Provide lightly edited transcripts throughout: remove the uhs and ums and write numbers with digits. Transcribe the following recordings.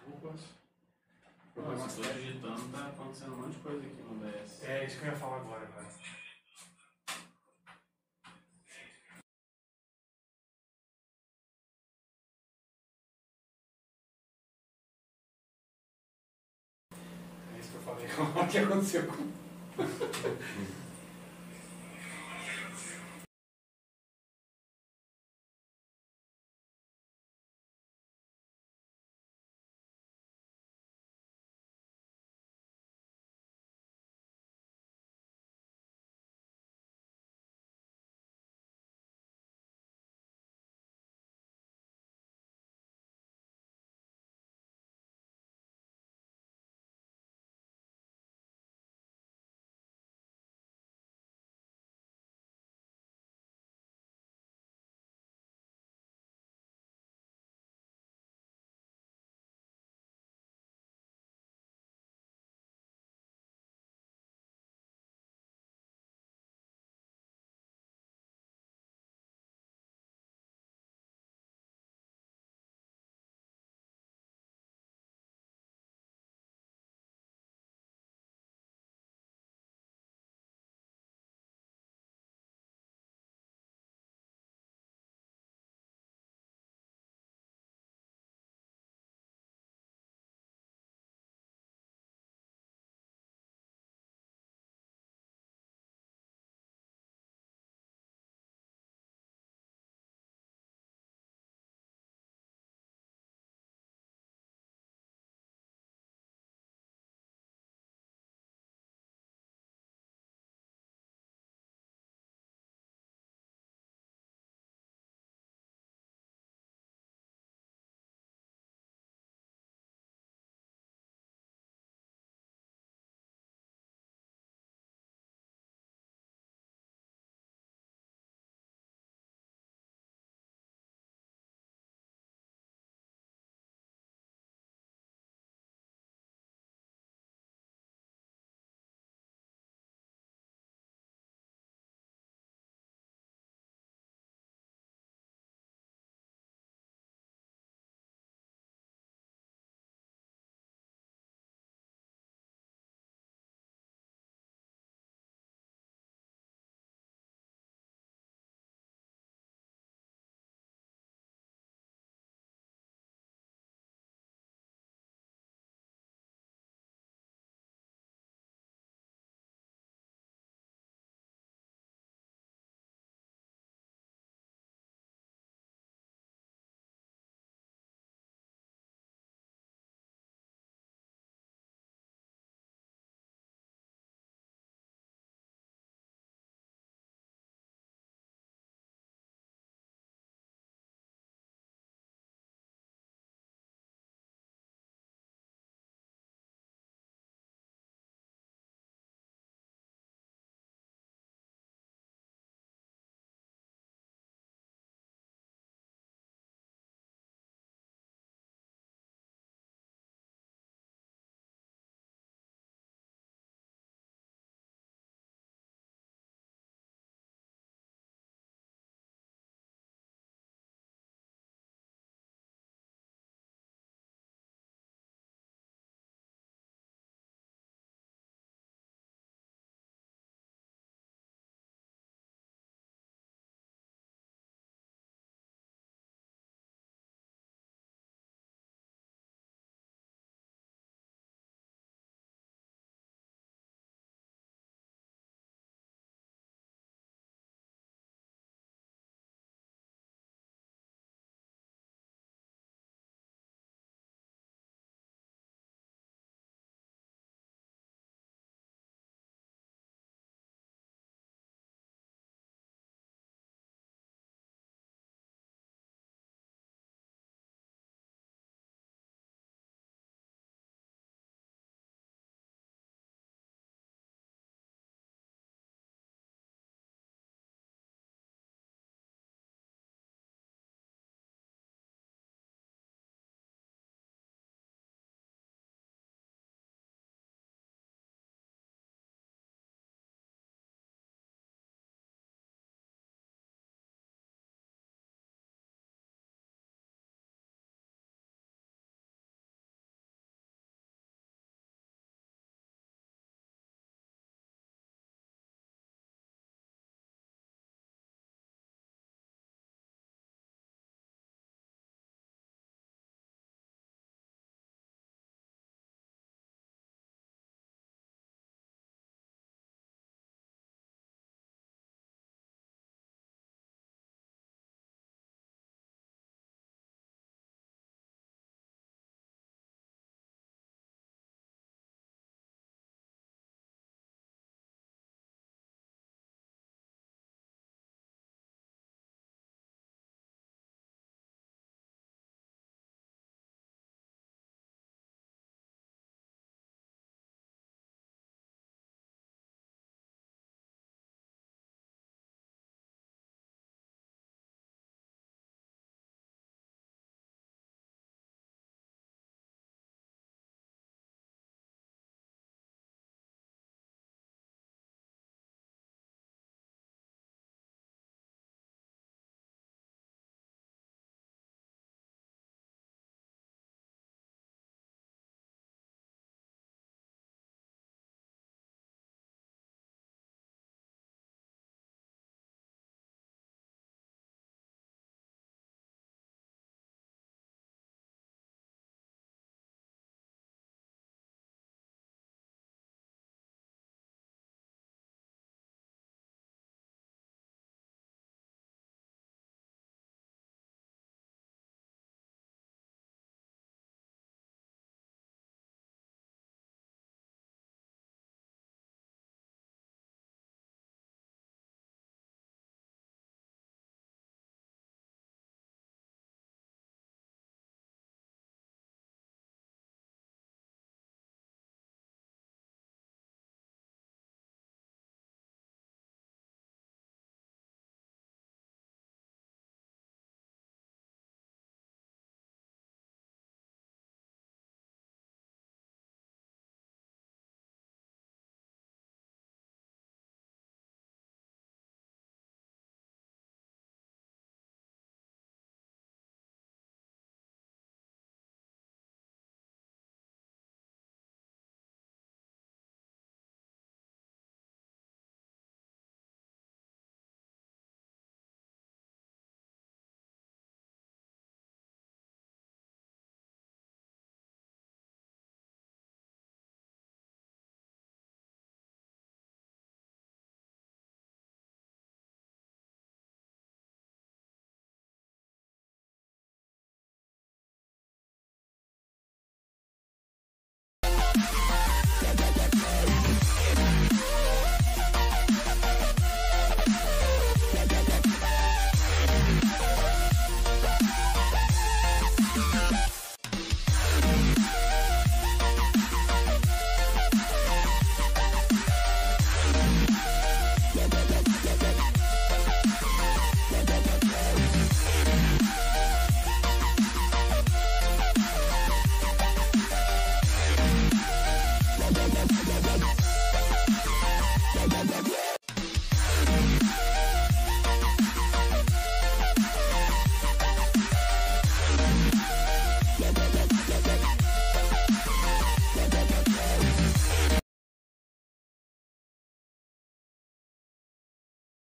Opa. Nossa, eu tô digitando, tá acontecendo um monte de coisa aqui no OBS. É isso que eu ia falar agora, velho. É isso que eu falei. O que aconteceu com...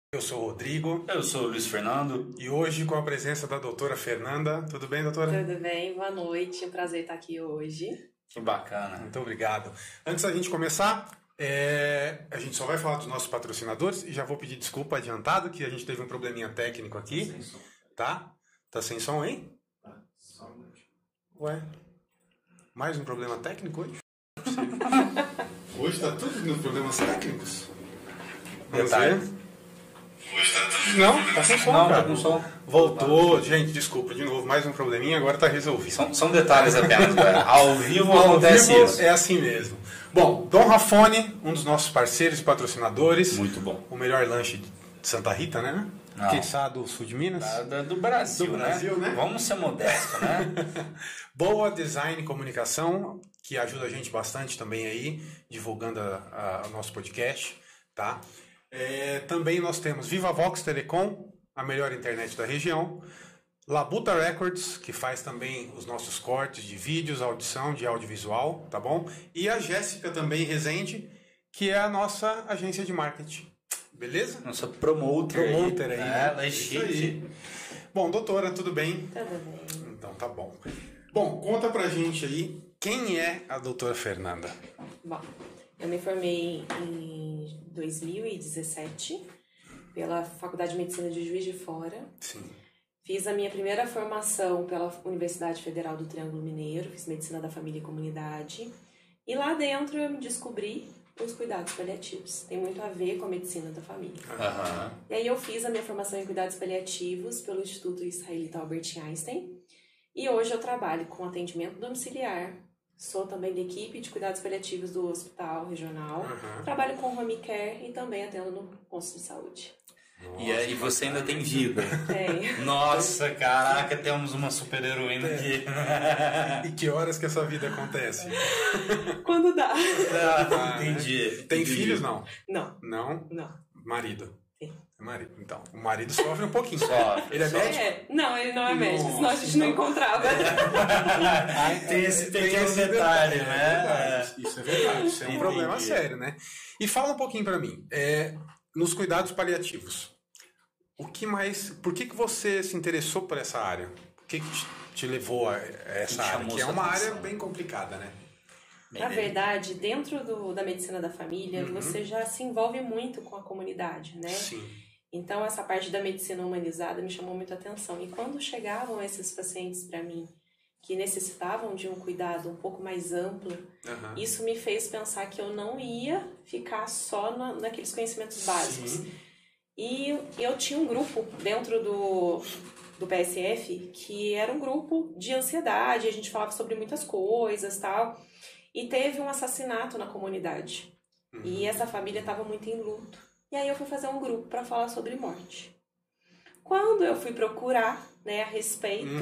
Eu sou o Rodrigo. Eu sou o Luiz Fernando. E hoje com a presença da doutora Fernanda. Tudo bem, doutora? Tudo bem, boa noite. É um prazer estar aqui hoje. Que bacana. Muito obrigado. Antes da gente começar, a gente só vai falar dos nossos patrocinadores e já vou pedir desculpa adiantado que a gente teve um probleminha técnico aqui. Sem som. Tá? Tá sem som aí? Tá, só um minutinho. Ué? Mais um problema técnico hoje? Hoje tá tudo nos problemas técnicos. Detalhe. Não, tá sem som, Não, cara. tá com som. Voltou. Gente, desculpa, de novo, mais um probleminha, agora tá resolvido. São detalhes apenas, velho. Ao vivo acontece vivo isso. É assim mesmo. Bom, Dom Rafone, um dos nossos parceiros e patrocinadores. Muito bom. O melhor lanche de Santa Rita, né? Não. Quem sabe do sul de Minas. Do Brasil, Do Brasil, né? Vamos ser modestos, né? Boa Design e Comunicação, que ajuda a gente bastante também aí, divulgando o nosso podcast, tá? Também nós temos Viva Vox Telecom, a melhor internet da região. Labuta Records, que faz também os nossos cortes de vídeos, audição, de audiovisual, tá bom? E a Jéssica também Rezende, que é a nossa agência de marketing. Beleza? Nossa promoter. Promoter aí. Ela é Isso chique. aí. Bom, doutora, tudo bem? Tudo bem. Então tá bom. Bom, conta pra gente aí quem é a doutora Fernanda. Bom, eu me formei em 2017 pela Faculdade de Medicina de Juiz de Fora. Sim. Fiz a minha primeira formação pela Universidade Federal do Triângulo Mineiro, fiz Medicina da Família e Comunidade. E lá dentro eu me descobri os cuidados paliativos. Tem muito a ver com a medicina da família. Aham. E aí eu fiz a minha formação em cuidados paliativos pelo Instituto Israelita Albert Einstein. E hoje eu trabalho com atendimento domiciliar. Sou também da equipe de cuidados paliativos do Hospital Regional. Trabalho com home care e também atendo no posto de saúde. E aí você ainda tem vida. Tem. Nossa, caraca, temos uma super heroína aqui. E que horas que essa vida acontece? Quando dá. Entendi. Tem Entendi. filhos, não? Não, Não? não. Marido? Sim. É marido. Então, o marido sofre um pouquinho. Sofre, Ele é sofre. médico? Não, ele não é médico, Nossa, senão a gente não então- encontrava. Tem esse pequeno esse detalhe, é né? verdade. Isso é verdade. Isso é um Entendi. problema sério, né? E fala um pouquinho pra mim. Nos cuidados paliativos, por que você se interessou por essa área? O que te levou a essa Que área? chamou Que é sua uma atenção? área bem complicada, né? Na verdade, dentro da medicina da família, você já se envolve muito com a comunidade, né? Sim. Então, essa parte da medicina humanizada me chamou muito a atenção. E quando chegavam esses pacientes para mim, que necessitavam de um cuidado um pouco mais amplo, Aham. isso me fez pensar que eu não ia ficar só naqueles conhecimentos básicos. Sim. E eu tinha um grupo dentro do PSF que era um grupo de ansiedade, a gente falava sobre muitas coisas e tal. E teve um assassinato na comunidade. E essa família estava muito em luto. E aí eu fui fazer um grupo para falar sobre morte. Quando eu fui procurar, né, a respeito,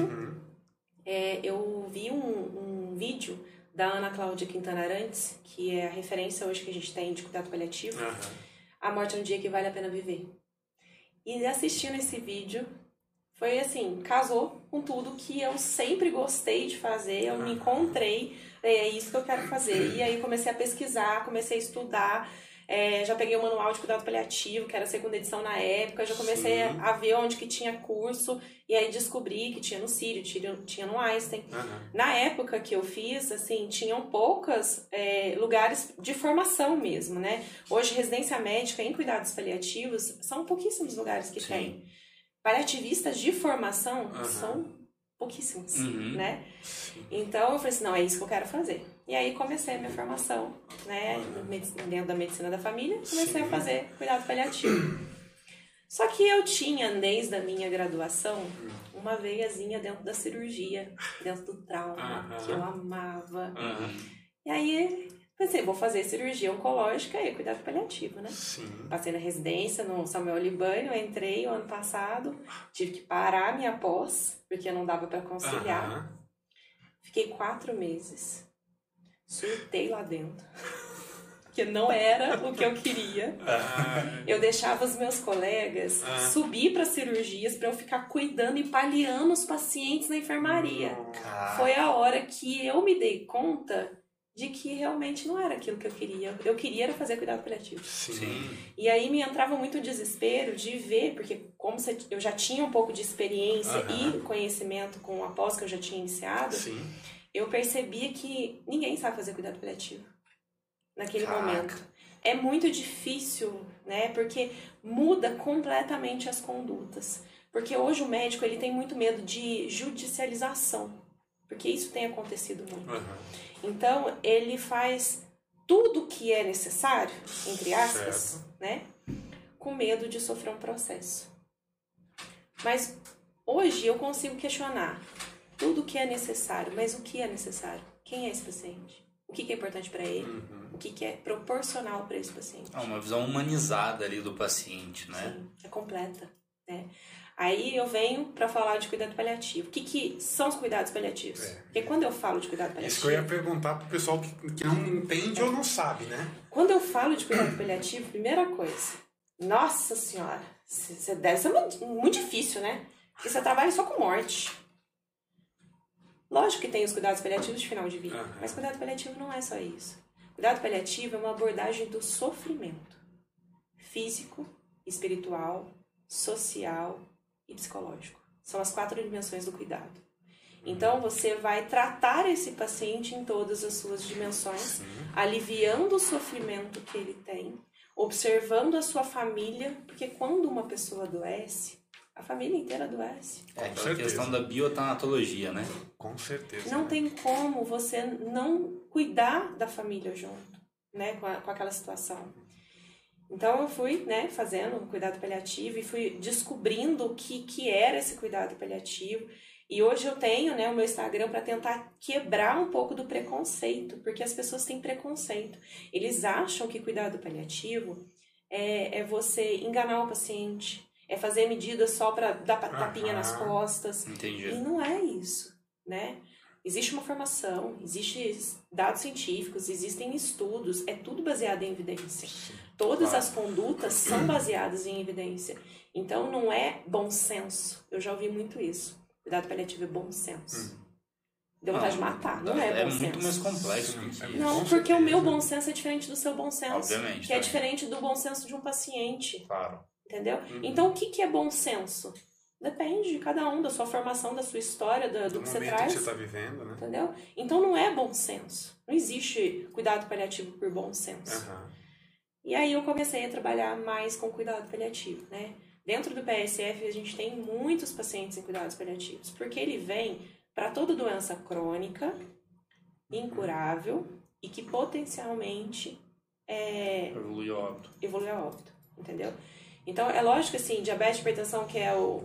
eu vi um vídeo da Ana Cláudia Quintana Arantes, que é a referência hoje que a gente tem de cuidado paliativo. Aham. A morte é um dia que vale a pena viver. E assistindo esse vídeo, foi assim, casou com tudo que eu sempre gostei de fazer, eu me encontrei, é isso que eu quero fazer. E aí comecei a pesquisar, comecei a estudar, já peguei o manual de cuidado paliativo, que era a segunda edição na época, já comecei a ver onde que tinha curso, e aí descobri que tinha no Sírio, tinha no Einstein. Na época que eu fiz, assim, tinham poucos lugares de formação mesmo, né? Hoje, residência médica em cuidados paliativos, são pouquíssimos lugares que tem. Paliativistas de formação são pouquíssimos, né? Então, eu falei assim, não, é isso que eu quero fazer. E aí, comecei a minha formação, né, dentro da medicina da família, comecei a fazer cuidado paliativo. Só que eu tinha, desde a minha graduação, uma veiazinha dentro da cirurgia, dentro do trauma, que eu amava. E aí, pensei, vou fazer cirurgia oncológica e cuidado paliativo, né? Sim. Passei na residência no Samuel Libânio, entrei o ano passado, tive que parar minha pós, porque não dava para conciliar. Fiquei 4 meses. Surtei lá dentro. Que não era o que eu queria. Eu deixava os meus colegas subir para cirurgias para eu ficar cuidando e paliando os pacientes na enfermaria. Foi a hora que eu me dei conta de que realmente não era aquilo que eu queria. Eu queria era fazer cuidado paliativo. Sim. E aí me entrava muito desespero de ver, porque como eu já tinha um pouco de experiência e conhecimento com a pós que eu já tinha iniciado, Sim. eu percebia que ninguém sabe fazer cuidado paliativo naquele Caraca. momento. É muito difícil, né? Porque muda completamente as condutas. Porque hoje o médico ele tem muito medo de judicialização. Porque isso tem acontecido muito. Então, ele faz tudo o que é necessário, entre aspas, né? Com medo de sofrer um processo. Mas hoje eu consigo questionar tudo o que é necessário. Mas o que é necessário? Quem é esse paciente? O que é importante para ele? O que é proporcional para esse paciente? É uma visão humanizada ali do paciente, né? Sim, é completa, né? Aí eu venho para falar de cuidado paliativo. O que são os cuidados paliativos? Porque quando eu falo de cuidado paliativo... Isso que eu ia perguntar pro pessoal que não entende ou não sabe, né? Quando eu falo de cuidado paliativo, primeira coisa, nossa senhora, você deve ser muito difícil, né? Porque você trabalha só com morte. Lógico que tem os cuidados paliativos de final de vida, mas cuidado paliativo não é só isso. Cuidado paliativo é uma abordagem do sofrimento físico, espiritual, social e psicológico. São as 4 dimensões do cuidado. Então, você vai tratar esse paciente em todas as suas dimensões, aliviando o sofrimento que ele tem, observando a sua família, porque quando uma pessoa adoece, a família inteira adoece. É aquela questão da biotanatologia, né? Com certeza. Não tem como você não cuidar da família junto, né, com aquela situação. Então eu fui, né, fazendo cuidado paliativo e fui descobrindo o que era esse cuidado paliativo. E hoje eu tenho, né, o meu Instagram para tentar quebrar um pouco do preconceito, porque as pessoas têm preconceito. Eles acham que cuidado paliativo é você enganar o paciente, é fazer medidas só para dar tapinha nas costas. Entendi. E não é isso, né? Existe uma formação, existem dados científicos, existem estudos, é tudo baseado em evidência. Todas as condutas são baseadas em evidência. Então não é bom senso. Eu já ouvi muito isso. Cuidado paliativo é bom senso. Deu vontade de matar, não é bom senso. É muito mais complexo que isso. Não, porque o meu bom senso é diferente do seu bom senso. Obviamente. Que é diferente do bom senso de um paciente. Claro. Entendeu? Então o que é bom senso? Depende de cada um, da sua formação, da sua história, do que você traz. Que você está vivendo, né? Entendeu? Então não é bom senso. Não existe cuidado paliativo por bom senso. E aí eu comecei a trabalhar mais com cuidado paliativo, né? Dentro do PSF a gente tem muitos pacientes em cuidados paliativos, porque ele vem para toda doença crônica, incurável e que potencialmente Evolui a óbito. Evolui a óbito, entendeu? Então, é lógico assim, diabetes e hipertensão, que é o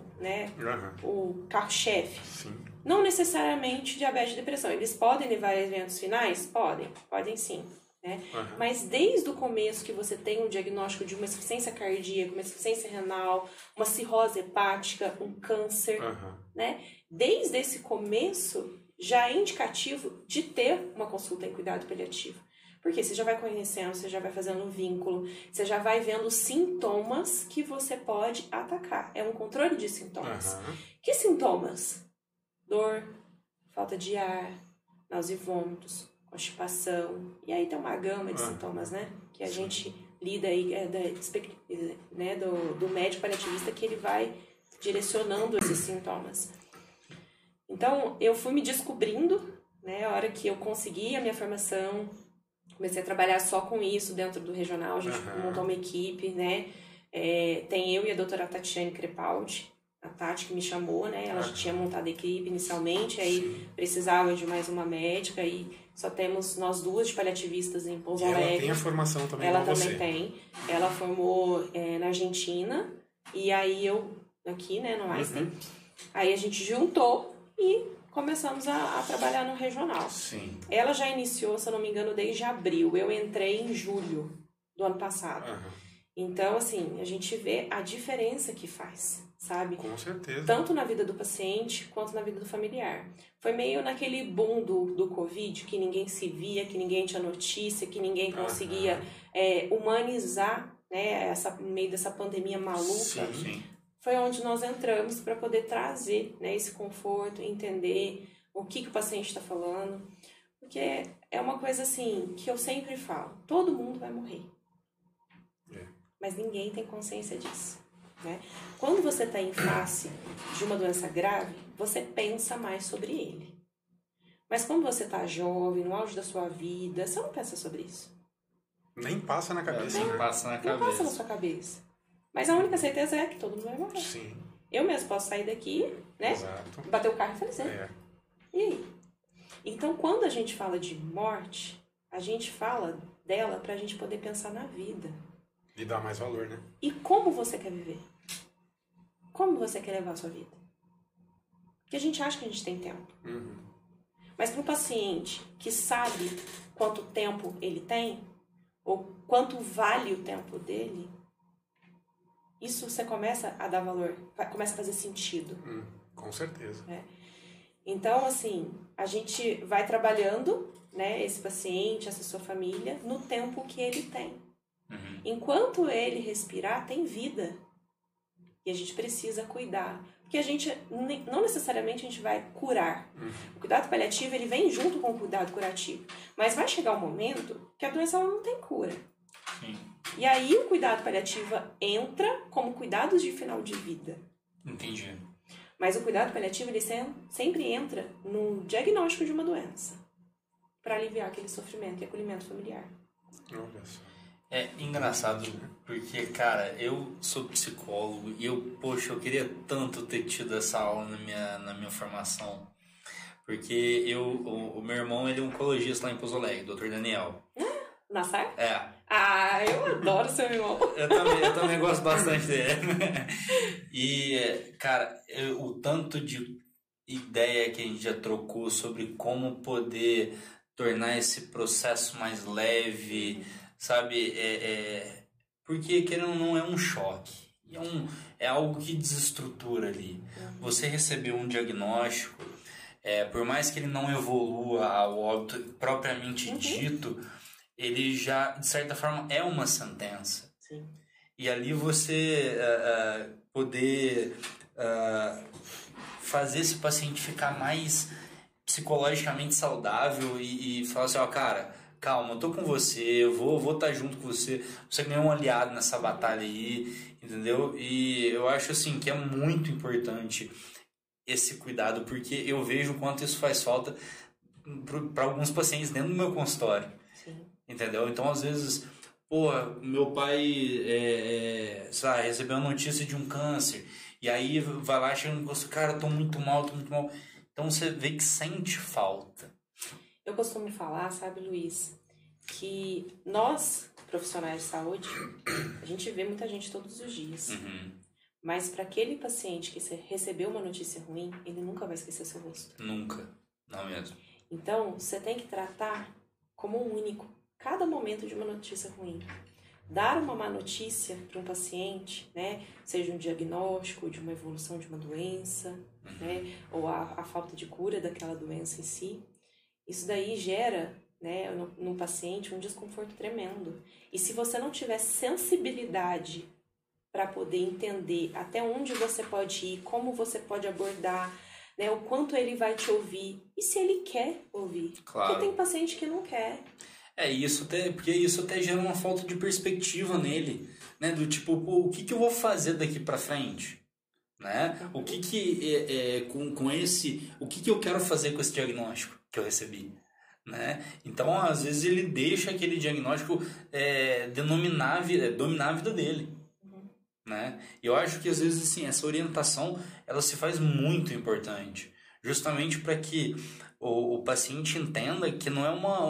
carro-chefe, não necessariamente diabetes e depressão. Eles podem levar a eventos finais? Podem sim. Né? Mas desde o começo que você tem um diagnóstico de uma insuficiência cardíaca, uma insuficiência renal, uma cirrose hepática, um câncer, né? Desde esse começo já é indicativo de ter uma consulta em cuidado paliativo. Porque você já vai conhecendo, você já vai fazendo um vínculo, você já vai vendo sintomas que você pode atacar. É um controle de sintomas. Que sintomas? Dor, falta de ar, náusea e vômitos, constipação. E aí tem uma gama de sintomas, né? Que a gente lida aí né, do médico paliativista, que ele vai direcionando esses sintomas. Então, eu fui me descobrindo, né? A hora que eu consegui a minha formação, comecei a trabalhar só com isso dentro do regional, a gente montou uma equipe, né? Tem eu e a doutora Tatiane Crepaldi, a Tati que me chamou, né? Ela já tinha montado a equipe inicialmente, aí precisava de mais uma médica e só temos nós duas de paliativistas em Pouso Alegre. Ela tem a formação também ela com também você. Tem. Ela formou na Argentina e aí eu aqui, né, no Einstein. Aí a gente juntou e começamos a trabalhar no regional. Sim. Ela já iniciou, se eu não me engano, desde abril. Eu entrei em julho do ano passado. Então, assim, a gente vê a diferença que faz, sabe? Com certeza. Tanto na vida do paciente, quanto na vida do familiar. Foi meio naquele boom do Covid, que ninguém se via, que ninguém tinha notícia, que ninguém conseguia humanizar, né, no meio dessa pandemia maluca. Sim. Foi onde nós entramos para poder trazer, né, esse conforto, entender o que o paciente está falando. Porque é uma coisa assim, que eu sempre falo. Todo mundo vai morrer. Mas ninguém tem consciência disso, né? Quando você está em face de uma doença grave, você pensa mais sobre ele. Mas quando você está jovem, no auge da sua vida, você não pensa sobre isso. Nem passa na cabeça, Nem né? passa na Não cabeça. passa na sua cabeça. Mas a única certeza é que todo mundo vai morrer. Sim, Eu mesmo posso sair daqui, né? exato. Bater o carro e falecer. É. E aí? Então, quando a gente fala de morte, a gente fala dela pra gente poder pensar na vida. E dá mais valor, né? E como você quer viver? Como você quer levar a sua vida? Porque a gente acha que a gente tem tempo. Uhum. Mas para um paciente que sabe quanto tempo ele tem, ou quanto vale o tempo dele, isso você começa a dar valor, começa a fazer sentido. Com certeza. Então, assim, a gente vai trabalhando, né, esse paciente, essa sua família, no tempo que ele tem. Enquanto ele respirar, tem vida. E a gente precisa cuidar. Porque a gente, não necessariamente a gente vai curar. O cuidado paliativo, ele vem junto com o cuidado curativo. Mas vai chegar um momento que a doença ela não tem cura. Sim. E aí o cuidado paliativo entra como cuidados de final de vida. Entendi. Mas o cuidado paliativo, ele sempre entra no diagnóstico de uma doença. Para aliviar aquele sofrimento e acolhimento familiar. Olha só. É engraçado, porque, cara, eu sou psicólogo e eu queria tanto ter tido essa aula na minha formação. Porque o meu irmão, ele é oncologista lá em Pouso Alegre, Dr. Daniel. Nassar? É. Ah, eu adoro seu irmão. Eu também gosto bastante dele. E, cara, o tanto de ideia que a gente já trocou sobre como poder tornar esse processo mais leve, sabe? Porque, querendo ou não, é um choque. É algo que desestrutura ali. Você recebeu um diagnóstico, por mais que ele não evolua ao óbito propriamente dito, ele já, de certa forma, é uma sentença. Sim. E ali você poder fazer esse paciente ficar mais psicologicamente saudável e falar assim, ó, cara, calma, eu tô com você, eu vou estar junto com você, você ganhou um aliado nessa batalha aí, entendeu? E eu acho assim que é muito importante esse cuidado, porque eu vejo o quanto isso faz falta para alguns pacientes dentro do meu consultório. Sim. Entendeu? Então, às vezes, pô, meu pai sabe, recebeu a notícia de um câncer, e aí vai lá, chega no consultório, cara, tô muito mal. Então, você vê que sente falta. Eu costumo falar, sabe, Luiz, que nós, profissionais de saúde, a gente vê muita gente todos os dias. Mas para aquele paciente que recebeu uma notícia ruim, ele nunca vai esquecer seu rosto. Nunca. Não mesmo. Então, você tem que tratar como um único cada momento de uma notícia ruim. Dar uma má notícia para um paciente, né, seja um diagnóstico de uma evolução de uma doença, né, ou a falta de cura daquela doença em si, isso daí gera, né, no paciente um desconforto tremendo. E se você não tiver sensibilidade para poder entender até onde você pode ir, como você pode abordar, né, o quanto ele vai te ouvir, e se ele quer ouvir. Claro. Porque tem paciente que não quer. Porque isso até gera uma falta de perspectiva nele, né? Do tipo, pô, o que eu vou fazer daqui pra frente? Né? O que o que eu quero fazer com esse diagnóstico que eu recebi? Né? Então, às vezes, ele deixa aquele diagnóstico dominar a vida dele. Né? E eu acho que, às vezes, assim, essa orientação ela se faz muito importante, justamente para que o paciente entenda que não é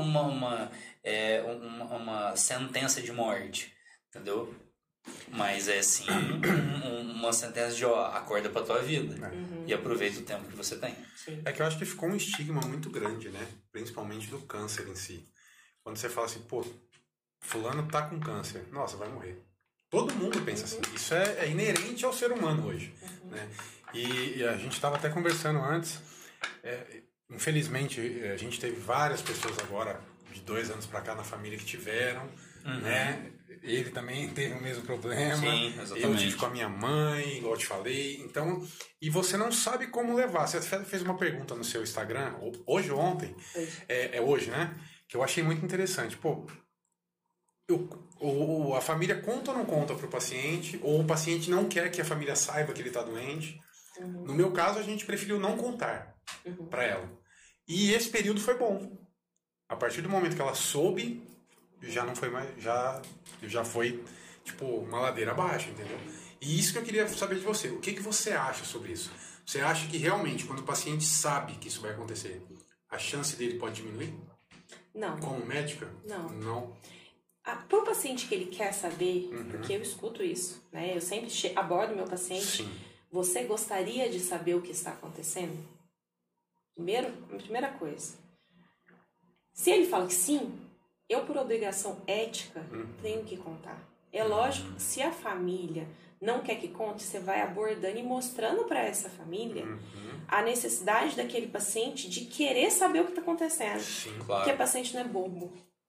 uma sentença de morte, entendeu? Mas é sim uma sentença de, ó, acorda pra tua vida e aproveita o tempo que você tem. Sim. É que eu acho que ficou um estigma muito grande, né? Principalmente do câncer em si. Quando você fala assim, pô, fulano tá com câncer, nossa, vai morrer. Todo mundo pensa assim. Isso é inerente ao ser humano hoje, né? E a gente estava até conversando antes. Infelizmente, a gente teve várias pessoas agora, de 2 anos para cá, na família que tiveram, né? Ele também teve o mesmo problema. Sim, exatamente. Eu tive com a minha mãe, igual eu te falei. Então, e você não sabe como levar. Você fez uma pergunta no seu Instagram, hoje ou ontem? Hoje. É hoje, né? que eu achei muito interessante. Pô, a família conta ou não conta para o paciente, ou o paciente não quer que a família saiba que ele está doente. No meu caso, a gente preferiu não contar para ela. E esse período foi bom. A partir do momento que ela soube, já não foi mais, já foi tipo uma ladeira abaixo, entendeu? E isso que eu queria saber de você. O que você acha sobre isso? Você acha que realmente, quando o paciente sabe que isso vai acontecer, a chance dele pode diminuir? Não. Como médica? Não. Não. Para o paciente que ele quer saber, porque eu escuto isso, né? Eu sempre abordo o meu paciente. Sim. Você gostaria de saber o que está acontecendo? Primeira coisa. Se ele fala que sim, eu, por obrigação ética, tenho que contar. É lógico que se a família não quer que conte, você vai abordando e mostrando para essa família a necessidade daquele paciente de querer saber o que está acontecendo. Sim, claro. Porque o paciente não é bobo.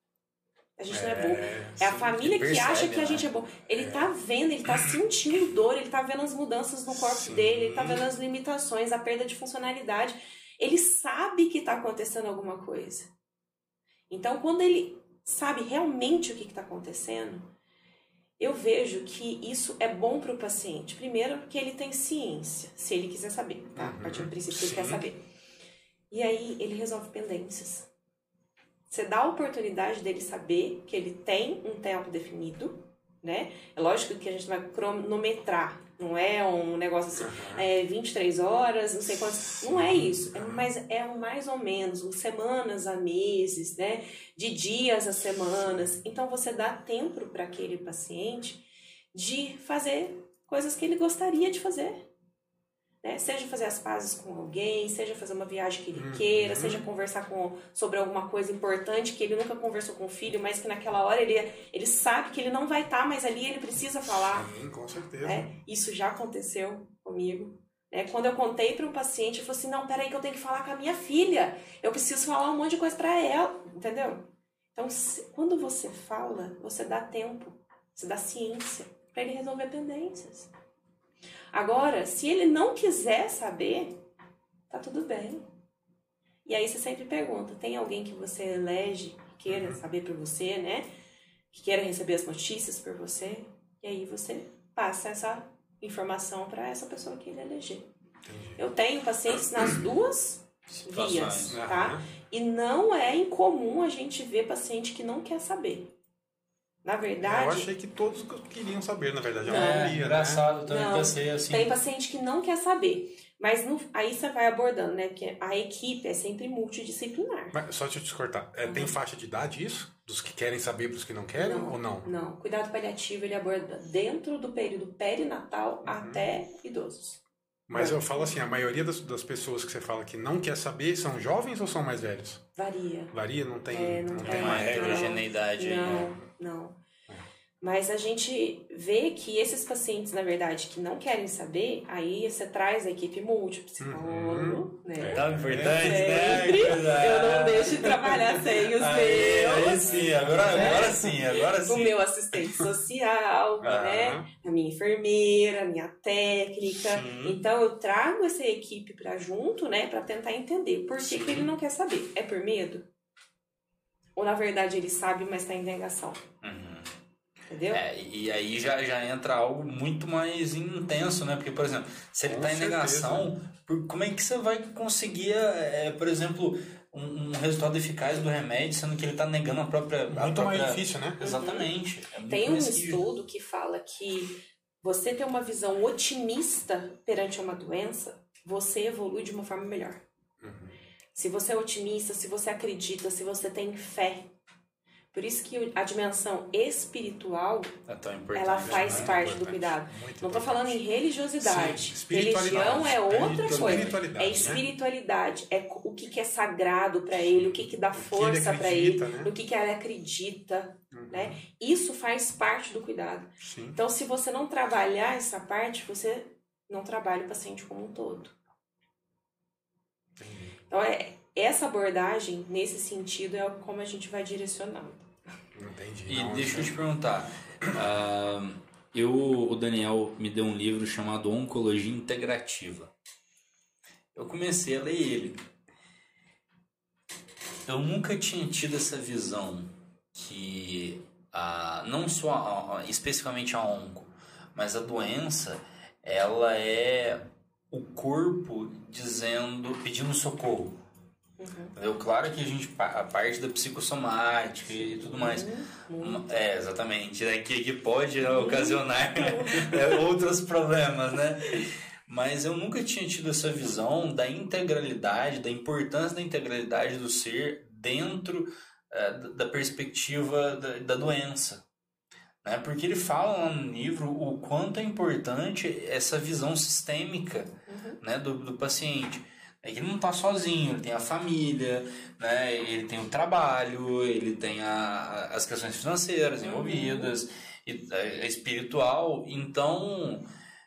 A gente não é bobo. É sim, a família que acha que a né? gente é bobo. Ele tá vendo, ele tá sentindo dor, ele tá vendo as mudanças no corpo dele, ele tá vendo as limitações, a perda de funcionalidade. Ele sabe que tá acontecendo alguma coisa. Então, quando ele sabe realmente o que está acontecendo, eu vejo que isso é bom para o paciente. Primeiro, que ele tem ciência, se ele quiser saber, tá? A partir do princípio que ele quer saber. E aí, ele resolve pendências. Você dá a oportunidade dele saber que ele tem um tempo definido, né? É lógico que a gente vai cronometrar, não é um negócio assim, 23 horas, não sei quantos, não é isso, mas é um mais ou menos, semanas a meses, né? De dias a semanas. Então você dá tempo para aquele paciente de fazer coisas que ele gostaria de fazer. Né? Seja fazer as pazes com alguém, seja fazer uma viagem que ele queira, seja conversar sobre alguma coisa importante que ele nunca conversou com o filho, mas que naquela hora ele sabe que ele não vai estar, mas ali ele precisa falar. Sim, com certeza. Isso já aconteceu comigo. Quando eu contei para um paciente, eu falei assim, não, peraí que eu tenho que falar com a minha filha, eu preciso falar um monte de coisa para ela, entendeu? Então, quando você fala, você dá tempo, você dá ciência para ele resolver pendências. Agora, se ele não quiser saber, tá tudo bem. E aí você sempre pergunta, tem alguém que você elege, que queira saber por você, né? Que queira receber as notícias por você? E aí você passa essa informação para essa pessoa que ele eleger. Entendi. Eu tenho pacientes nas duas vias, tá? E não é incomum a gente ver paciente que não quer saber. Na verdade... Eu achei que todos queriam saber, na verdade. Engraçado, também não, pensei assim. Tem paciente que não quer saber. Mas aí você vai abordando, né? Porque a equipe é sempre multidisciplinar. Mas, só deixa eu te cortar. Tem faixa de idade isso? Dos que querem saber para os que não querem ou não? Não. Cuidado paliativo ele aborda dentro do período perinatal até idosos. Mas eu falo assim, a maioria das pessoas que você fala que não quer saber são jovens ou são mais velhos? Varia. Varia? Não tem, não Tem uma heterogeneidade aí, né? Não. Mas a gente vê que esses pacientes, na verdade, que não querem saber, aí você traz a equipe multipsicólogo, né? Tão importante, sempre. né? Eu não deixo de trabalhar sem os meus. Aí sim, agora sim. O meu assistente social, né? A minha enfermeira, a minha técnica. Sim. Então, eu trago essa equipe pra junto, né? Pra tentar entender por que ele não quer saber. É por medo? Ou, na verdade, ele sabe, mas tá em negação? Entendeu? E aí já entra algo muito mais intenso, né? Porque, por exemplo, se ele está em negação, como é que você vai conseguir, por exemplo, um resultado eficaz do remédio, sendo que ele está negando a própria... Muito mais difícil, né? Exatamente. Tem um estudo que fala que você ter uma visão otimista perante uma doença, você evolui de uma forma melhor. Se você é otimista, se você acredita, se você tem fé. Por isso que a dimensão espiritual, é tão importante, ela faz parte do cuidado. Não estou falando em religiosidade. Religião é outra coisa. É espiritualidade. É o que é sagrado para ele, o que dá força para ele, no que ele acredita. Né? Isso faz parte do cuidado. Sim. Então, se você não trabalhar essa parte, você não trabalha o paciente como um todo. Então, essa abordagem, nesse sentido, é como a gente vai direcionando. Entendi. E deixa eu te perguntar, o Daniel me deu um livro chamado Oncologia Integrativa. Eu comecei a ler ele. eu nunca tinha tido essa visão que não só especificamente a onco, mas a doença, ela é o corpo pedindo socorro. Entendeu? Claro que a parte da psicossomática e tudo mais. Exatamente, né? Que pode ocasionar outros problemas, né? Mas eu nunca tinha tido essa visão da integralidade, da importância da integralidade do ser dentro da perspectiva da doença. Né? Porque ele fala lá no livro o quanto é importante essa visão sistêmica, né, do paciente. É que ele não está sozinho, ele tem a família, né, ele tem o trabalho, ele tem as questões financeiras envolvidas, a espiritual. Então,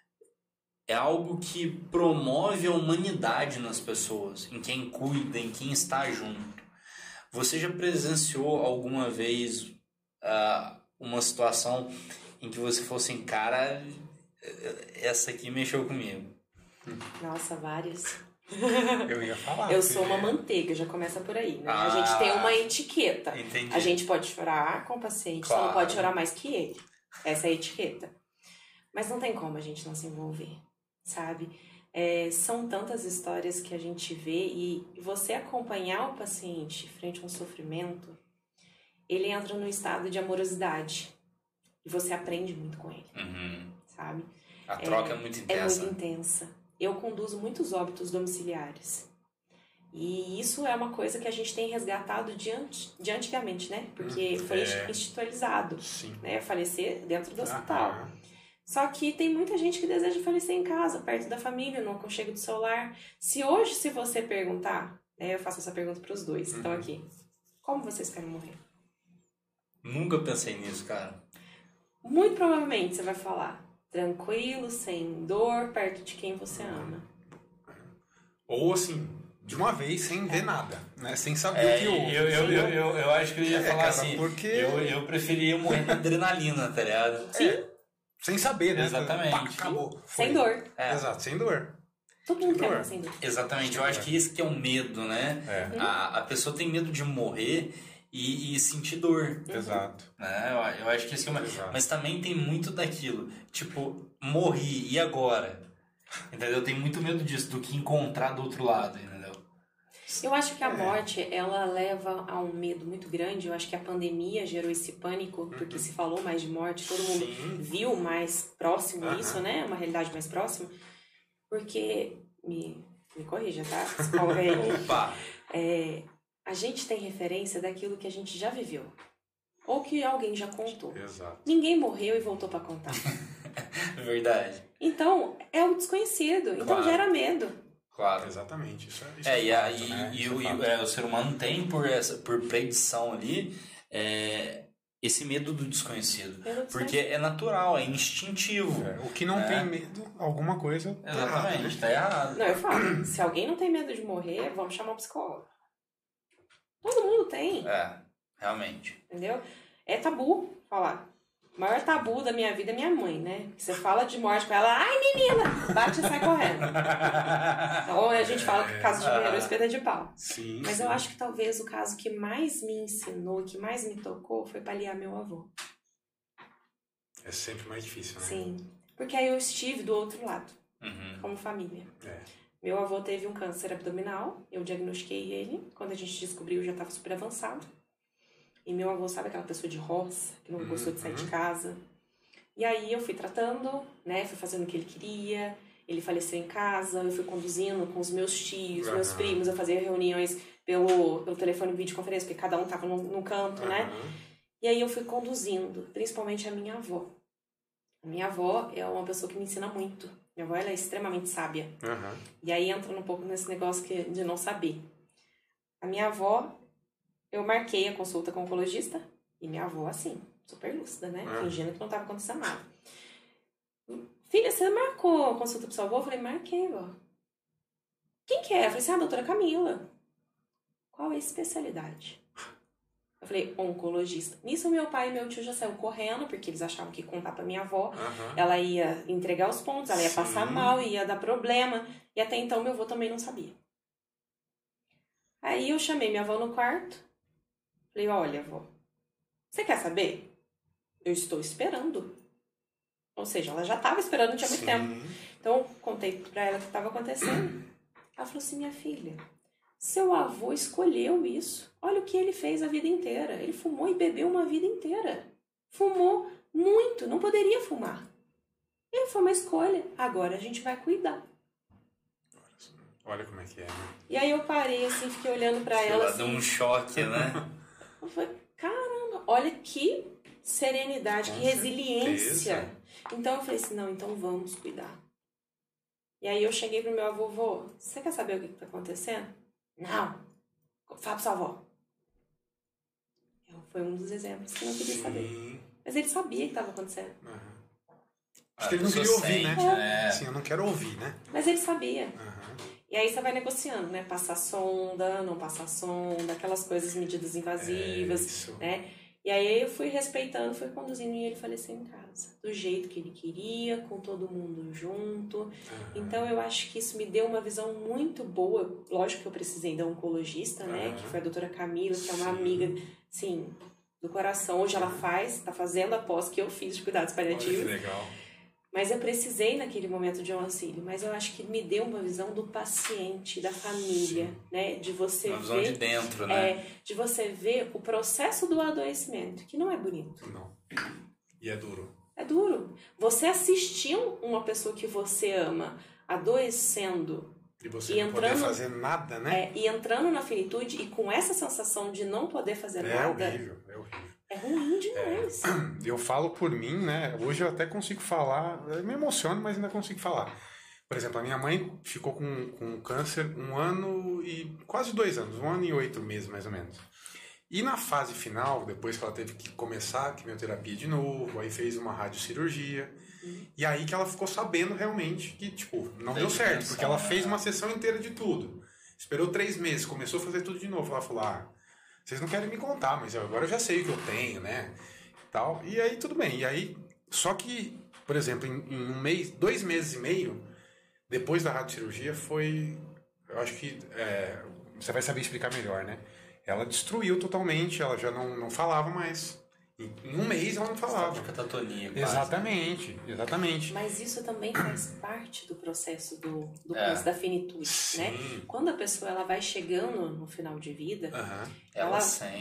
é algo que promove a humanidade nas pessoas, em quem cuida, em quem está junto. Você já presenciou alguma vez uma situação em que você falou assim, cara, essa aqui mexeu comigo? Nossa, várias. Eu ia falar. Eu sou uma manteiga, já começa por aí, né? A gente tem uma etiqueta. Entendi. A gente pode chorar com o paciente, Claro. só não pode chorar mais que ele. Essa é a etiqueta. Mas não tem como a gente não se envolver, sabe? São tantas histórias que a gente vê e você acompanhar o paciente frente a um sofrimento, ele entra num estado de amorosidade e você aprende muito com ele, sabe? A troca é muito intensa. É muito intensa. Eu conduzo muitos óbitos domiciliares. E isso é uma coisa que a gente tem resgatado de antigamente, né? Porque foi institucionalizado, né? Falecer dentro do hospital. Só que tem muita gente que deseja falecer em casa, perto da família, no aconchego do seu lar. Se você perguntar, né? Eu faço essa pergunta para os dois, então aqui. Como vocês querem morrer? Nunca pensei nisso, cara. Muito provavelmente você vai falar tranquilo, sem dor, perto de quem você ama. Ou assim, de uma vez, sem ver nada, né? Sem saber o que houve. Eu acho que eu ia falar cara, assim, porque... eu preferia morrer na adrenalina, tá ligado? Sim. Sem saber, né? Exatamente. Pá, acabou. Foi. Sem dor. Exato, sem dor. Todo mundo quer dor. morrer sem dor. Exatamente, eu acho que esse que é o medo, né? A pessoa tem medo de morrer e sentir dor. Exato. Né? Eu acho que esse é mas também tem muito daquilo. Tipo, morri, e agora? Entendeu? Eu tenho muito medo disso, do que encontrar do outro lado, entendeu? Eu acho que a morte, ela leva a um medo muito grande. Eu acho que a pandemia gerou esse pânico, porque se falou mais de morte, todo mundo viu mais próximo isso, né? Uma realidade mais próxima. Porque, me corrija, tá? Psicóloga aí. Opa! A gente tem referência daquilo que a gente já viveu. Ou que alguém já contou. Exato. Ninguém morreu e voltou pra contar. Verdade. Então, é o desconhecido. Então Claro. gera medo. Claro. Exatamente. Isso E fato, né? o ser humano tem por predição ali esse medo do desconhecido. Porque é natural, é instintivo. O que não tem medo, alguma coisa. Exatamente, tá errado. Não, eu falo, se alguém não tem medo de morrer, vamos chamar um psicólogo. Todo mundo tem, Realmente. entendeu? É tabu falar. O maior tabu da minha vida é minha mãe, né? Você fala de morte com ela, ai menina, bate e sai correndo. Então a gente fala que o caso de morrer é espeta de pau. Sim. Mas eu acho que talvez o caso que mais me ensinou, que mais me tocou, foi paliar meu avô. É sempre mais difícil, né? Sim. Porque aí eu estive do outro lado, como família. Meu avô teve um câncer abdominal, eu diagnostiquei ele. Quando a gente descobriu, já estava super avançado. E meu avô, sabe aquela pessoa de roça, que não gostou de sair de casa? E aí eu fui tratando, né? Fui fazendo o que ele queria. Ele faleceu em casa, eu fui conduzindo com os meus tios, meus primos. Eu fazia reuniões pelo telefone videoconferência, porque cada um tava num canto, né? E aí eu fui conduzindo, principalmente a minha avó. A minha avó é uma pessoa que me ensina muito. Minha avó, ela é extremamente sábia. E aí entra um pouco nesse negócio de não saber. A minha avó, eu marquei a consulta com o oncologista. E minha avó, assim, super lúcida, né? Fingindo que não estava acontecendo nada. Filha, você marcou a consulta pro seu avô? Eu falei, marquei, vó. Quem que é? Eu falei assim, a doutora Camila. Qual é a especialidade? Eu falei, oncologista. Nisso, meu pai e meu tio já saíram correndo, porque eles achavam que ia contar pra minha avó. Ela ia entregar os pontos, ela ia passar mal, ia dar problema. E até então, meu avô também não sabia. Aí eu chamei minha avó no quarto. Falei, olha, avó, você quer saber? Eu estou esperando. Ou seja, ela já estava esperando, não tinha muito tempo. Então, eu contei pra ela o que estava acontecendo. Ela falou assim, minha filha, seu avô escolheu isso. Olha o que ele fez a vida inteira. Ele fumou e bebeu uma vida inteira. Fumou muito, não poderia fumar. E foi uma escolha. Agora a gente vai cuidar. Olha como é que é, né? E aí eu parei assim, fiquei olhando pra ela. Ela assim, deu um choque, né? eu falei, caramba, olha que serenidade, que resiliência. Certeza. Então eu falei assim, não, então vamos cuidar. E aí eu cheguei pro meu avô, vô, você quer saber o que tá acontecendo? Não. Fala pra sua avó. Foi um dos exemplos que eu não queria saber. Mas ele sabia o que estava acontecendo. Acho que ele não queria ouvir, né? É. Sim, eu não quero ouvir, né? Mas ele sabia. E aí você vai negociando, né? Passar sonda, não passar sonda, aquelas coisas, medidas invasivas, né? E aí eu fui respeitando, fui conduzindo e ele faleceu em casa. Do jeito que ele queria, com todo mundo junto. Então eu acho que isso me deu uma visão muito boa. Lógico que eu precisei da oncologista, né? Que foi a doutora Camila, que é uma amiga, sim, do coração. Hoje ela tá fazendo a pós que eu fiz de cuidados paliativos. Olha que legal. Mas eu precisei naquele momento de um auxílio. Mas eu acho que me deu uma visão do paciente, da família, né? De você uma visão de dentro, né? De você ver o processo do adoecimento, que não é bonito. Não. E é duro. É duro. Você assistir uma pessoa que você ama adoecendo e você não poder fazer nada, né? E entrando na finitude e com essa sensação de não poder fazer nada. É horrível. É ruim demais. Eu falo por mim, né? Hoje eu até consigo falar, eu me emociono, mas ainda consigo falar. Por exemplo, a minha mãe ficou com câncer 1 ano e quase 2 anos, 1 ano e 8 meses mais ou menos. E na fase final, depois que ela teve que começar a quimioterapia de novo, aí fez uma radiocirurgia, e aí que ela ficou sabendo realmente que, tipo, não deu certo, porque ela fez uma sessão inteira de tudo. Esperou 3 meses, começou a fazer tudo de novo. Ela falou, vocês não querem me contar, mas agora eu já sei o que eu tenho, né? Tal. E aí tudo bem. E aí, só que, por exemplo, em 1 mês, 2 meses e meio, depois da radiocirurgia foi, eu acho que você vai saber explicar melhor, né? Ela destruiu totalmente, ela já não falava mais. Em 1 mês ela não falava. De catatonia, quase. Exatamente. Mas isso também faz parte do processo do processo da finitude, né? Quando a pessoa ela vai chegando no final de vida, ela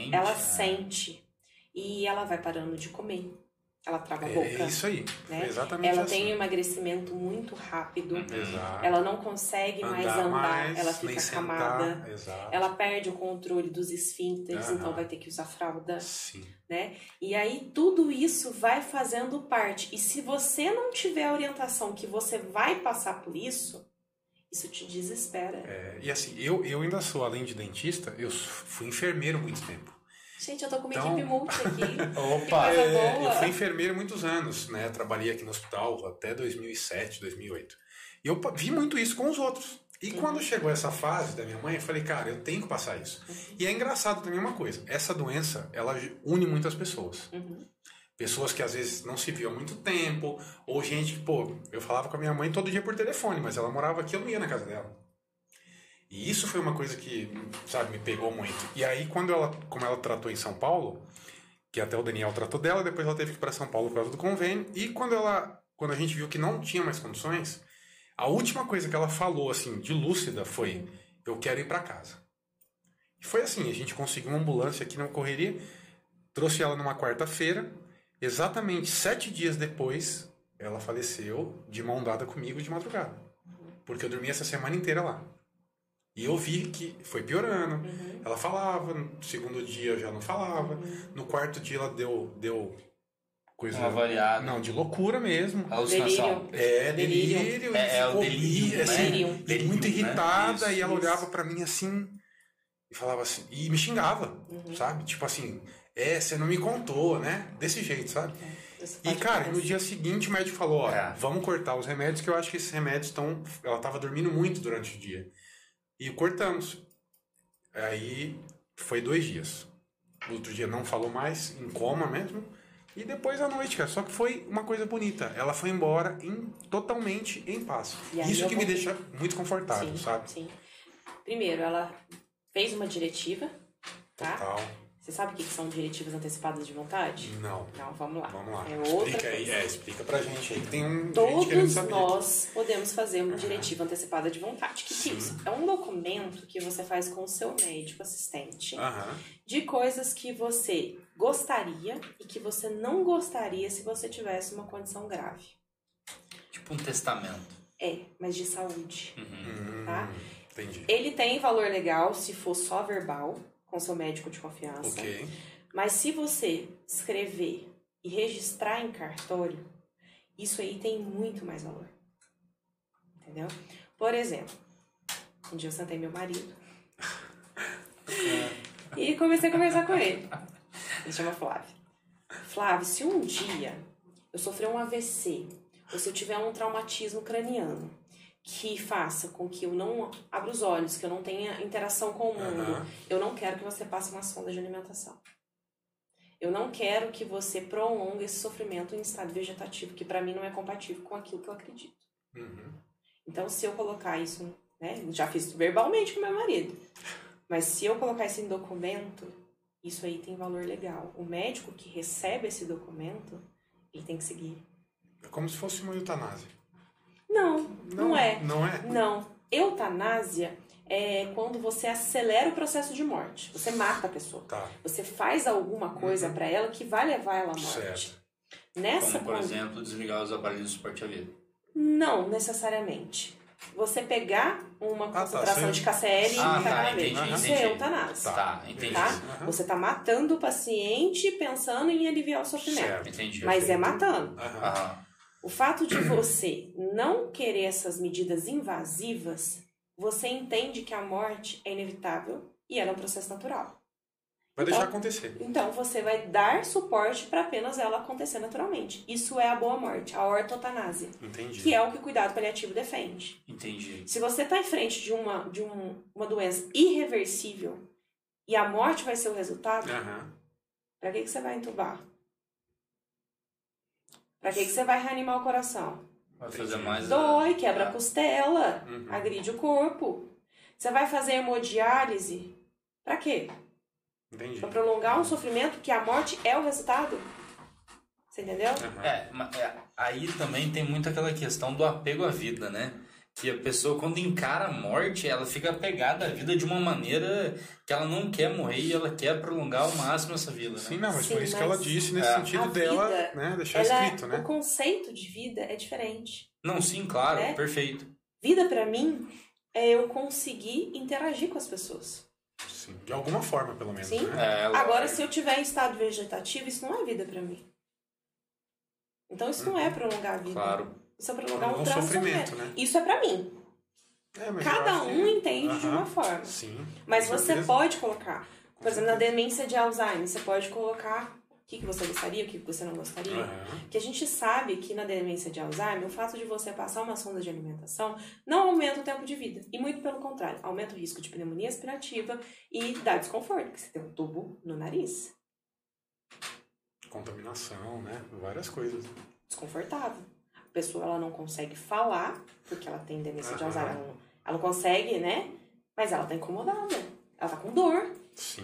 sente e ela vai parando de comer. Ela trava a boca. É isso aí. Né? Exatamente ela assim. tem um emagrecimento muito rápido. Exato. Ela não consegue mais andar, ela fica acamada. Exato. Ela perde o controle dos esfíncteres, então vai ter que usar fralda. Sim. Né? E aí tudo isso vai fazendo parte. E se você não tiver a orientação que você vai passar por isso te desespera. E assim, eu ainda sou, além de dentista, eu fui enfermeiro há muito tempo. Gente, eu tô com uma equipe multi aqui. Opa! Eu fui enfermeiro há muitos anos, né? Trabalhei aqui no hospital até 2007, 2008. E eu vi muito isso com os outros. E quando chegou essa fase da minha mãe, eu falei, cara, eu tenho que passar isso. E é engraçado também uma coisa. Essa doença, ela une muitas pessoas. Pessoas que às vezes não se viam há muito tempo. Ou gente que, eu falava com a minha mãe todo dia por telefone, mas ela morava aqui, eu não ia na casa dela. E isso foi uma coisa que, sabe, me pegou muito. E aí, como ela tratou em São Paulo, que até o Daniel tratou dela, depois ela teve que ir para São Paulo por causa do convênio. E quando a gente viu que não tinha mais condições, a última coisa que ela falou, assim, de lúcida foi, eu quero ir para casa. E foi assim, a gente conseguiu uma ambulância aqui na correria, trouxe ela numa quarta-feira, exatamente 7 dias depois, ela faleceu de mão dada comigo de madrugada. Porque eu dormi essa semana inteira lá. E eu vi que foi piorando. Ela falava, no segundo dia já não falava. No quarto dia ela deu coisa... Uma variada. Não, de loucura mesmo. Alucinação. Delírio. É o delírio, assim, né? Muito irritada. Né? E ela olhava pra mim assim... E falava assim... E me xingava, sabe? Tipo assim... você não me contou, né? Desse jeito, sabe? E, cara, no dia seguinte o médico falou, vamos cortar os remédios, que eu acho que esses remédios estão... Ela tava dormindo muito durante o dia. E cortamos. Aí foi 2 dias. No outro dia não falou mais, em coma mesmo. E depois à noite, cara. Só que foi uma coisa bonita. Ela foi embora totalmente em paz. Isso que me deixa muito confortável, sabe? Sim. Primeiro, ela fez uma diretiva, tá? Total. Você sabe o que são diretivas antecipadas de vontade? Não. Não, vamos lá. Vamos lá. É outra Explica aí, coisa. explica pra gente aí. Tem um gente querendo Todos saber. nós podemos fazer uma diretiva antecipada de vontade. O que é Sim. isso? É um documento que você faz com o seu médico assistente Aham. de coisas que você gostaria e que você não gostaria se você tivesse uma condição grave. Tipo um testamento. É, mas de saúde. Tá? Entendi. Ele tem valor legal se for só verbal, com seu médico de confiança. Ok. Mas se você escrever e registrar em cartório, isso aí tem muito mais valor. Entendeu? Por exemplo, um dia eu sentei meu marido e comecei a conversar com ele. Ele chama Flávio. Flávio, se um dia eu sofrer um AVC ou se eu tiver um traumatismo craniano que faça com que eu não abra os olhos, que eu não tenha interação com o mundo, eu não quero que você passe uma sonda de alimentação. Eu não quero que você prolongue esse sofrimento em estado vegetativo, que pra mim não é compatível com aquilo que eu acredito. Então, se eu colocar isso, né, já fiz verbalmente com meu marido, mas se eu colocar isso em documento, isso aí tem valor legal. O médico que recebe esse documento, ele tem que seguir. É como se fosse uma eutanásia. Não é. Não é? Não. Eutanásia é quando você acelera o processo de morte. Você mata a pessoa. Tá. Você faz alguma coisa pra ela que vai levar ela à morte. Certo. Nessa Como, por exemplo, desligar os aparelhos de suporte à vida. Não necessariamente. Você pegar uma tá, concentração sim. de KCl e tacar na entendi, veia. Isso entendi. é eutanásia. Tá, entendi. Tá? Você tá matando o paciente pensando em aliviar o sofrimento. Certo. Entendi. Mas é matando. Aham. O fato de você não querer essas medidas invasivas, você entende que a morte é inevitável e ela é um processo natural. Vai deixar acontecer. Então você vai dar suporte para apenas ela acontecer naturalmente. Isso é a boa morte, a ortotanásia, Entendi. que é o que o cuidado paliativo defende. Entendi. Se você está em frente de uma doença irreversível e a morte vai ser o resultado, para que você vai entubar? Para que você vai reanimar o coração? Vai fazer mais... Dói, quebra a costela, agride o corpo. Você vai fazer hemodiálise? Para quê? Entendi. Para prolongar um sofrimento que a morte é o resultado? Você entendeu? Aí também tem muito aquela questão do apego à vida, né? Que a pessoa, quando encara a morte, ela fica apegada à vida de uma maneira que ela não quer morrer e ela quer prolongar ao máximo essa vida, né? Sim, não, mas Sim, foi isso que mas ela disse nesse sentido a dela, vida, né? Deixar ela escrito, né? O conceito de vida é diferente. Não, sim, claro, Né? perfeito. Vida para mim é eu conseguir interagir com as pessoas. Sim. De alguma forma, pelo menos, Sim. né? Agora, se eu tiver em estado vegetativo, isso não é vida para mim. Então, isso não é prolongar a vida. Claro. Isso é prolongar um sofrimento, sofrimento. né? Isso é para mim. Mas Cada eu acho um que- entende de uma forma. Sim. Mas com você certeza. pode colocar, por exemplo, na demência de Alzheimer, você pode colocar o que você gostaria, o que você não gostaria. Que a gente sabe que na demência de Alzheimer, o fato de você passar uma sonda de alimentação não aumenta o tempo de vida. E muito pelo contrário, aumenta o risco de pneumonia aspirativa e dá desconforto, porque você tem um tubo no nariz. Contaminação, né? Várias coisas. Desconfortável. A pessoa ela não consegue falar, porque ela tem demência de Aham. Alzheimer. Ela não consegue, né? Mas ela tá incomodada. Ela tá com dor. Sim.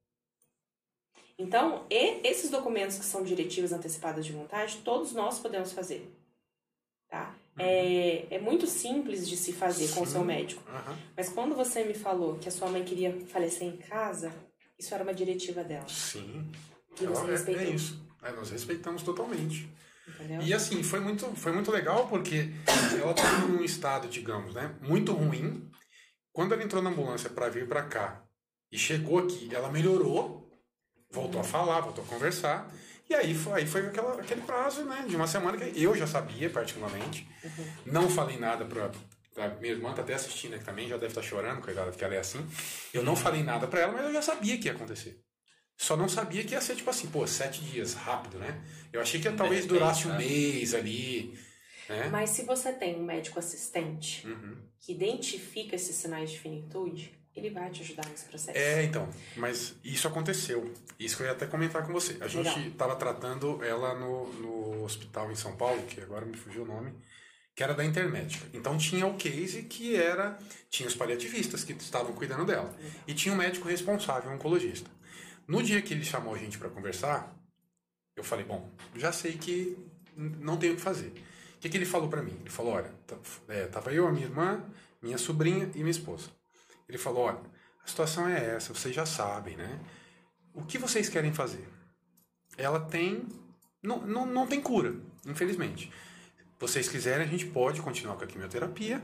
Então, esses documentos que são diretivas antecipadas de vontade, todos nós podemos fazer. Tá? É muito simples de se fazer com o seu médico. Mas quando você me falou que a sua mãe queria falecer em casa, isso era uma diretiva dela. Sim. E você respeitou. É isso. Nós respeitamos totalmente. Entendeu? E assim, foi muito legal porque ela estava num estado, digamos, né, muito ruim. Quando ela entrou na ambulância para vir para cá e chegou aqui, ela melhorou, voltou a falar, voltou a conversar. E aí foi aquele prazo, né, de uma semana que eu já sabia, particularmente. Não falei nada para minha irmã, tá até assistindo aqui também, já deve estar chorando, coitada, porque ela é assim. Eu não falei nada para ela, mas eu já sabia que ia acontecer. Só não sabia que ia ser, tipo assim, 7 dias, rápido, né? Eu achei que talvez durasse um mês ali, né? Mas se você tem um médico assistente que identifica esses sinais de finitude, ele vai te ajudar nesse processo. Então, mas isso aconteceu. Isso que eu ia até comentar com você. A gente estava tratando ela no hospital em São Paulo, que agora me fugiu o nome, que era da Intermédica. Então tinha o case que era... Tinha os paliativistas que estavam cuidando dela. E tinha o médico responsável, o oncologista. No dia que ele chamou a gente para conversar, eu falei, bom, já sei que não tenho o que fazer. O que ele falou para mim? Ele falou, olha, tava eu, a minha irmã, minha sobrinha e minha esposa. Ele falou, olha, a situação é essa, vocês já sabem, né? O que vocês querem fazer? Ela tem... Não tem cura, infelizmente. Vocês quiserem, a gente pode continuar com a quimioterapia,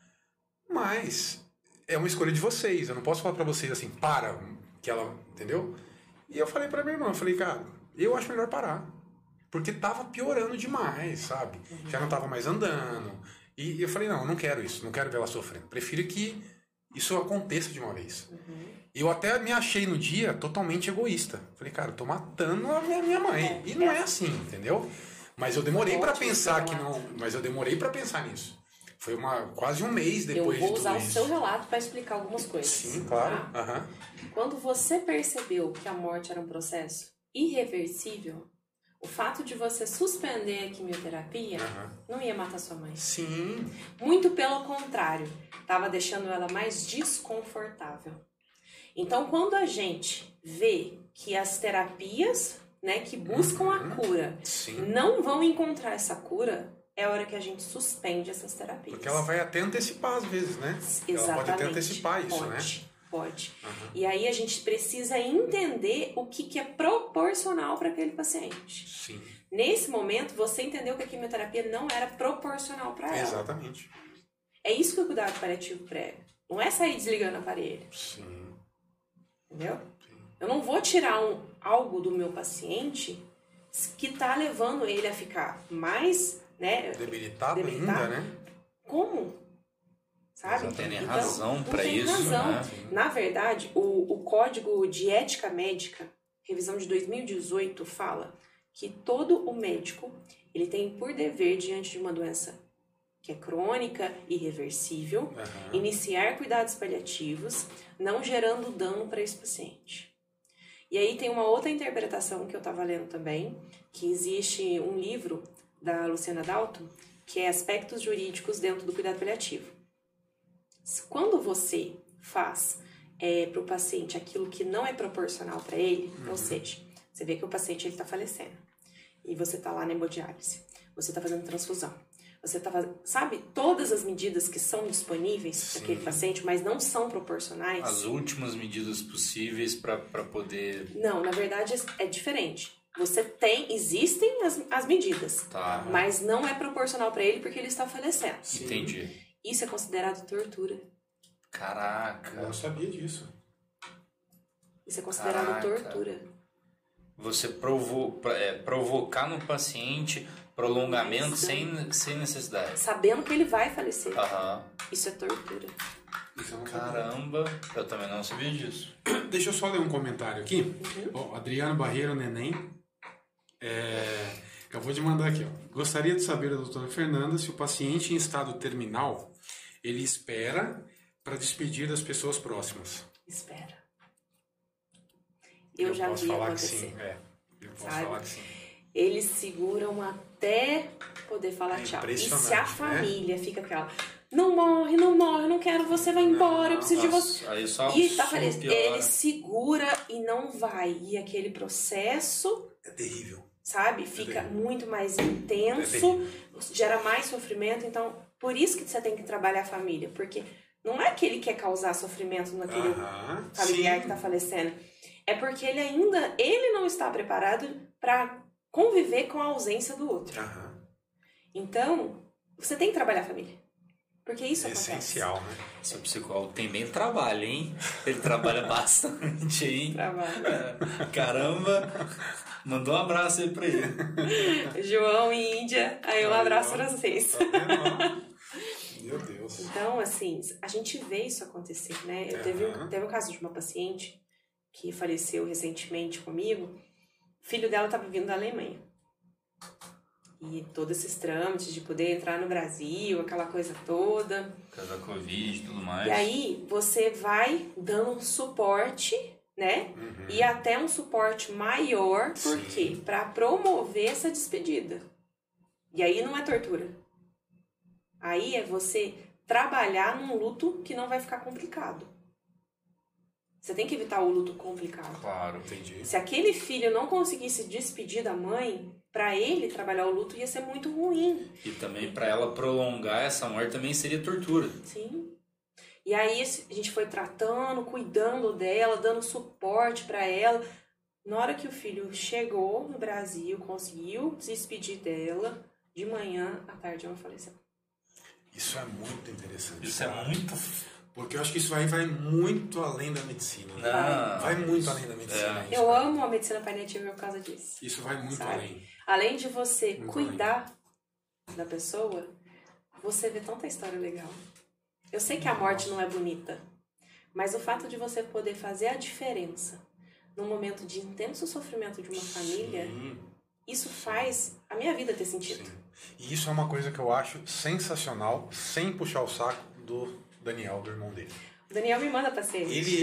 mas é uma escolha de vocês. Eu não posso falar para vocês assim, para, que ela... Entendeu? E eu falei pra minha irmã, eu falei, cara, eu acho melhor parar. Porque tava piorando demais, sabe? Já não tava mais andando. E eu falei, não, eu não quero isso, não quero ver ela sofrendo. Prefiro que isso aconteça de uma vez. Eu até me achei no dia totalmente egoísta. Falei, cara, eu tô matando a minha mãe. E não é assim, entendeu? Mas eu demorei pra pensar que não... Mas eu demorei pra pensar nisso. Foi quase um mês depois de tudo isso. Eu vou usar o seu relato para explicar algumas coisas. Sim, claro. Tá? Quando você percebeu que a morte era um processo irreversível, o fato de você suspender a quimioterapia não ia matar sua mãe. Sim. Muito pelo contrário, estava deixando ela mais desconfortável. Então, quando a gente vê que as terapias, né, que buscam a cura, não vão encontrar essa cura, é a hora que a gente suspende essas terapias. Porque ela vai até antecipar às vezes, né? Exatamente. Ela pode até antecipar isso, né? Pode. E aí a gente precisa entender o que é proporcional para aquele paciente. Sim. Nesse momento, você entendeu que a quimioterapia não era proporcional para ela. Exatamente. É isso que o cuidado paliativo prega. Não é sair desligando o aparelho. Sim. Entendeu? Sim. Eu não vou tirar algo do meu paciente que está levando ele a ficar mais, né, debilitado ainda, né? Como? Sabe? Não tem nem então, razão para isso, razão. né? Na verdade, o Código de Ética Médica, revisão de 2018, fala que todo o médico ele tem por dever, diante de uma doença que é crônica, irreversível, iniciar cuidados paliativos, não gerando dano para esse paciente. E aí tem uma outra interpretação que eu estava lendo também, que existe um livro da Luciana Dalton, que é Aspectos Jurídicos dentro do Cuidado Paliativo. Quando você faz para o paciente aquilo que não é proporcional para ele, ou seja, você vê que o paciente está falecendo, e você está lá na hemodiálise, você está fazendo transfusão, você está fazendo, sabe, todas as medidas que são disponíveis para aquele paciente, mas não são proporcionais. As últimas medidas possíveis para poder... Não, na verdade é diferente. Existem as medidas, mas não é proporcional para ele porque ele está falecendo. Entendi. Isso é considerado tortura. Caraca. Eu não sabia disso. Isso é considerado tortura. Você provocar no paciente prolongamento sem necessidade. Sabendo que ele vai falecer. Isso é tortura. Caramba, eu também não sabia disso. Deixa eu só ler um comentário aqui. Ó, Adriano Barreiro Neném acabou de mandar aqui. Ó. Gostaria de saber da doutora Fernanda se o paciente em estado terminal ele espera para despedir das pessoas próximas. Espera. Eu já vi acontecer. Eu posso falar que sim. Eles seguram até poder falar tchau. E se a família fica aquela... Não morre, não quero, você vai embora, eu preciso de você. Aí só ele segura e não vai. E aquele processo... É terrível. Sabe? Fica muito mais intenso, gera mais sofrimento. Então, por isso que você tem que trabalhar a família. Porque não é que ele quer causar sofrimento naquele familiar que está falecendo. É porque ele não está preparado para conviver com a ausência do outro. Então, você tem que trabalhar a família. Porque isso acontece. Essencial, né? Seu psicólogo tem bem trabalho, hein? Ele trabalha bastante, hein? Trabalha. Caramba! Mandou um abraço aí pra ele. João e Índia, aí um abraço pra vocês. Meu Deus. Então, assim, a gente vê isso acontecer, né? Teve um caso de uma paciente que faleceu recentemente comigo. O filho dela estava vindo da Alemanha. E todos esses trâmites de poder entrar no Brasil, aquela coisa toda. Por causa da Covid e tudo mais. E aí, você vai dando suporte, né? E até um suporte maior, por quê? Para promover essa despedida. E aí não é tortura. Aí é você trabalhar num luto que não vai ficar complicado. Você tem que evitar o luto complicado. Claro. Entendi. Se aquele filho não conseguisse despedir da mãe, pra ele trabalhar o luto ia ser muito ruim. E também pra ela prolongar essa morte também seria tortura. Sim. E aí a gente foi tratando, cuidando dela, dando suporte pra ela. Na hora que o filho chegou no Brasil, conseguiu se despedir dela, de manhã, à tarde ela faleceu. Isso é muito interessante. Isso é cara. muito... Porque eu acho que isso vai muito além da medicina. Né? Não. Vai muito além da medicina. Isso, Eu cara. amo a medicina paliativa por causa disso. Isso vai muito Sabe? além. Além de você Muito cuidar da pessoa, você vê tanta história legal. Eu sei que a morte não é bonita, mas o fato de você poder fazer a diferença num momento de intenso sofrimento de uma família, Sim, isso faz a minha vida ter sentido. sim. E isso é uma coisa que eu acho sensacional, sem puxar o saco do Daniel, do irmão dele. O Daniel me manda pra ser.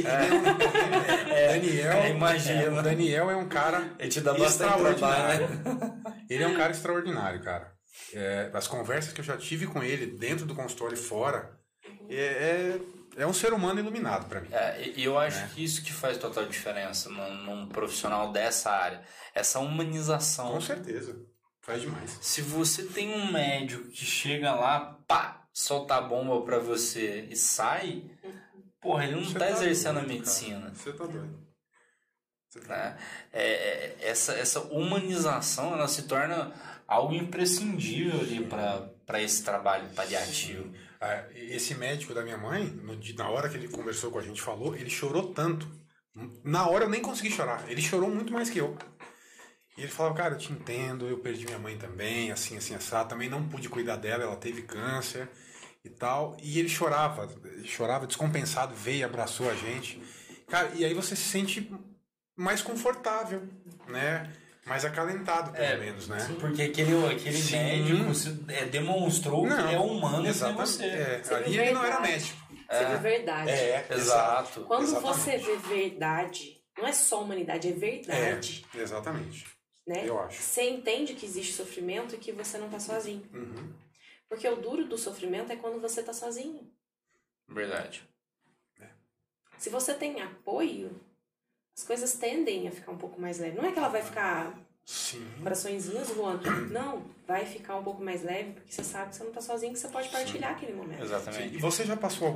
O Daniel é um cara Ele te dá bastante extraordinário. trabalho, né? Ele é um cara extraordinário, cara. As conversas que eu já tive com ele dentro do consultório e fora, é um ser humano iluminado pra mim. E eu acho que isso que faz total diferença num profissional dessa área. Essa humanização. Com certeza. Faz demais. Se você tem um médico que chega lá, pá, solta a bomba pra você e sai, porra, ele não Você tá exercendo doido, a medicina. cara. Você tá doido. Você tá Né? Essa humanização, ela se torna algo imprescindível ali para esse trabalho paliativo. Esse médico da minha mãe, na hora que ele conversou com a gente, falou, ele chorou tanto. Na hora eu nem consegui chorar. Ele chorou muito mais que eu. E ele falava, cara, eu te entendo, eu perdi minha mãe também, assim, assado. Também não pude cuidar dela, ela teve câncer e tal. E ele chorava descompensado, veio, abraçou a gente. Cara, e aí você se sente mais confortável, né? Mais acalentado, pelo menos, né? Porque aquele médico demonstrou que ele é humano sem você. Ali ele não era médico. Você vê verdade. Exato. Quando Exatamente. você vê verdade, não é só humanidade, é verdade. Exatamente. Né? Eu acho. Você entende que existe sofrimento e que você não tá sozinho. Uhum. Porque o duro do sofrimento é quando você tá sozinho. Verdade. Se você tem apoio, as coisas tendem a ficar um pouco mais leve. Não é que ela vai ficar Sim. coraçõezinhos voando. Não, vai ficar um pouco mais leve porque você sabe que você não tá sozinho, que você pode partilhar aquele momento. Exatamente. E você já passou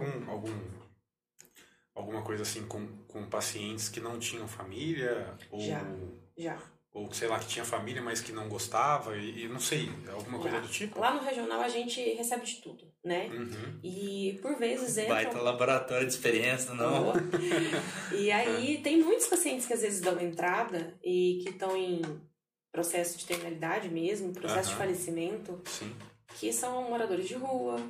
alguma coisa assim com pacientes que não tinham família? Ou, Já. Ou, sei lá, que tinha família, mas que não gostava? E não sei, alguma coisa do tipo? Lá no regional a gente recebe de tudo, né? Uhum. E por vezes entra... Baita laboratório de experiência, não? E aí tem muitos pacientes que às vezes dão entrada e que estão em processo de terminalidade mesmo, processo de falecimento, Sim. que são moradores de rua,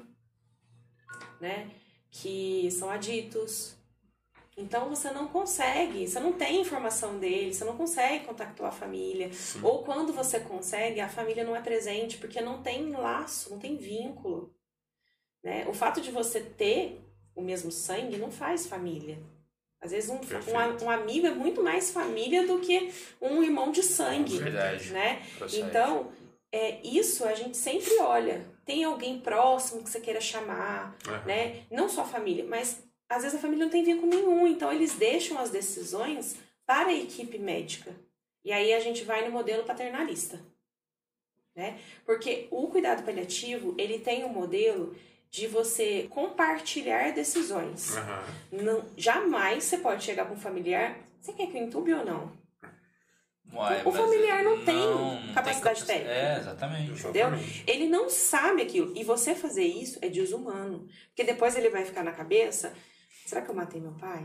né? Que são aditos. Então você não consegue, você não tem informação dele, você não consegue contactar a família. Sim. Ou quando você consegue, a família não é presente, porque não tem laço, não tem vínculo. Né? O fato de você ter o mesmo sangue não faz família. Às vezes um amigo é muito mais família do que um irmão de sangue. Verdade. Né? Procede. Então, isso a gente sempre olha. Tem alguém próximo que você queira chamar, né? Não só a família, mas às vezes a família não tem vínculo nenhum. Então, eles deixam as decisões para a equipe médica. E aí a gente vai no modelo paternalista. Né? Porque o cuidado paliativo, ele tem um modelo de você compartilhar decisões. Não, jamais você pode chegar com um familiar, você quer que eu entube ou não? O familiar não tem capacidade técnica. Exatamente. Entendeu? Ele não sabe aquilo. E você fazer isso é desumano. Porque depois ele vai ficar na cabeça, será que eu matei meu pai?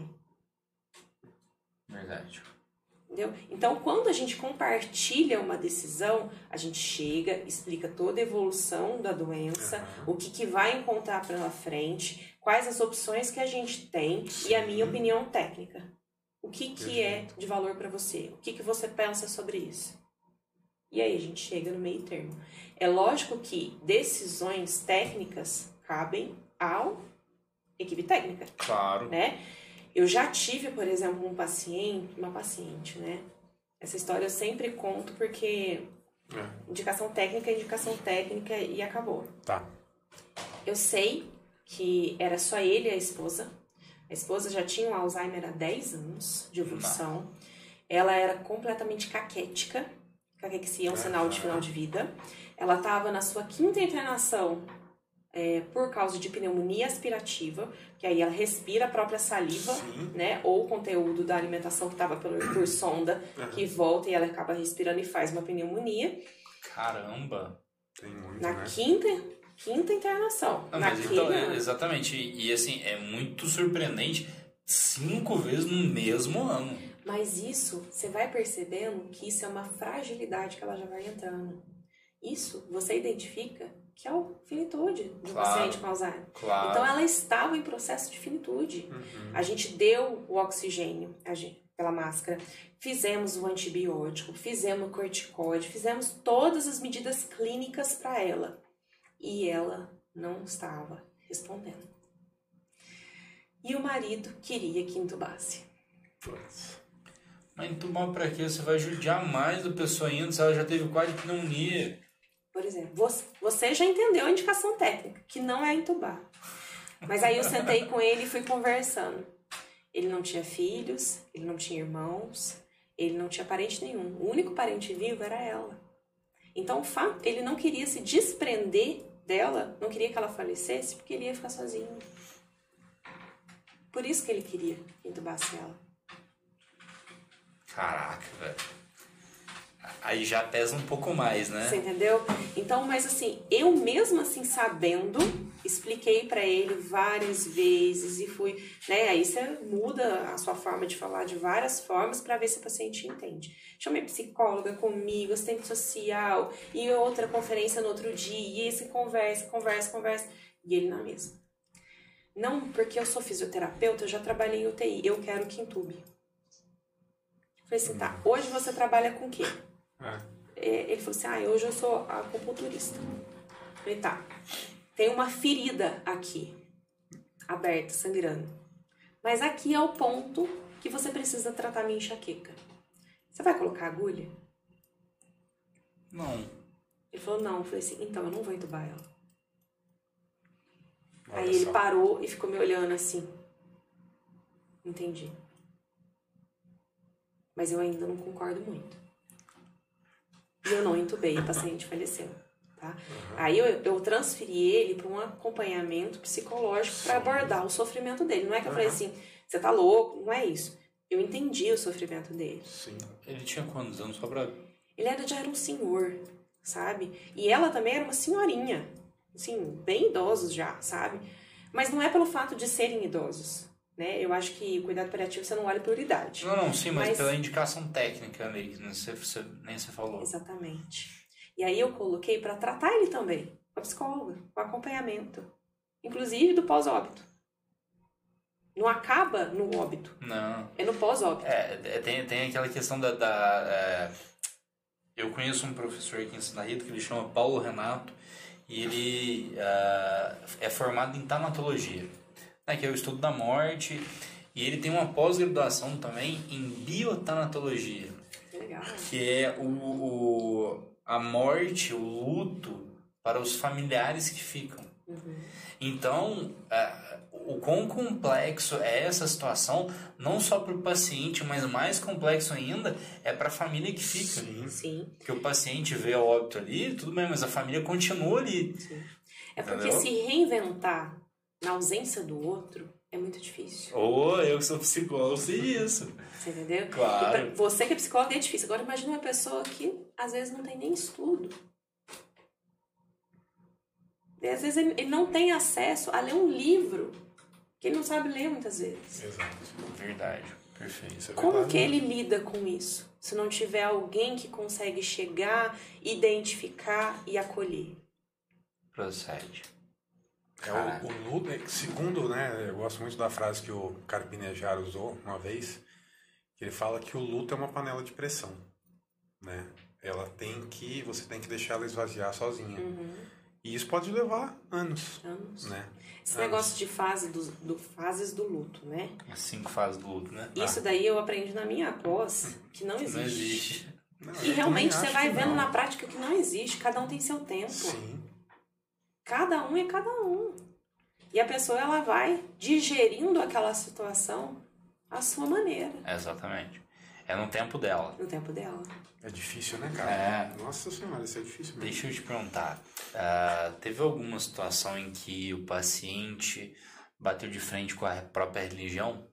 Verdade. Entendeu? Então, quando a gente compartilha uma decisão, a gente chega, explica toda a evolução da doença, o que vai encontrar pela frente, quais as opções que a gente tem e a minha opinião técnica. O que é de valor para você? O que você pensa sobre isso? E aí a gente chega no meio termo. É lógico que decisões técnicas cabem à equipe técnica. Claro. Né? Eu já tive, por exemplo, uma paciente, né? Essa história eu sempre conto porque indicação técnica é indicação técnica e acabou. Tá. Eu sei que era só ele e a esposa. A esposa já tinha um Alzheimer há 10 anos de evolução. Ela era completamente caquética. Caquexia é um sinal de final de vida. Ela estava na sua 5ª internação por causa de pneumonia aspirativa, que aí ela respira a própria saliva, né? Ou o conteúdo da alimentação que estava por sonda, que volta e ela acaba respirando e faz uma pneumonia. Caramba! Tem muito, Na né? quinta internação. Não, mas então, exatamente. E assim, é muito surpreendente 5 vezes no mesmo ano. Mas isso, você vai percebendo que isso é uma fragilidade que ela já vai entrando. Isso você identifica que é a finitude do paciente com Alzheimer. Claro. Então ela estava em processo de finitude. A gente deu o oxigênio pela máscara, fizemos o antibiótico, fizemos o corticoide, fizemos todas as medidas clínicas para ela. E ela não estava respondendo. E o marido queria que entubasse. Mas entubar pra quê? Você vai judiar mais do pessoa ainda se ela já teve quase pneumonia. Por exemplo, você já entendeu a indicação técnica, que não é entubar. Mas aí eu sentei com ele e fui conversando. Ele não tinha filhos, ele não tinha irmãos, ele não tinha parente nenhum. O único parente vivo era ela. Então, ele não queria se desprender dela, não queria que ela falecesse, porque ele ia ficar sozinho. Por isso que ele queria que entubasse ela. Caraca, velho. Aí já pesa um pouco mais, né? Você entendeu? Então, mas assim, eu mesmo assim sabendo, expliquei pra ele várias vezes e fui, né? Aí você muda a sua forma de falar de várias formas pra ver se o paciente entende. Chamei psicóloga comigo, assistente social e outra conferência no outro dia, e esse conversa. E ele na mesma. Não, porque eu sou fisioterapeuta, eu já trabalhei em UTI, eu quero que entube. Falei assim, tá, hoje você trabalha com o quê? Ele falou assim, hoje eu sou acupunturista. Falei, tá, tem uma ferida aqui, aberta, sangrando. Mas aqui é o ponto que você precisa tratar minha enxaqueca. Você vai colocar agulha? Não. Ele falou, não. Eu falei assim, então eu não vou entubar ela. Olha Aí ele só. parou e ficou me olhando assim. Entendi. Mas eu ainda não concordo muito. E eu não entubei, o paciente faleceu. Tá? Aí eu transferi ele para um acompanhamento psicológico para abordar o sofrimento dele. Não é que eu falei assim, você tá louco, não é isso. Eu entendi o sofrimento dele. Sim. Ele tinha quantos anos? Só pra... Ele já era um senhor, sabe? E ela também era uma senhorinha. Assim, bem idosos já, sabe? Mas não é pelo fato de serem idosos, né? Eu acho que o cuidado paliativo você não olha por idade. Não, sim, mas pela indicação técnica ali, que nem você falou. Exatamente. E aí eu coloquei para tratar ele também, com a psicóloga, com acompanhamento. Inclusive do pós-óbito. Não acaba no óbito. Não. É no pós-óbito. Tem aquela questão eu conheço um professor aqui em Santa Rita que ele chama Paulo Renato e ele é formado em tanatologia, né, que é o estudo da morte, e ele tem uma pós-graduação também em biotanatologia, Legal. que é a morte, o luto para os familiares que ficam. Então, o quão complexo é essa situação, não só para o paciente, mas mais complexo ainda é para a família que fica. Sim. Porque o paciente vê o óbito ali, tudo bem, mas a família continua ali. Sim. É porque Entendeu? se reinventar na ausência do outro é muito difícil. Eu que sou psicólogo, sei isso. Você entendeu? Claro. E pra você que é psicólogo é difícil. Agora imagina uma pessoa que às vezes não tem nem estudo. E às vezes ele não tem acesso a ler um livro que ele não sabe ler muitas vezes. Exato. Verdade, perfeito. Isso é Como verdade, que né? ele lida com isso? Se não tiver alguém que consegue chegar, identificar e acolher. Procede. O luto, segundo, né, eu gosto muito da frase que o Carpinejar usou uma vez, que ele fala que o luto é uma panela de pressão, né? Você tem que deixar ela esvaziar sozinha. E isso pode levar anos, né? Esse negócio de fases do luto, né? As 5 fases do luto, né? Isso daí eu aprendi na minha pós, que não existe. Não existe. Não, E eu realmente também você acho vai que vendo não. na prática que não existe, cada um tem seu tempo. Sim. Cada um é cada um. E a pessoa, ela vai digerindo aquela situação à sua maneira. Exatamente. É no tempo dela. No tempo dela. É difícil, né, cara? É. Nossa senhora, isso é difícil mesmo. Deixa eu te perguntar, teve alguma situação em que o paciente bateu de frente com a própria religião?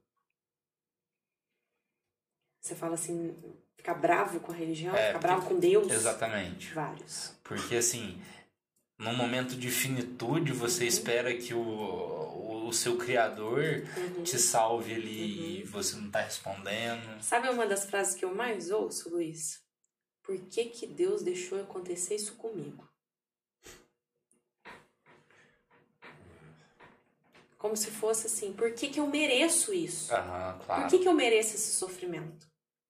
Você fala assim, ficar bravo com a religião, É, ficar bravo com Deus? Exatamente. Vários. Porque assim, num momento de finitude, você espera que o seu criador te salve ali e você não tá respondendo. Sabe uma das frases que eu mais ouço, Luiz? Por que que Deus deixou acontecer isso comigo? Como se fosse assim, por que que eu mereço isso? Aham, claro. Por que que eu mereço esse sofrimento?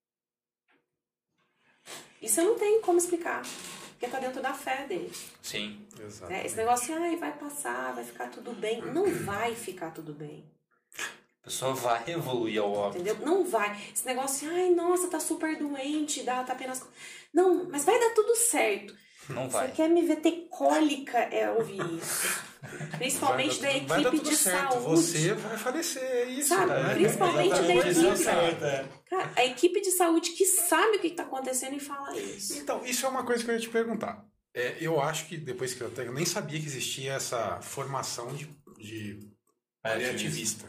Isso eu não tenho como explicar, porque tá dentro da fé dele. Sim. Exato. Né? Esse negócio assim, vai passar, vai ficar tudo bem. Não vai ficar tudo bem. A pessoa vai evoluir ao óbito. Entendeu? Não vai. Esse negócio assim, nossa, tá super doente, tá apenas... Não, mas vai dar tudo certo. Não vai. Você quer me ver ter cólica, ouvir isso. Principalmente da vai dar equipe tudo de certo. saúde. Você vai falecer, é isso. Sabe? Né? Principalmente da Exatamente. equipe. Cara, a equipe de saúde que sabe o que tá acontecendo e fala isso. Então, isso é uma coisa que eu ia te perguntar. Eu acho que depois que eu nem sabia que existia essa formação de paliativista.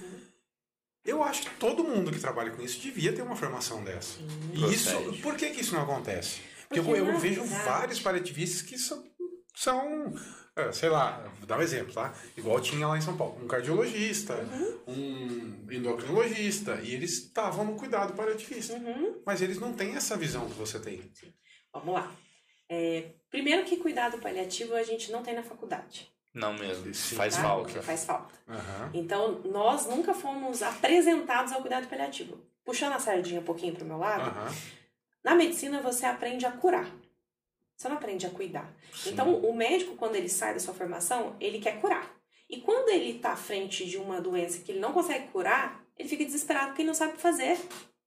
Eu acho que todo mundo que trabalha com isso devia ter uma formação dessa. E isso, por que isso não acontece? Porque eu vejo vários paliativistas que são sei lá, vou dar um exemplo, tá? Igual tinha lá em São Paulo, um cardiologista, um endocrinologista, e eles estavam no cuidado paliativista. Mas eles não têm essa visão que você tem. Sim. Vamos lá. Primeiro que cuidado paliativo a gente não tem na faculdade. Não mesmo. Sim. Faz Tá? falta. Faz falta. Aham. Então, nós nunca fomos apresentados ao cuidado paliativo. Puxando a sardinha um pouquinho pro meu lado, Aham. na medicina você aprende a curar. Você não aprende a cuidar. Sim. Então, o médico, quando ele sai da sua formação, ele quer curar. E quando ele está à frente de uma doença que ele não consegue curar, ele fica desesperado porque ele não sabe o que fazer.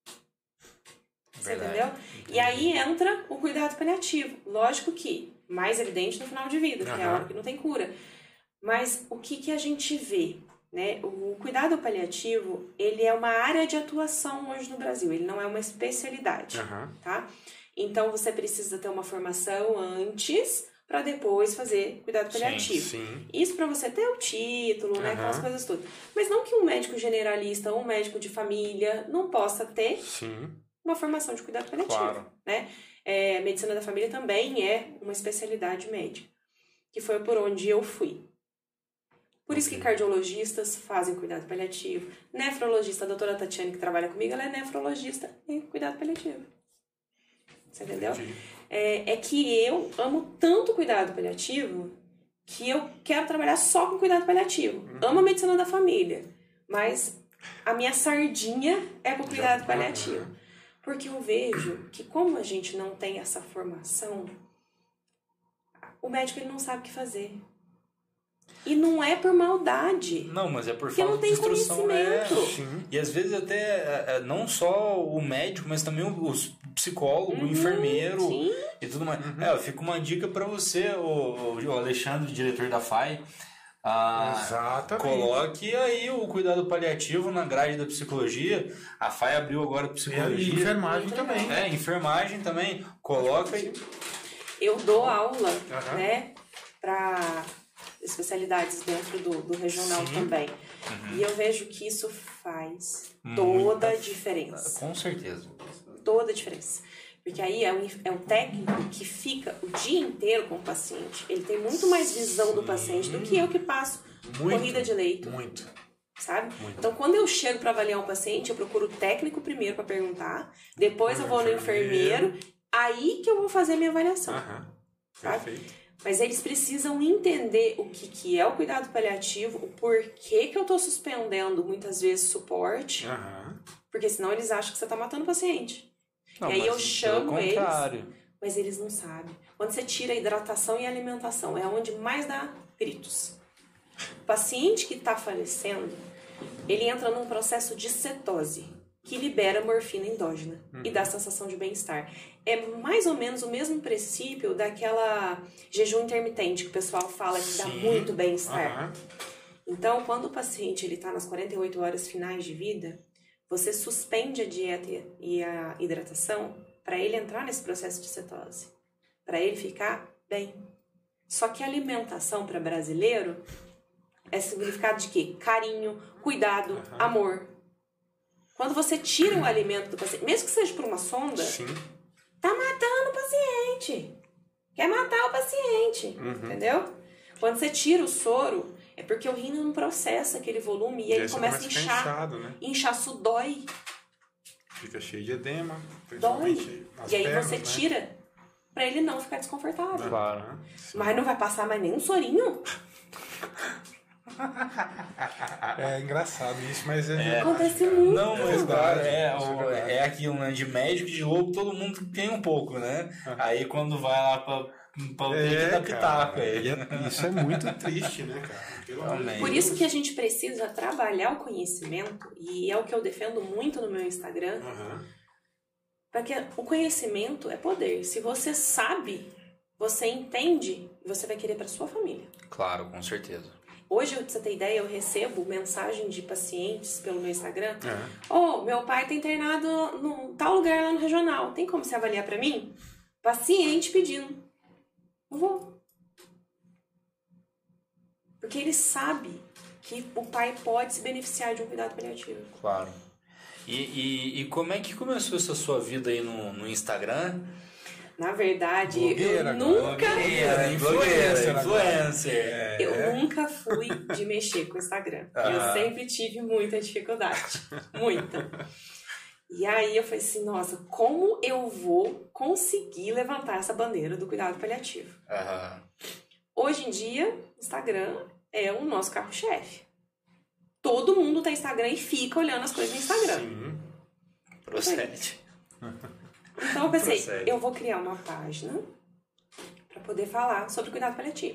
Você Verdade. entendeu? E aí entra o cuidado paliativo. Lógico que mais evidente no final de vida, que é a hora que não tem cura. Mas o que a gente vê? Né? O cuidado paliativo, ele é uma área de atuação hoje no Brasil. Ele não é uma especialidade, Aham. tá? Então, você precisa ter uma formação antes para depois fazer cuidado paliativo. Sim. Isso para você ter o título, né? Aquelas coisas todas. Mas não que um médico generalista ou um médico de família não possa ter Sim. uma formação de cuidado paliativo, Claro. né? Medicina da família também é uma especialidade médica, que foi por onde eu fui. Por isso que cardiologistas fazem cuidado paliativo. Nefrologista, a doutora Tatiane, que trabalha comigo, ela é nefrologista em cuidado paliativo. Você entendeu? É que eu amo tanto cuidado paliativo que eu quero trabalhar só com cuidado paliativo. Amo a medicina da família, mas a minha sardinha é com cuidado paliativo. Porque eu vejo que como a gente não tem essa formação, o médico ele não sabe o que fazer. E não é por maldade. Não, mas é por Porque falta não de tem instrução. conhecimento. Sim. E às vezes até não só o médico, mas também o psicólogo, o enfermeiro Sim. e tudo mais. Fica uma dica para você, o Alexandre, diretor da FAI. Exatamente. Coloque aí o cuidado paliativo na grade da psicologia. A FAI abriu agora E a psicologia. enfermagem também. Enfermagem também. Coloca aí. Eu dou aula, Aham. né, para especialidades dentro do regional Sim. também. E eu vejo que isso faz toda a diferença. Com certeza. Toda a diferença. Porque aí é um técnico que fica o dia inteiro com o paciente. Ele tem muito mais visão do paciente do que eu que passo Muito. corrida de leito. Muito. Sabe? Então, quando eu chego para avaliar um paciente, eu procuro o técnico primeiro para perguntar, depois eu vou no enfermeiro, aí que eu vou fazer a minha avaliação. Aham. Sabe? Perfeito. Mas eles precisam entender o que é o cuidado paliativo, o porquê que eu tô suspendendo muitas vezes suporte, Aham. porque senão eles acham que você tá matando o paciente. Não, e aí eu mas chamo pelo eles, contrário. mas eles não sabem. Quando você tira a hidratação e a alimentação, é onde mais dá gritos. O paciente que está falecendo, ele entra num processo de cetose. que libera morfina endógena e dá sensação de bem-estar. É mais ou menos o mesmo princípio daquela jejum intermitente que o pessoal fala que dá muito bem-estar. Então, quando o paciente está nas 48 horas finais de vida, você suspende a dieta e a hidratação para ele entrar nesse processo de cetose, para ele ficar bem. Só que a alimentação para brasileiro é significado de quê? Carinho, cuidado, amor. Quando você tira o alimento do paciente, mesmo que seja por uma sonda, tá matando o paciente. Quer matar o paciente, entendeu? Quando você tira o soro, é porque o rim não processa aquele volume e aí ele começa a inchar. Inchado, né? Inchaço dói. Fica cheio de edema. Dói. Nas E aí pernas, você né? tira pra ele não ficar desconfortável. Claro. Mas não vai passar mais nenhum sorinho? É engraçado isso, mas é... Acontece muito. Não, mas verdade, claro, isso é verdade. é aquilo, né? De médico e de louco, todo mundo tem um pouco, né? Aí quando vai lá pra ter que dar pitaco aí. Isso é muito triste, né, cara? Pelo amor de Realmente. Por isso que a gente precisa trabalhar o conhecimento, e é o que eu defendo muito no meu Instagram, porque o conhecimento é poder. Se você sabe, você entende, você vai querer para sua família. Claro, com certeza. Hoje, pra você ter ideia, eu recebo mensagem de pacientes pelo meu Instagram. Oh, meu pai tá internado no tal lugar lá no regional. Tem como você avaliar pra mim? Paciente pedindo. Não vou. Porque ele sabe que o pai pode se beneficiar de um cuidado paliativo. Claro. E como é que começou essa sua vida aí no Instagram? Na verdade, Blogueira, eu nunca... Influencer. Eu nunca fui de mexer com o Instagram. Eu sempre tive muita dificuldade. Muita. E aí eu falei assim, nossa, como eu vou conseguir levantar essa bandeira do cuidado paliativo? Hoje em dia, Instagram é o nosso carro-chefe. Todo mundo tem Instagram e fica olhando as coisas no Instagram. Procede. Então eu pensei, Procede. eu vou criar uma página para poder falar sobre cuidado paliativo.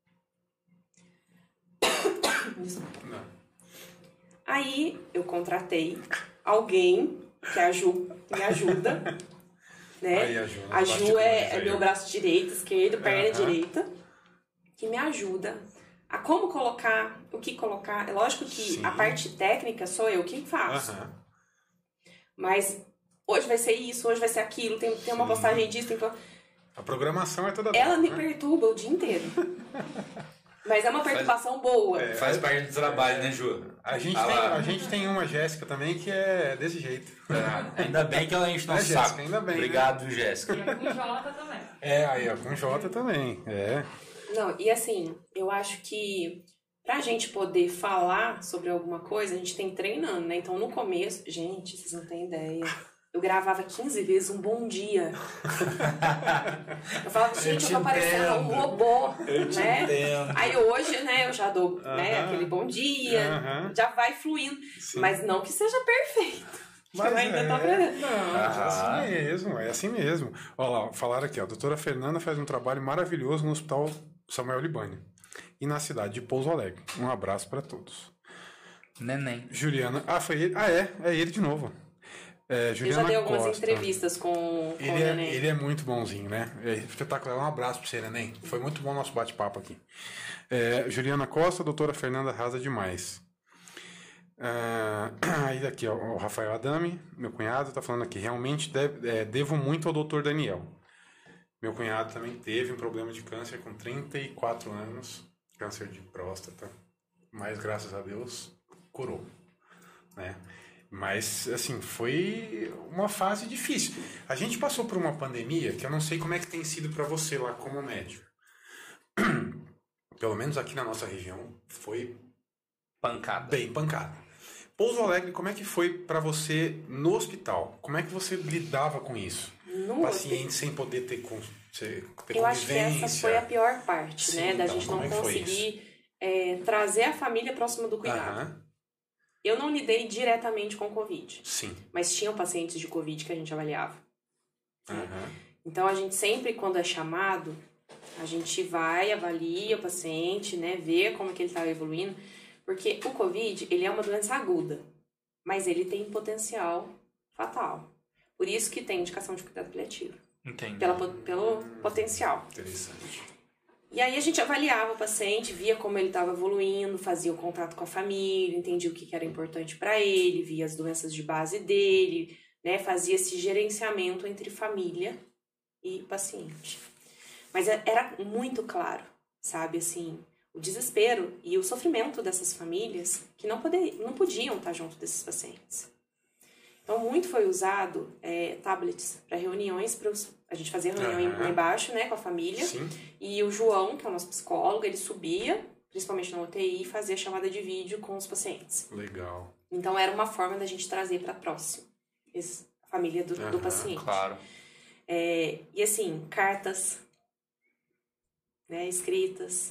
Desculpa. Aí eu contratei alguém que me ajuda, né? Aí, a Ju, A Ju bastidores é aí, meu ó. braço direito, esquerdo, perna direita, que me ajuda a como colocar, o que colocar. É lógico que a parte técnica sou eu que faço. Mas hoje vai ser isso, hoje vai ser aquilo, tem uma postagem disso, tem que... A programação é toda Ela dela, me né? perturba o dia inteiro. Mas é uma perturbação boa. Faz parte do trabalho, né, Ju? A gente tem uma Jéssica também que é desse jeito. Ainda bem que ela enche nosso Jéssica, saco. ainda bem, Obrigado, Jéssica. E com Jota também. Aí, ó, com J também. Não, e assim, eu acho que pra gente poder falar sobre alguma coisa, a gente tem que ir treinando, né? Então, no começo... Gente, vocês não têm ideia. Eu gravava 15 vezes um bom dia. Eu falava, gente, eu tô parecendo um robô, né? Entendo. Aí hoje, né, eu já dou né, aquele bom dia, já vai fluindo. Sim. Mas não que seja perfeito. Mas eu ainda tô aprendendo. Não, é assim mesmo. Olha lá, falaram aqui, ó, a doutora Fernanda faz um trabalho maravilhoso no Hospital Samuel Libani e na cidade de Pouso Alegre. Um abraço para todos. Neném. Juliana, foi ele? É ele de novo. Eu Juliana já dei algumas Costa. entrevistas com o Neném. Ele é muito bonzinho, né? É espetacular. Um abraço pra você, Neném. Foi muito bom o nosso bate-papo aqui. Juliana Costa, doutora Fernanda arrasa demais. Aí aqui, ó, o Rafael Adame, meu cunhado, tá falando aqui. Realmente devo muito ao doutor Daniel. Meu cunhado também teve um problema de câncer com 34 anos. Câncer de próstata. Mas, graças a Deus, curou. Né? Mas, assim, foi uma fase difícil. A gente passou por uma pandemia que eu não sei como é que tem sido para você lá como médico. Pelo menos aqui na nossa região, foi Pancada. bem pancada. Pouso Alegre, como é que foi para você no hospital? Como é que você lidava com isso? Paciente sem poder ter convivência. Eu acho que essa foi a pior parte, Sim, né? Da então, gente como não é que foi conseguir trazer a família próxima do cuidado. Eu não lidei diretamente com Covid. Sim. Mas tinham pacientes de Covid que a gente avaliava. Então, a gente sempre, quando é chamado, a gente vai, avalia o paciente, né? Vê como que ele está evoluindo. Porque o Covid, ele é uma doença aguda. mas ele tem potencial fatal. Por isso que tem indicação de cuidado paliativo. Entendi. Pelo potencial. Interessante. E aí a gente avaliava o paciente, via como ele estava evoluindo, fazia o contato com a família, entendia o que era importante para ele, via as doenças de base dele, né? Fazia esse gerenciamento entre família e paciente. Mas era muito claro, sabe, assim, o desespero e o sofrimento dessas famílias que não podiam estar junto desses pacientes. Então, muito foi usado tablets para reuniões, a gente fazia reunião lá embaixo, né, com a família. Sim. E o João, que é o nosso psicólogo, ele subia, principalmente na UTI, e fazia chamada de vídeo com os pacientes. Legal. Então, era uma forma da gente trazer para próximo a família do paciente. Claro. E assim, cartas, né, escritas,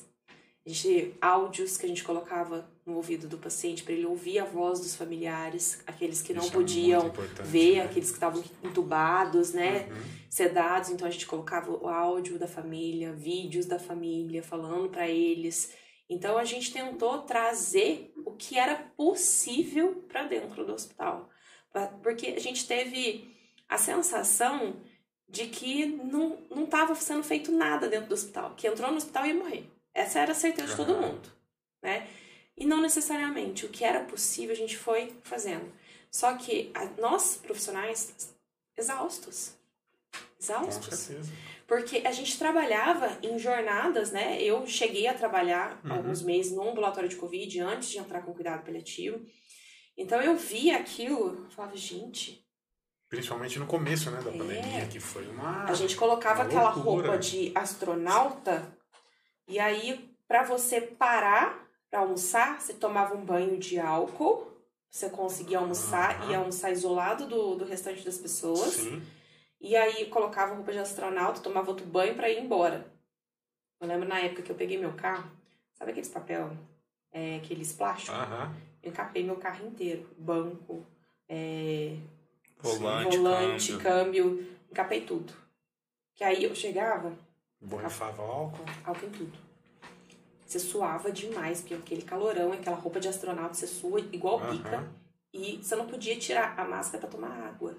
áudios que a gente colocava no ouvido do paciente para ele ouvir a voz dos familiares, aqueles que não podiam ver, né? Aqueles que estavam entubados, né, sedados. Então a gente colocava o áudio da família, vídeos da família falando para eles. Então a gente tentou trazer o que era possível para dentro do hospital, porque a gente teve a sensação de que não estava sendo feito nada dentro do hospital, que entrou no hospital e ia morrer. Essa era a certeza de todo mundo, né? E não necessariamente. O que era possível a gente foi fazendo. Só que nós, profissionais, exaustos. Com certeza. Porque a gente trabalhava em jornadas, né? Eu cheguei a trabalhar alguns meses no ambulatório de Covid antes de entrar com cuidado paliativo. Então eu via aquilo, falava, gente... Principalmente no começo, né, da pandemia, que foi uma... A gente colocava aquela roupa de astronauta... E aí, para você parar para almoçar, você tomava um banho de álcool, você conseguia almoçar e almoçar isolado do restante das pessoas. Sim. E aí, colocava roupa de astronauta, tomava outro banho para ir embora. Eu lembro na época que eu peguei meu carro, sabe aqueles papel, aqueles plásticos? Eu encapei meu carro inteiro, banco, volante, câmbio, encapei tudo. Que aí eu chegava... Borrifava álcool em tudo. Você suava demais, porque aquele calorão, aquela roupa de astronauta, você sua igual pica. E você não podia tirar a máscara para tomar água.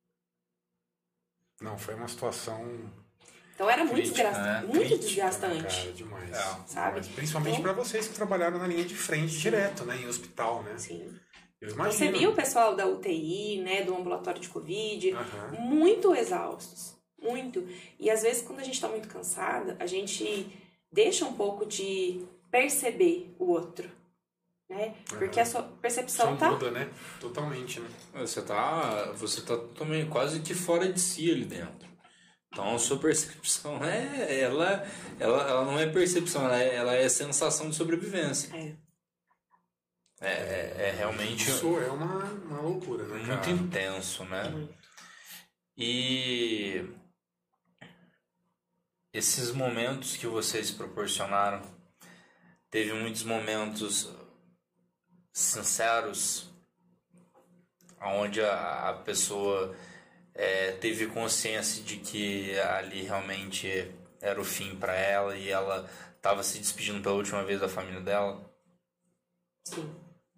Não, foi uma situação... Então era crítica, muito desgastante. Cara, demais. Sabe? Mas, principalmente para vocês que trabalharam na linha de frente direto, né? Em hospital, né? Sim. Eu imagino. Você viu o pessoal da UTI, né? Do ambulatório de Covid, muito exaustos. Muito. E às vezes, quando a gente tá muito cansada, a gente deixa um pouco de perceber o outro, né? Porque a sua percepção tá... muda, né? Totalmente, né? Você tá também quase que fora de si ali dentro. Então, a sua percepção, ela não é percepção, ela é sensação de sobrevivência. É realmente... Isso é uma loucura, né, muito intenso, né? Muito. E... esses momentos que vocês proporcionaram, teve muitos momentos sinceros, onde a pessoa teve consciência de que ali realmente era o fim para ela e ela estava se despedindo pela última vez da família dela? Sim.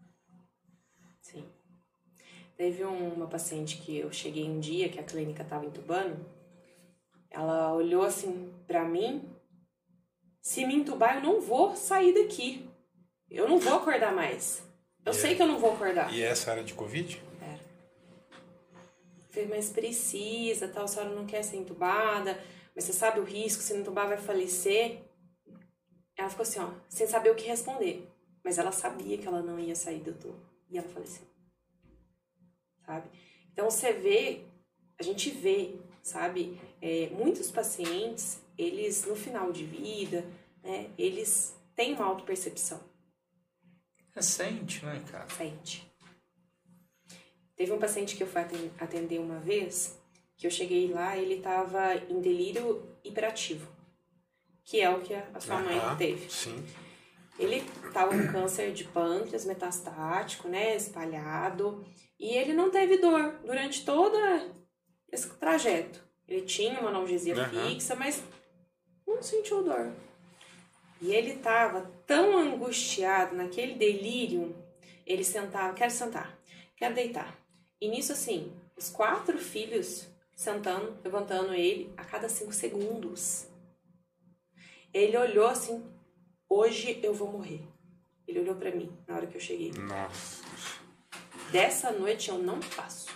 Teve uma paciente que eu cheguei um dia, que a clínica estava entubando. Ela olhou assim pra mim: se me entubar, eu não vou sair daqui. Eu não vou acordar mais. Eu sei que eu não vou acordar. E essa era de Covid? Era. Falei, mas precisa, tal, a senhora não quer ser entubada, mas você sabe o risco, se não entubar vai falecer. Ela ficou assim, sem saber o que responder. Mas ela sabia que ela não ia sair do tubo. E ela faleceu. Sabe? Então a gente vê, sabe? Muitos pacientes, eles no final de vida, né, eles têm uma autopercepção. Sente, né, cara? Sente. Teve um paciente que eu fui atender uma vez, que eu cheguei lá, ele estava em delírio hiperativo, que é o que a sua mãe teve. Sim. Ele estava com câncer de pâncreas metastático, né, espalhado, e ele não teve dor durante todo esse trajeto. Ele tinha uma analgesia fixa, mas não sentiu dor. E ele estava tão angustiado naquele delírio, ele sentava, quero sentar. quero deitar. E nisso, assim, os 4 filhos sentando, levantando ele a cada 5 segundos. Ele olhou assim, hoje eu vou morrer. Ele olhou pra mim na hora que eu cheguei. Nossa. Dessa noite eu não passo.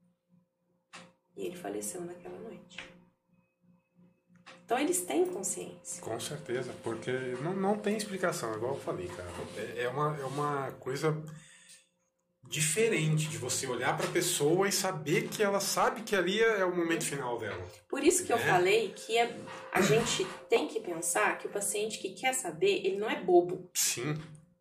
E ele faleceu naquela noite. Então eles têm consciência. Com certeza, porque não tem explicação, igual eu falei, cara. É uma coisa diferente de você olhar pra pessoa e saber que ela sabe que ali é o momento final dela. Por isso que eu falei que a gente tem que pensar que o paciente que quer saber, ele não é bobo. Sim.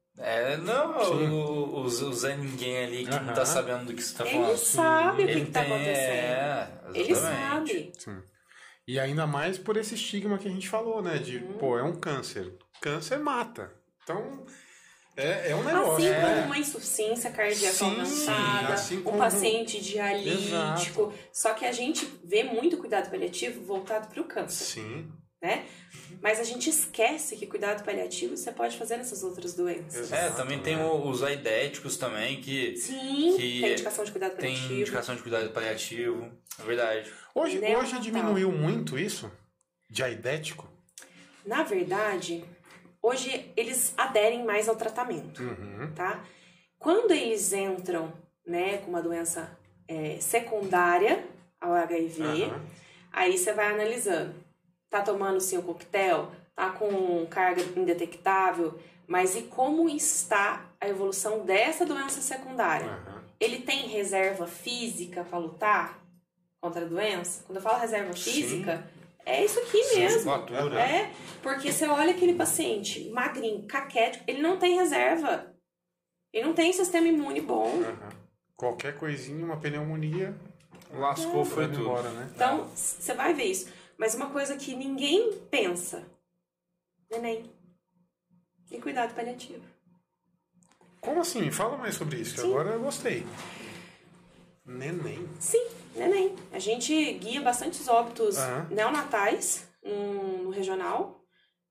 O Zé Ninguém ali que não tá sabendo do que você tá falando. Ele sabe o que tá acontecendo. Ele exatamente. sabe. Sim. E ainda mais por esse estigma que a gente falou, né? De, pô, é um câncer. Câncer mata. Então, é um negócio. Assim como uma insuficiência cardíaca avançada, assim um como... paciente dialítico. Exato. Só que a gente vê muito cuidado paliativo voltado para o câncer. Sim. Né? Mas a gente esquece que cuidado paliativo você pode fazer nessas outras doenças. Exato. Também tem os aidéticos também, que... Sim, que tem indicação de cuidado paliativo. Tem indicação de cuidado paliativo, é verdade. Hoje diminuiu muito isso? De aidético? Na verdade, hoje eles aderem mais ao tratamento, tá? Quando eles entram, né, com uma doença secundária ao HIV, aí você vai analisando. Tá tomando sim o coquetel? Tá com carga indetectável? Mas e como está a evolução dessa doença secundária? Ele tem reserva física para lutar contra a doença? Quando eu falo reserva física, é isso aqui mesmo. Porque você olha aquele paciente magrinho, caquético, ele não tem reserva. Ele não tem sistema imune bom. Qualquer coisinha, uma pneumonia, lascou, foi tudo. Embora, né? Então, você vai ver isso. Mas uma coisa que ninguém pensa, neném. E cuidado paliativo. Como assim? Fala mais sobre isso, que agora eu gostei. Neném. Sim, neném. A gente guia bastantes óbitos neonatais no regional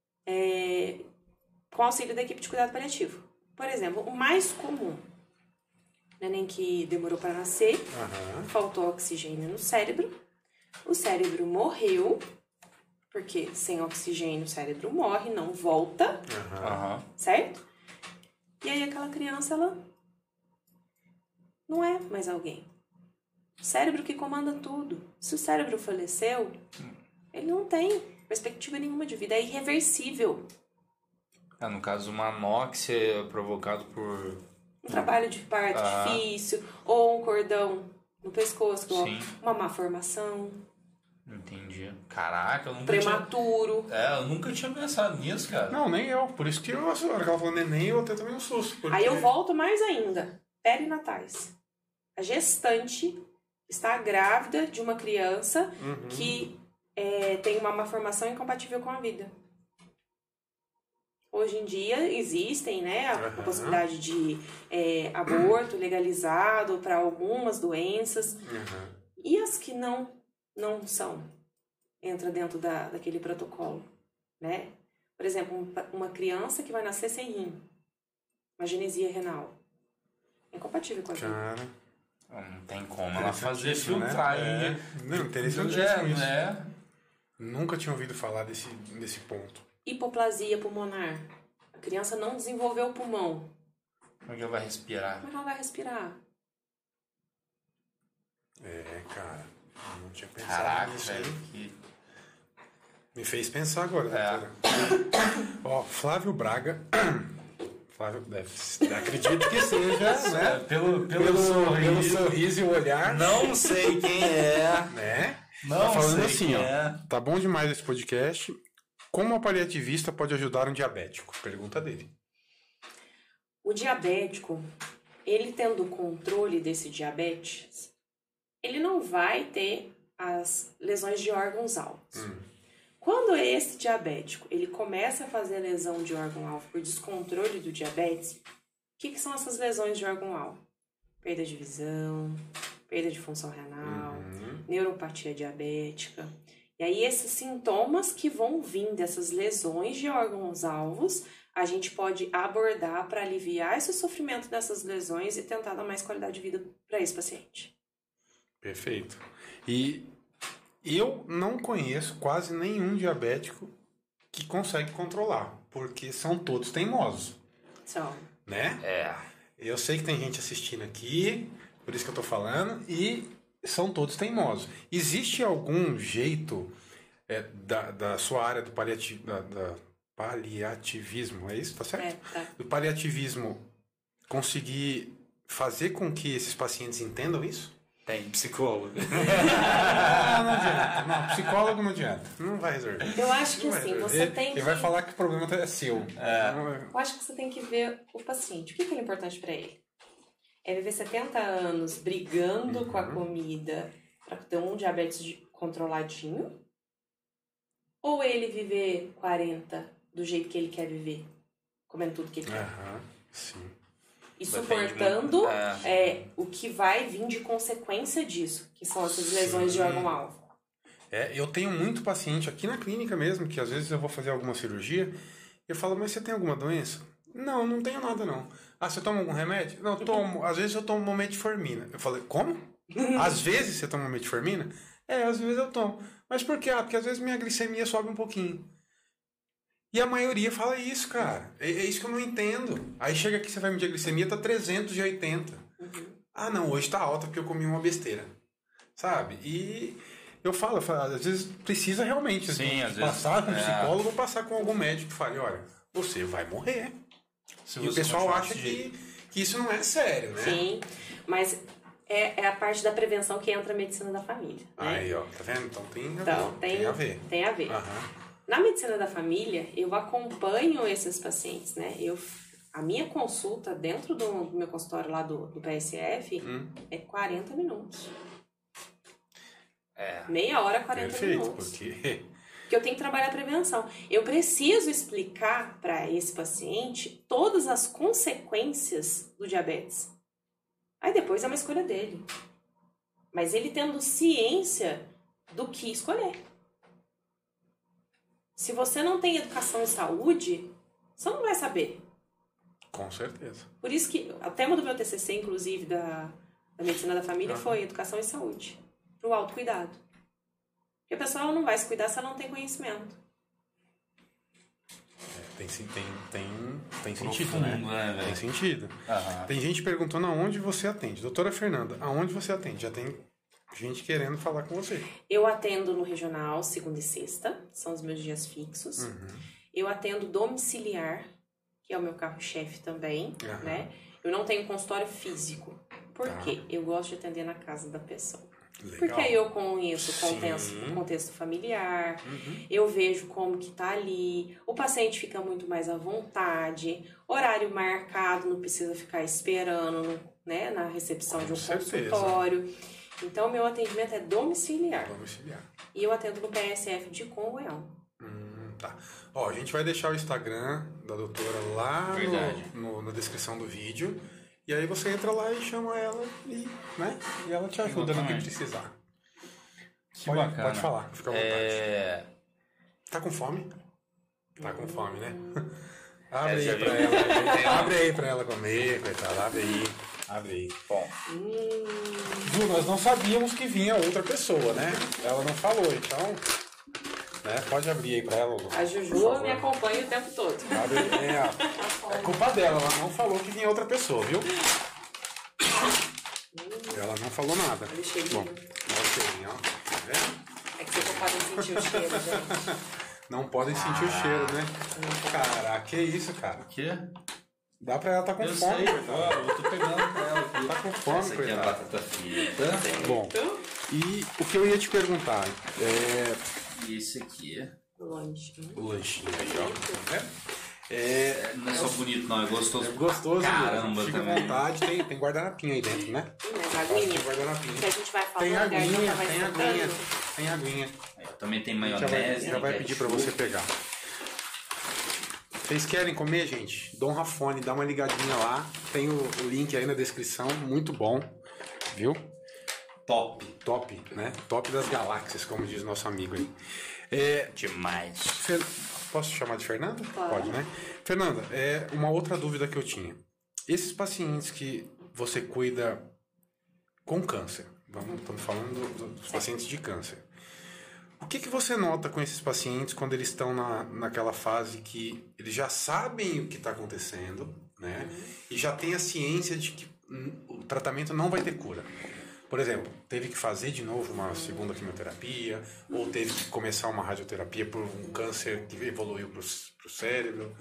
com auxílio da equipe de cuidado paliativo. Por exemplo, o mais comum, neném que demorou para nascer, faltou oxigênio no cérebro, o cérebro morreu, porque sem oxigênio o cérebro morre, não volta, certo? E aí aquela criança, ela não é mais alguém. O cérebro que comanda tudo. Se o cérebro faleceu, ele não tem perspectiva nenhuma de vida, é irreversível. No caso, uma anóxia provocado por... Um trabalho de parto difícil, ou um cordão no pescoço, uma má formação. Entendi. Caraca, eu nunca prematuro. Eu nunca tinha pensado nisso, cara. Não, nem eu. Por isso que eu, na hora que ela falou neném, eu até também um susto. Porque... Aí eu volto mais ainda. Perinatais. A gestante está grávida de uma criança que tem uma malformação incompatível com a vida. Hoje em dia existem, né, a possibilidade de aborto legalizado para algumas doenças. E as que não são, entra dentro daquele protocolo, né? Por exemplo, uma criança que vai nascer sem rim, uma genesia renal, é incompatível com a vida. Cara, não tem como ela fazer filtragem. Né? Não, interessantíssimo isso. Nunca tinha ouvido falar desse ponto. Hipoplasia pulmonar. A criança não desenvolveu o pulmão. Como é que ela vai respirar? Como é que ela vai respirar? Cara, eu não tinha pensado nisso aí. Que... Me fez pensar agora, doutora. Ó, Flávio Braga. Flávio, acredito que seja, né? Pelo sorriso e o olhar. Não sei quem é. Né? Não tá falando sei assim, quem ó. Tá bom demais esse podcast. Como a paliativista pode ajudar um diabético? Pergunta dele. O diabético, ele tendo o controle desse diabetes, ele não vai ter as lesões de órgãos altos. Quando esse diabético ele começa a fazer lesão de órgão-alvo por descontrole do diabetes, o que são essas lesões de órgão-alvo? Perda de visão, perda de função renal, neuropatia diabética. E aí esses sintomas que vão vir dessas lesões de órgãos-alvos, a gente pode abordar para aliviar esse sofrimento dessas lesões e tentar dar mais qualidade de vida para esse paciente. Perfeito. E eu não conheço quase nenhum diabético que consegue controlar, porque são todos teimosos, Só. né? Eu sei que tem gente assistindo aqui, por isso que eu tô falando, e são todos teimosos. Existe algum jeito da sua área do paliativismo, é isso? Tá certo? Tá. Do paliativismo conseguir fazer com que esses pacientes entendam isso? Tem psicólogo. Não adianta. Não, psicólogo não adianta. Não vai resolver. Eu acho que Não vai assim, resolver. você tem que... Ele vai falar que o problema é seu. Eu acho que você tem que ver o paciente. O que é importante para ele? É viver 70 anos brigando com a comida para ter um diabetes controladinho? Ou ele viver 40 do jeito que ele quer viver? Comendo tudo que ele quer? Sim. E suportando o que vai vir de consequência disso, que são essas lesões de órgão-alvo. Eu tenho muito paciente aqui na clínica mesmo, que às vezes eu vou fazer alguma cirurgia, e eu falo, mas você tem alguma doença? Não, não tenho nada não. Ah, você toma algum remédio? Não, tomo. Às vezes eu tomo uma metformina. Eu falei, como? Às vezes você toma metformina? Às vezes eu tomo. Mas por quê? Porque às vezes minha glicemia sobe um pouquinho. E a maioria fala isso, cara. É isso que eu não entendo. Aí chega aqui, você vai medir a glicemia, tá 380. Ah, não, hoje tá alta porque eu comi uma besteira. Sabe? E eu falo, às vezes precisa realmente passar com um psicólogo ou passar com algum médico que fale, olha, você vai morrer. E o pessoal acha que isso não é sério, né? Sim, mas é a parte da prevenção que entra a medicina da família. Né? Aí, ó, tá vendo? Então tem a ver. Tem a ver. Na medicina da família, eu acompanho esses pacientes, né? A minha consulta dentro do meu consultório lá do PSF é 40 minutos. Meia hora, 40 minutos. Porque eu tenho que trabalhar a prevenção. Eu preciso explicar para esse paciente todas as consequências do diabetes. Aí depois é uma escolha dele. Mas ele tendo ciência do que escolher. Se você não tem educação em saúde, você não vai saber. Com certeza. Por isso que o tema do meu TCC, inclusive, da medicina da família, foi educação em saúde. Para o autocuidado. Porque a pessoa não vai se cuidar se ela não tem conhecimento. Tem sentido, né? Tem sentido. Tem gente perguntando aonde você atende. Doutora Fernanda, aonde você atende? Já tem gente querendo falar com você. Eu atendo no regional, segunda e sexta. São os meus dias fixos. Eu atendo domiciliar, que é o meu carro-chefe também, né? Eu não tenho consultório físico. Por quê? Eu gosto de atender na casa da pessoa. Legal. Porque aí eu conheço o contexto familiar, eu vejo como que tá ali, o paciente fica muito mais à vontade, horário marcado, não precisa ficar esperando, né, na recepção de um consultório. Então, meu atendimento é domiciliar. E eu atendo no PSF de Congonhal. Tá. Ó, a gente vai deixar o Instagram da doutora lá na descrição do vídeo. E aí você entra lá e chama ela e ela te ajuda no que precisar. Pode falar, fica à vontade. Tá com fome? Tá com fome, né? Abre aí pra ela. Abre aí pra ela comer, coitada. Abre aí. Bom. Ju, nós não sabíamos que vinha outra pessoa, né? Ela não falou, então... Né? Pode abrir aí pra ela. A Juju me acompanha o tempo todo. É culpa dela, ela não falou que vinha outra pessoa, viu? Ela não falou nada. Olha o cheirinho. Bom, olha o cheirinho, ó. Tá vendo? É que vocês não podem sentir o cheiro, gente. Não podem sentir o cheiro, né? Caraca, que isso, cara? O quê? Dá pra ela tá com fome. Eu tô pegando pra ela aqui. Tá com fome, essa aqui é a batata frita. Bom, e o que eu ia te perguntar E esse aqui o lanchinho aí, ó. não é só bonito, não, é gostoso. É gostoso, caramba, fica à vontade. Tem guardanapinho aí dentro, né? Tem aguinha. Tem guardanapinho. Que a gente vai falando, Tem aguinha. Também tem maionese. Já vai pedir pra você pegar. Vocês querem comer, gente? Dom Rafone, dá uma ligadinha lá. Tem o link aí na descrição, muito bom, viu? Top. Top, né? Top das galáxias, como diz nosso amigo aí. Demais. Posso chamar de Fernanda? Claro. Pode, né? Fernanda, uma outra dúvida que eu tinha. Esses pacientes que você cuida com câncer, estamos falando dos pacientes de câncer. O que você nota com esses pacientes quando eles estão naquela fase que eles já sabem o que está acontecendo, né? E já tem a ciência de que o tratamento não vai ter cura? Por exemplo, teve que fazer de novo uma segunda quimioterapia, ou teve que começar uma radioterapia por um câncer que evoluiu para o cérebro.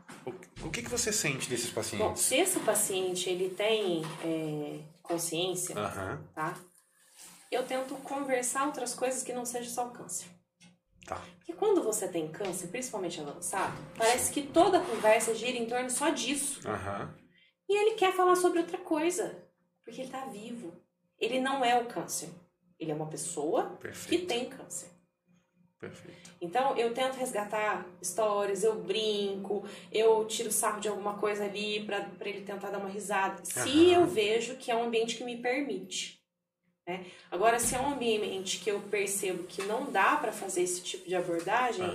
O que você sente desses pacientes? Bom, se esse paciente ele tem consciência, tá? Eu tento conversar outras coisas que não seja só o câncer. Tá. Porque quando você tem câncer, principalmente avançado, parece que toda a conversa gira em torno só disso. E ele quer falar sobre outra coisa, porque ele está vivo. Ele não é o câncer. Ele é uma pessoa que tem câncer. Perfeito. Então, eu tento resgatar histórias, eu brinco, eu tiro sarro de alguma coisa ali para ele tentar dar uma risada. Se eu vejo que é um ambiente que me permite. Né? Agora, se é um ambiente que eu percebo que não dá para fazer esse tipo de abordagem,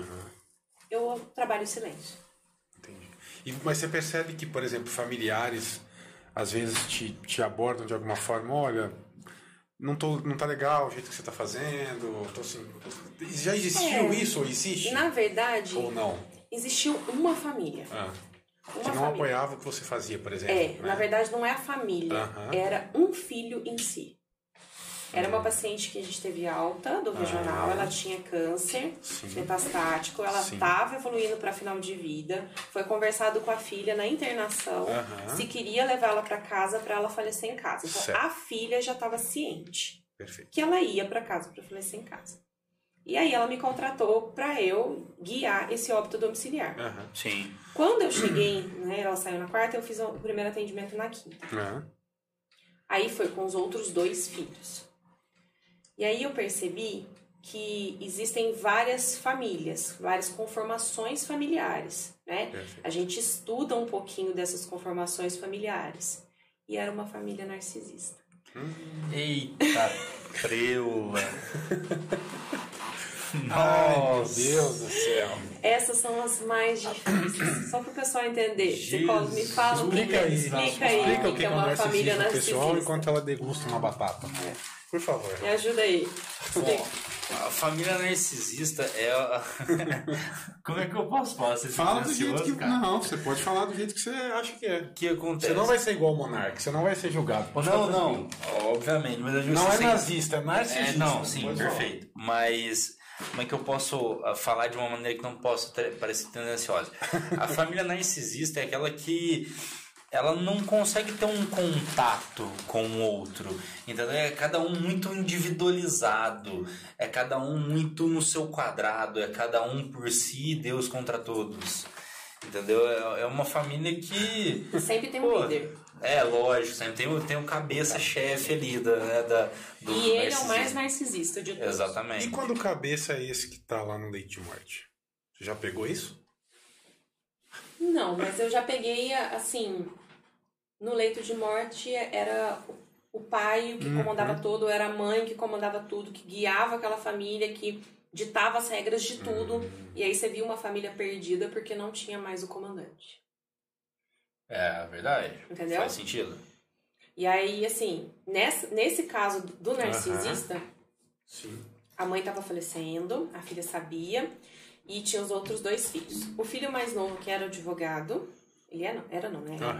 eu trabalho em silêncio. Entendi. Mas você percebe que, por exemplo, familiares às vezes te abordam de alguma forma, olha, não tá legal o jeito que você tá fazendo, tô assim... Já existiu isso ou existe? Na verdade, ou não? Existiu uma família. Que não apoiava o que você fazia, por exemplo. Né? Na verdade não é a família, era um filho em si. Era uma paciente que a gente teve alta do regional, ela tinha câncer metastático, ela estava evoluindo para final de vida, foi conversado com a filha na internação, se queria levá-la para casa para ela falecer em casa. Então a filha já estava ciente que ela ia para casa para falecer em casa. E aí ela me contratou para eu guiar esse óbito domiciliar. Sim. Quando eu cheguei, né, ela saiu na quarta, eu fiz o primeiro atendimento na quinta. Aí foi com os outros 2 filhos. E aí eu percebi que existem várias famílias, várias conformações familiares, né? A gente estuda um pouquinho dessas conformações familiares. E era uma família narcisista. Eita, preula. Ai, meu Deus do céu. Essas são as mais difíceis. Só para o pessoal entender. Psicólogo, me fala. Explica aí. Explica o que é uma família narcisista pro pessoal enquanto ela degusta uma batata. Por favor. Me ajuda aí. Bom, a família narcisista é... Como é que eu posso falar? Você fala do jeito que... Cara? Não, você pode falar do jeito que você acha que é. O que acontece? Você não vai ser igual o Monark, você não vai ser julgado. Não, obviamente. Mas eu não é nazista, é narcisista. Não, sim, perfeito. Mas... Como é que eu posso falar de uma maneira que não possa parecer tendenciosa? A família narcisista é aquela que ela não consegue ter um contato com o outro, entendeu? É cada um muito individualizado, é cada um muito no seu quadrado, é cada um por si, Deus contra todos, entendeu? É uma família que... Sempre tem um líder. É, lógico, sempre tem um cabeça-chefe ali do e ele é o mais narcisista de todos. Exatamente. E quando o cabeça é esse que tá lá no leito de morte? Você já pegou isso? Não, mas eu já peguei, assim, no leito de morte era o pai que comandava tudo, era a mãe que comandava tudo, que guiava aquela família, que ditava as regras de tudo. E aí você via uma família perdida porque não tinha mais o comandante. É verdade. Entendeu? Faz sentido. E aí, assim, nesse caso do narcisista, a mãe estava falecendo, a filha sabia, e tinha os outros 2 filhos. O filho mais novo, que era advogado, ele era não, né?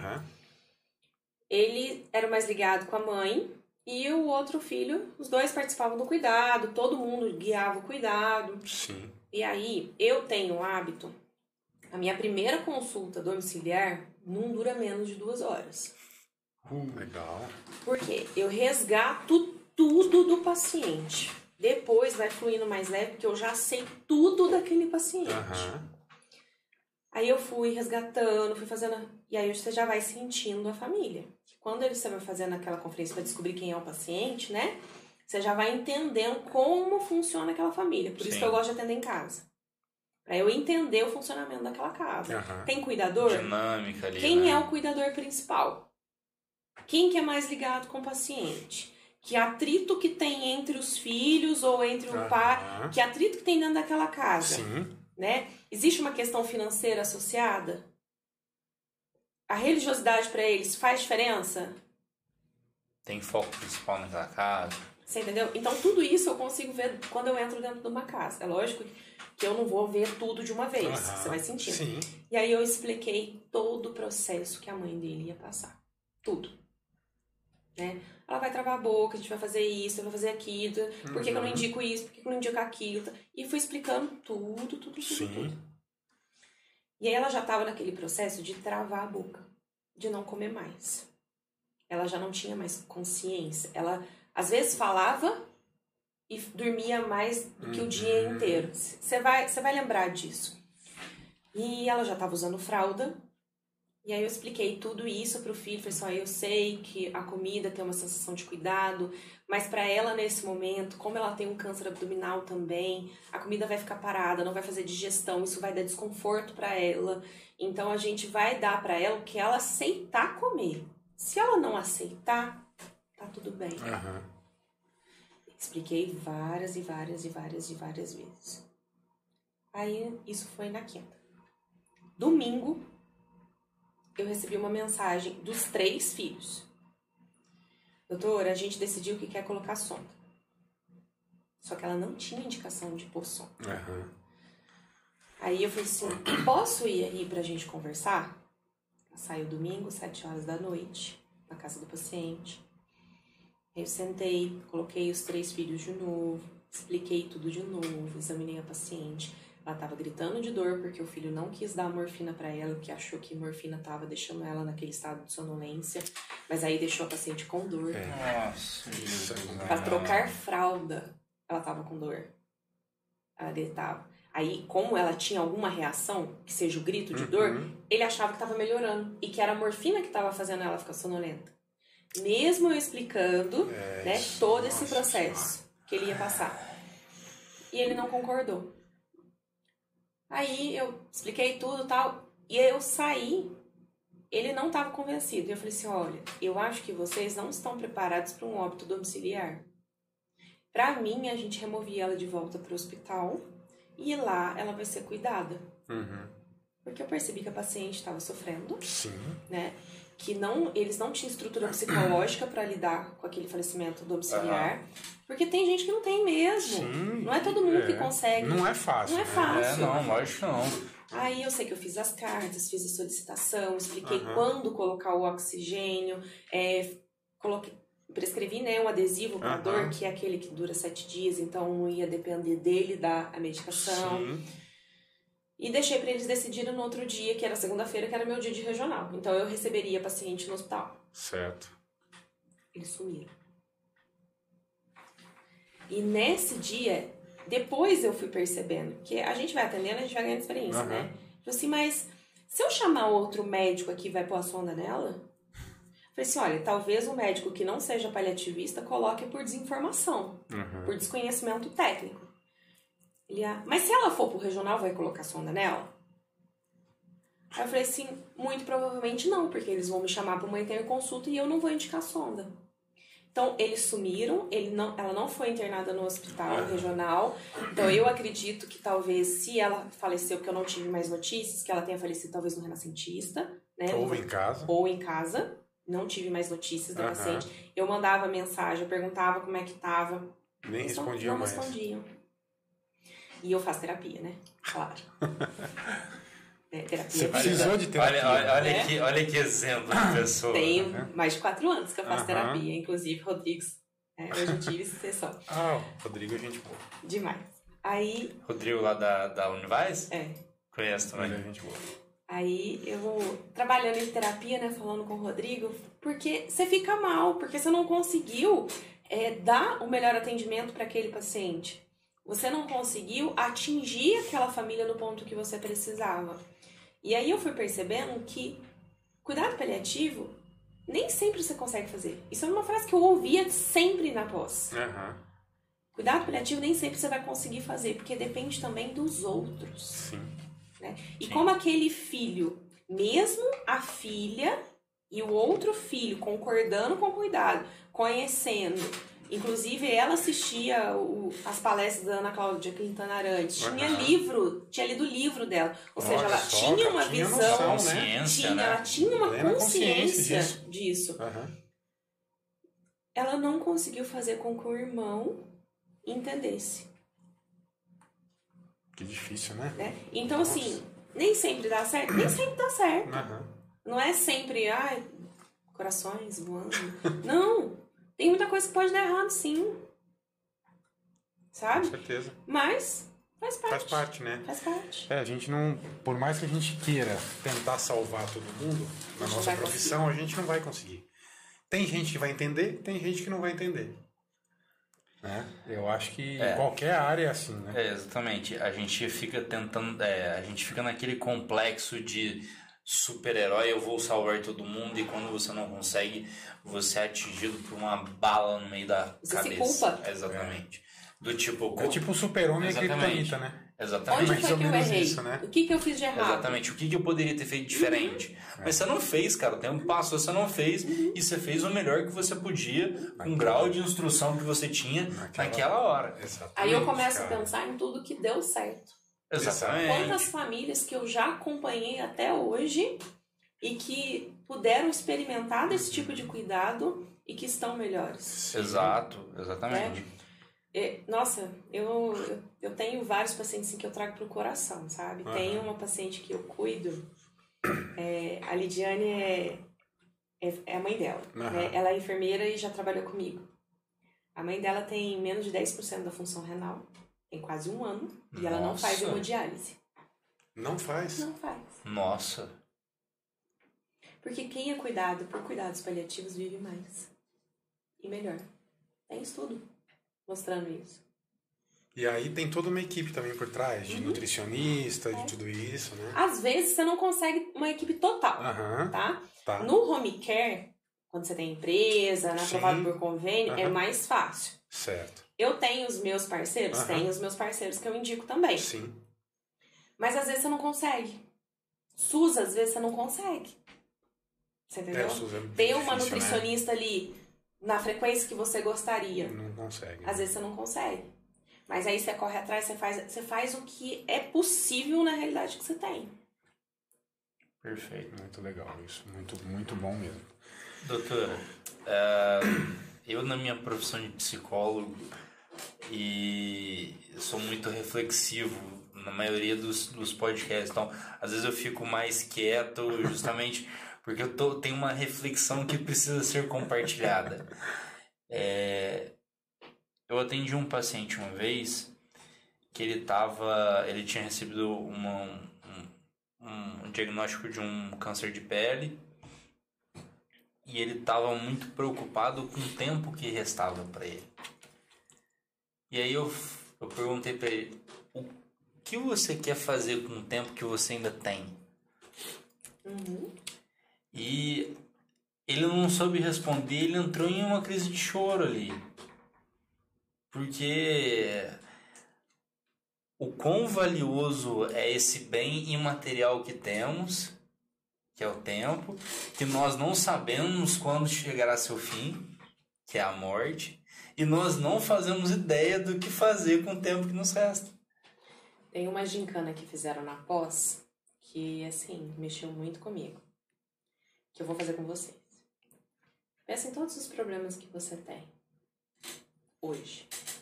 Ele era mais ligado com a mãe, e o outro filho, os 2 participavam do cuidado, todo mundo guiava o cuidado. Sim. E aí, eu tenho o hábito, a minha primeira consulta domiciliar não dura menos de 2 horas. Legal. Por quê? Eu resgato tudo do paciente. Depois vai fluindo mais leve, porque eu já sei tudo daquele paciente. Aí eu fui resgatando, fui fazendo... E aí você já vai sentindo a família. Quando você vai fazendo aquela conferência para descobrir quem é o paciente, né? Você já vai entendendo como funciona aquela família. Por isso que eu gosto de atender em casa. Pra eu entender o funcionamento daquela casa. Tem cuidador? Dinâmica ali, Quem é o cuidador principal? Quem que é mais ligado com o paciente? Que atrito que tem entre os filhos ou entre o pai, que atrito que tem dentro daquela casa. Sim. Né? Existe uma questão financeira associada? A religiosidade para eles faz diferença? Tem foco principal naquela casa. Você entendeu? Então tudo isso eu consigo ver quando eu entro dentro de uma casa. É lógico que eu não vou ver tudo de uma vez. Você vai sentindo. Sim. E aí eu expliquei todo o processo que a mãe dele ia passar. Tudo. Né? Ela vai travar a boca, a gente vai fazer isso, vai fazer aquilo. Por que eu não indico isso? Por que eu não indico aquilo? E fui explicando tudo. E aí ela já estava naquele processo de travar a boca. De não comer mais. Ela já não tinha mais consciência. Ela, às vezes, falava e dormia mais do que o dia inteiro. Você vai lembrar disso. E ela já estava usando fralda. E aí eu expliquei tudo isso pro filho. Falei assim, eu sei que a comida tem uma sensação de cuidado, mas para ela, nesse momento, como ela tem um câncer abdominal também, a comida vai ficar parada, não vai fazer digestão, isso vai dar desconforto para ela. Então a gente vai dar para ela o que ela aceitar comer. Se ela não aceitar, tá tudo bem. Expliquei várias vezes. Aí, isso foi na quinta. Domingo, eu recebi uma mensagem dos 3 filhos. Doutora, a gente decidiu que quer colocar sonda. Só que ela não tinha indicação de pôr sonda. Aí eu falei assim, posso ir aí pra gente conversar? Ela saiu domingo, 7 horas da noite, na casa do paciente. Eu sentei, coloquei os 3 filhos de novo, expliquei tudo de novo, examinei a paciente. Ela estava gritando de dor porque o filho não quis dar morfina para ela, porque achou que morfina estava deixando ela naquele estado de sonolência, mas aí deixou a paciente com dor. Nossa, isso Para trocar fralda, ela estava com dor. Ela gritava. Aí, como ela tinha alguma reação, que seja o grito de dor, ele achava que estava melhorando e que era a morfina que estava fazendo ela ficar sonolenta. Mesmo eu explicando todo esse processo que ele ia passar. E ele não concordou. Aí eu expliquei tudo e tal, e aí eu saí, ele não estava convencido. E eu falei assim, olha, eu acho que vocês não estão preparados para um óbito domiciliar. Para mim, a gente removia ela de volta para o hospital e lá ela vai ser cuidada. Porque eu percebi que a paciente estava sofrendo, né? Que eles não tinham estrutura psicológica para lidar com aquele falecimento domiciliar. Porque tem gente que não tem mesmo. Não é todo mundo que consegue. Não é fácil. Não é fácil. Não, lógico não. Aí eu sei que eu fiz as cartas, fiz a solicitação, expliquei quando colocar o oxigênio, prescrevi, né, um adesivo para dor, que é aquele que dura 7 dias, então não ia depender dele dar a medicação. E deixei para eles decidirem no outro dia, que era segunda-feira, que era meu dia de regional. Então eu receberia paciente no hospital. Certo. Eles sumiram. E nesse dia, depois eu fui percebendo que a gente vai atendendo, a gente vai ganhando experiência, né? Falei assim, mas se eu chamar outro médico aqui, vai pôr a sonda nela? Falei assim, olha, talvez o médico que não seja paliativista coloque por desinformação, por desconhecimento técnico. Ele, mas se ela for pro regional, vai colocar sonda nela? Aí eu falei assim, muito provavelmente não, porque eles vão me chamar para uma interconsulta e eu não vou indicar sonda. Então, eles sumiram, ela não foi internada no hospital regional. Então, eu acredito que talvez, se ela faleceu, porque eu não tive mais notícias, que ela tenha falecido talvez no renascentista, né? Ou em casa. Não tive mais notícias da paciente. Eu mandava mensagem, eu perguntava como é que tava. Nem respondiam mais. Não respondiam. E eu faço terapia, né? Claro. Terapia. Você precisou de terapia. Olha que exemplo de pessoa. Tenho mais de 4 anos que eu faço terapia. Inclusive, Rodrigo, hoje eu tive sessão. Rodrigo é gente boa. Demais. Aí... Rodrigo lá da Univais? Conheço também. É gente boa. Aí eu trabalhando em terapia, né, falando com o Rodrigo, porque você fica mal, porque você não conseguiu dar o melhor atendimento para aquele paciente. Você não conseguiu atingir aquela família no ponto que você precisava. E aí eu fui percebendo que cuidado paliativo nem sempre você consegue fazer. Isso é uma frase que eu ouvia sempre na pós. Cuidado paliativo nem sempre você vai conseguir fazer, porque depende também dos outros. Né? E como aquele filho, mesmo a filha e o outro filho concordando com o cuidado, conhecendo. Inclusive, ela assistia as palestras da Ana Cláudia Quintana Arantes. Tinha lido o livro dela. Ou seja, ela tinha uma visão, ela tinha uma consciência disso. Ela não conseguiu fazer com que o irmão entendesse. Que difícil, né? Então, assim, nem sempre dá certo. Nem sempre dá certo. Não é sempre, corações voando. Não. Tem muita coisa que pode dar errado, sim. Sabe? Com certeza. Mas faz parte. Faz parte, né? Faz parte. A gente não... Por mais que a gente queira tentar salvar todo mundo, na nossa profissão, a gente não vai conseguir. Tem gente que vai entender, tem gente que não vai entender. Eu acho que em qualquer área é assim, né? Exatamente. A gente fica tentando... a gente fica naquele complexo de super-herói, eu vou salvar todo mundo, e quando você não consegue, você é atingido por uma bala no meio da cabeça. Se culpa. Exatamente. Do tipo... É tipo o super-homem e a Kryptonita, né? Exatamente. Onde foi que eu errei? Isso, né? O que eu fiz de errado? Exatamente. O que eu poderia ter feito diferente? Mas você não fez, cara. O tempo passou, você não fez. E você fez o melhor que você podia, com o grau de instrução que você tinha naquela hora. Exatamente, aí eu começo a pensar em tudo que deu certo. Exatamente. Quantas famílias que eu já acompanhei até hoje e que puderam experimentar desse tipo de cuidado e que estão melhores. Sim. Exato, exatamente. Nossa, eu tenho vários pacientes assim, que eu trago pro coração, sabe? Tem uma paciente que eu cuido, a Lidiane é a mãe dela. Né? Ela é enfermeira e já trabalhou comigo. A mãe dela tem menos de 10% da função renal, tem quase 1 ano, e ela não faz hemodiálise. Não faz? Não faz. Nossa. Porque quem é cuidado por cuidados paliativos vive mais. E melhor. Tem estudo mostrando isso. E aí tem toda uma equipe também por trás, de nutricionista, de tudo isso, né? Às vezes você não consegue uma equipe total, tá? No home care, quando você tem empresa, aprovado por convênio, é mais fácil. Certo. Eu tenho os meus parceiros? Tenho os meus parceiros que eu indico também. Sim. Mas às vezes você não consegue. SUS, às vezes você não consegue. Você entendeu? Tem uma nutricionista ali na frequência que você gostaria. Não consegue. Às vezes você não consegue. Mas aí você corre atrás, você faz o que é possível na realidade que você tem. Perfeito. Muito legal isso. Muito, muito bom mesmo. Doutora, eu na minha profissão de psicólogo e sou muito reflexivo na maioria dos podcasts. Então, às vezes eu fico mais quieto justamente porque tenho uma reflexão que precisa ser compartilhada. Eu atendi um paciente uma vez que ele tinha recebido um diagnóstico de um câncer de pele e ele estava muito preocupado com o tempo que restava para ele. E aí eu perguntei para ele, o que você quer fazer com o tempo que você ainda tem? E ele não soube responder, ele entrou em uma crise de choro ali. Porque o quão valioso é esse bem imaterial que temos, que é o tempo, que nós não sabemos quando chegará seu fim, que é a morte, e nós não fazemos ideia do que fazer com o tempo que nos resta. Tem uma gincana que fizeram na pós que, assim, mexeu muito comigo. Que eu vou fazer com vocês. Pensa em todos os problemas que você tem hoje.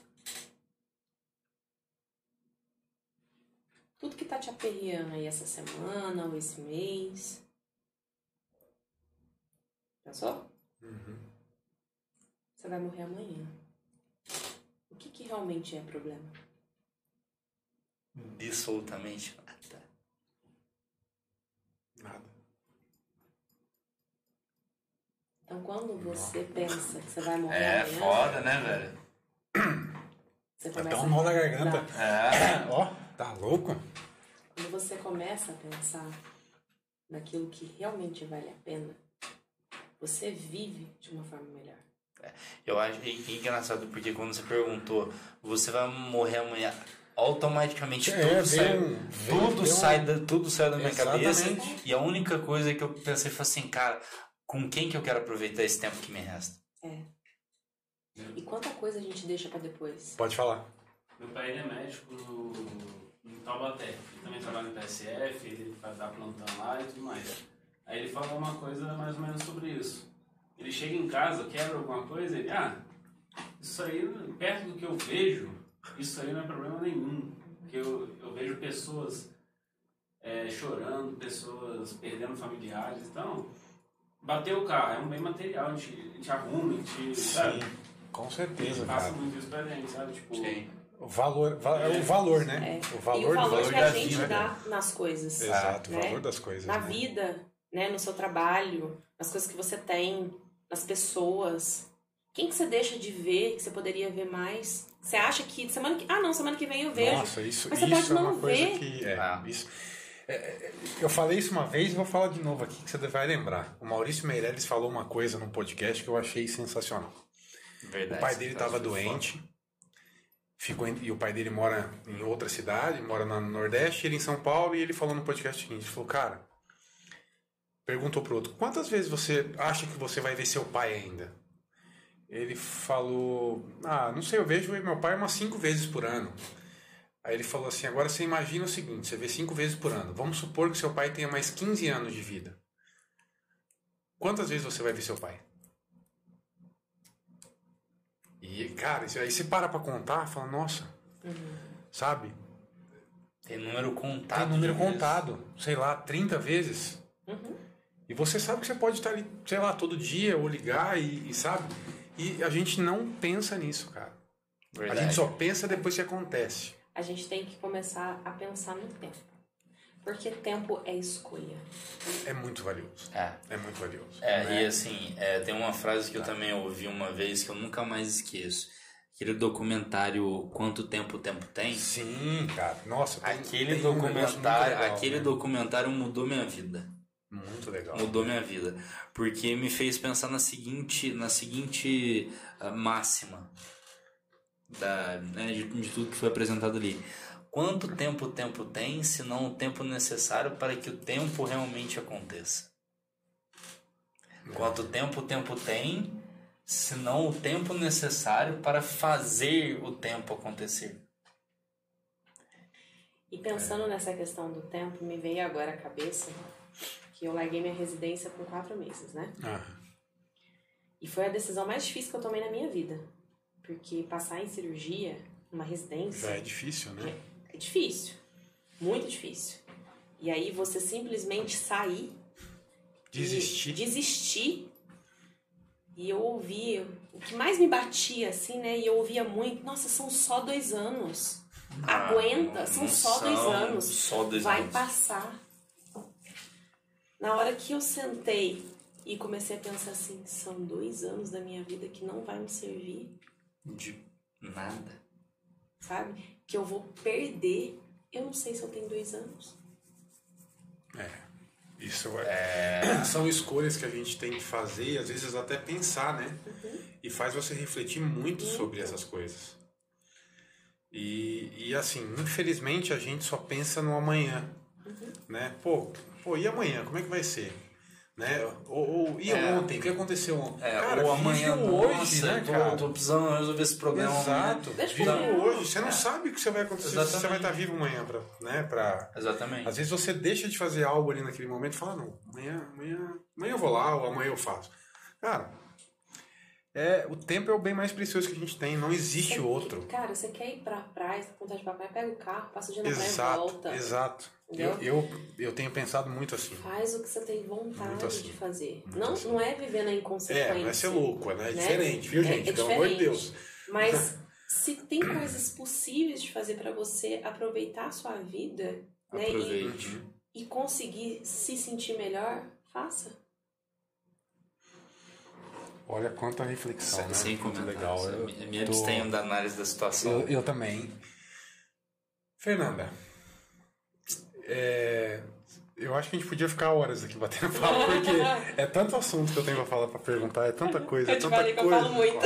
Tudo que tá te aperreando aí essa semana ou esse mês. Pensou? Você vai morrer amanhã. O que realmente é problema? Absolutamente nada. Nada. Então, quando você pensa que você vai morrer amanhã... É foda, né, velho? Você começa Até um nó na garganta. Ó, tá louco? Quando você começa a pensar naquilo que realmente vale a pena, você vive de uma forma melhor. Eu acho engraçado porque quando você perguntou, você vai morrer amanhã, automaticamente tudo sai da minha cabeça. E a única coisa que eu pensei foi assim, cara, com quem que eu quero aproveitar esse tempo que me resta? E quanta coisa a gente deixa pra depois? Pode falar. Meu pai ele é médico em Taubaté. Ele também trabalha no PSF, ele dá plantão lá e tudo mais. Aí ele fala uma coisa mais ou menos sobre isso. Ele chega em casa, quebra alguma coisa, ele... isso aí, perto do que eu vejo, isso aí não é problema nenhum. Porque eu vejo pessoas chorando, pessoas perdendo familiares. Então, bater o carro é um bem material, a gente arruma, a gente... Sabe? Sim, com certeza, Passa cara. muito isso pra gente, sabe? Tipo, Sim. O valor, é o valor, né? É. O valor, E o valor do que da a gente vida. dá nas coisas. Exato, né? o valor das coisas. Na né? vida, né? No seu trabalho, nas coisas que você tem, nas pessoas. Quem que você deixa de ver, que você poderia ver mais? Você acha que semana que vem eu vejo. Nossa, isso, Mas você isso pode é uma não coisa ver. que... isso, eu falei isso uma vez e vou falar de novo aqui, que você vai lembrar. O Maurício Meirelles falou uma coisa num podcast que eu achei sensacional. Verdade. O pai dele estava doente, e o pai dele mora em outra cidade, mora no Nordeste, ele em São Paulo, e ele falou no podcast o seguinte, ele falou, cara, perguntou pro outro, quantas vezes você acha que você vai ver seu pai ainda? Ele falou, não sei, eu vejo meu pai umas 5 vezes por ano. Aí ele falou assim, agora você imagina o seguinte, você vê 5 vezes por ano, vamos supor que seu pai tenha mais 15 anos de vida. Quantas vezes você vai ver seu pai? E, cara, aí você para pra contar, fala, nossa, sabe? Tem número contado. Tem número de vezes. contado, sei lá, 30 vezes. E você sabe que você pode estar ali, sei lá, todo dia, ou ligar, e sabe? E a gente não pensa nisso, cara. Verdade. A gente só pensa depois que acontece. A gente tem que começar a pensar no tempo. Porque tempo é escolha. É muito valioso. É muito valioso. E assim, tem uma frase que eu também ouvi uma vez que eu nunca mais esqueço. Aquele documentário Quanto Tempo o Tempo Tem? Sim, cara. Nossa, Aquele tem um negócio muito legal, né? documentário mudou minha vida. Muito legal. Mudou minha vida. Porque me fez pensar na seguinte máxima de tudo que foi apresentado ali. Quanto tempo o tempo tem, se não o tempo necessário para que o tempo realmente aconteça? Quanto tempo o tempo tem, se não o tempo necessário para fazer o tempo acontecer? E pensando nessa questão do tempo, me veio agora à cabeça que eu larguei minha residência com 4 meses, né? E foi a decisão mais difícil que eu tomei na minha vida. Porque passar em cirurgia, numa residência... Já é difícil, né? É difícil. Muito difícil. E aí você simplesmente sair... Desistir. E eu ouvia... O que mais me batia, assim, né? E eu ouvia muito... Nossa, são só 2 anos. Aguenta, são só 2 anos. Só 2 Vai anos. passar. Na hora que eu sentei e comecei a pensar assim... São 2 anos da minha vida que não vai me servir... De nada. Sabe? Que eu vou perder. Eu não sei se eu tenho 2 anos. Isso são escolhas que a gente tem que fazer e às vezes até pensar, né? E faz você refletir muito sobre essas coisas. E assim, infelizmente a gente só pensa no amanhã, né? Pô, e amanhã? Como é que vai ser? Né? E ontem? O que aconteceu ontem? Cara, ou amanhã, vive o hoje, né, cara? Tô precisando resolver esse problema. Exato. Vive o hoje. Você não sabe o que você vai acontecer. Exatamente. Se você vai estar vivo amanhã, Exatamente. Às vezes você deixa de fazer algo ali naquele momento e fala, não, amanhã eu vou lá, ou amanhã eu faço. Cara, o tempo é o bem mais precioso que a gente tem, não existe outro. Cara, você quer ir pra praia, você tá com vontade de ir pra praia, pega o carro, passa o dia na praia e volta. Exato. Eu tenho pensado muito assim. Faz o que você tem vontade assim. de fazer. Não é viver na inconsequência. Não é ser louco, né? É né? diferente, viu, gente? Pelo amor de Deus. Mas se tem coisas possíveis de fazer pra você aproveitar a sua vida, né? Aproveite. E conseguir se sentir melhor, faça. Olha quanta reflexão, né? Sem Muito comentários. legal. Eu me abstenho da análise da situação. Eu também. Fernanda, eu acho que a gente podia ficar horas aqui batendo papo, porque é tanto assunto que eu tenho pra falar, pra perguntar, é tanta coisa, Eu te falei que eu falo muito.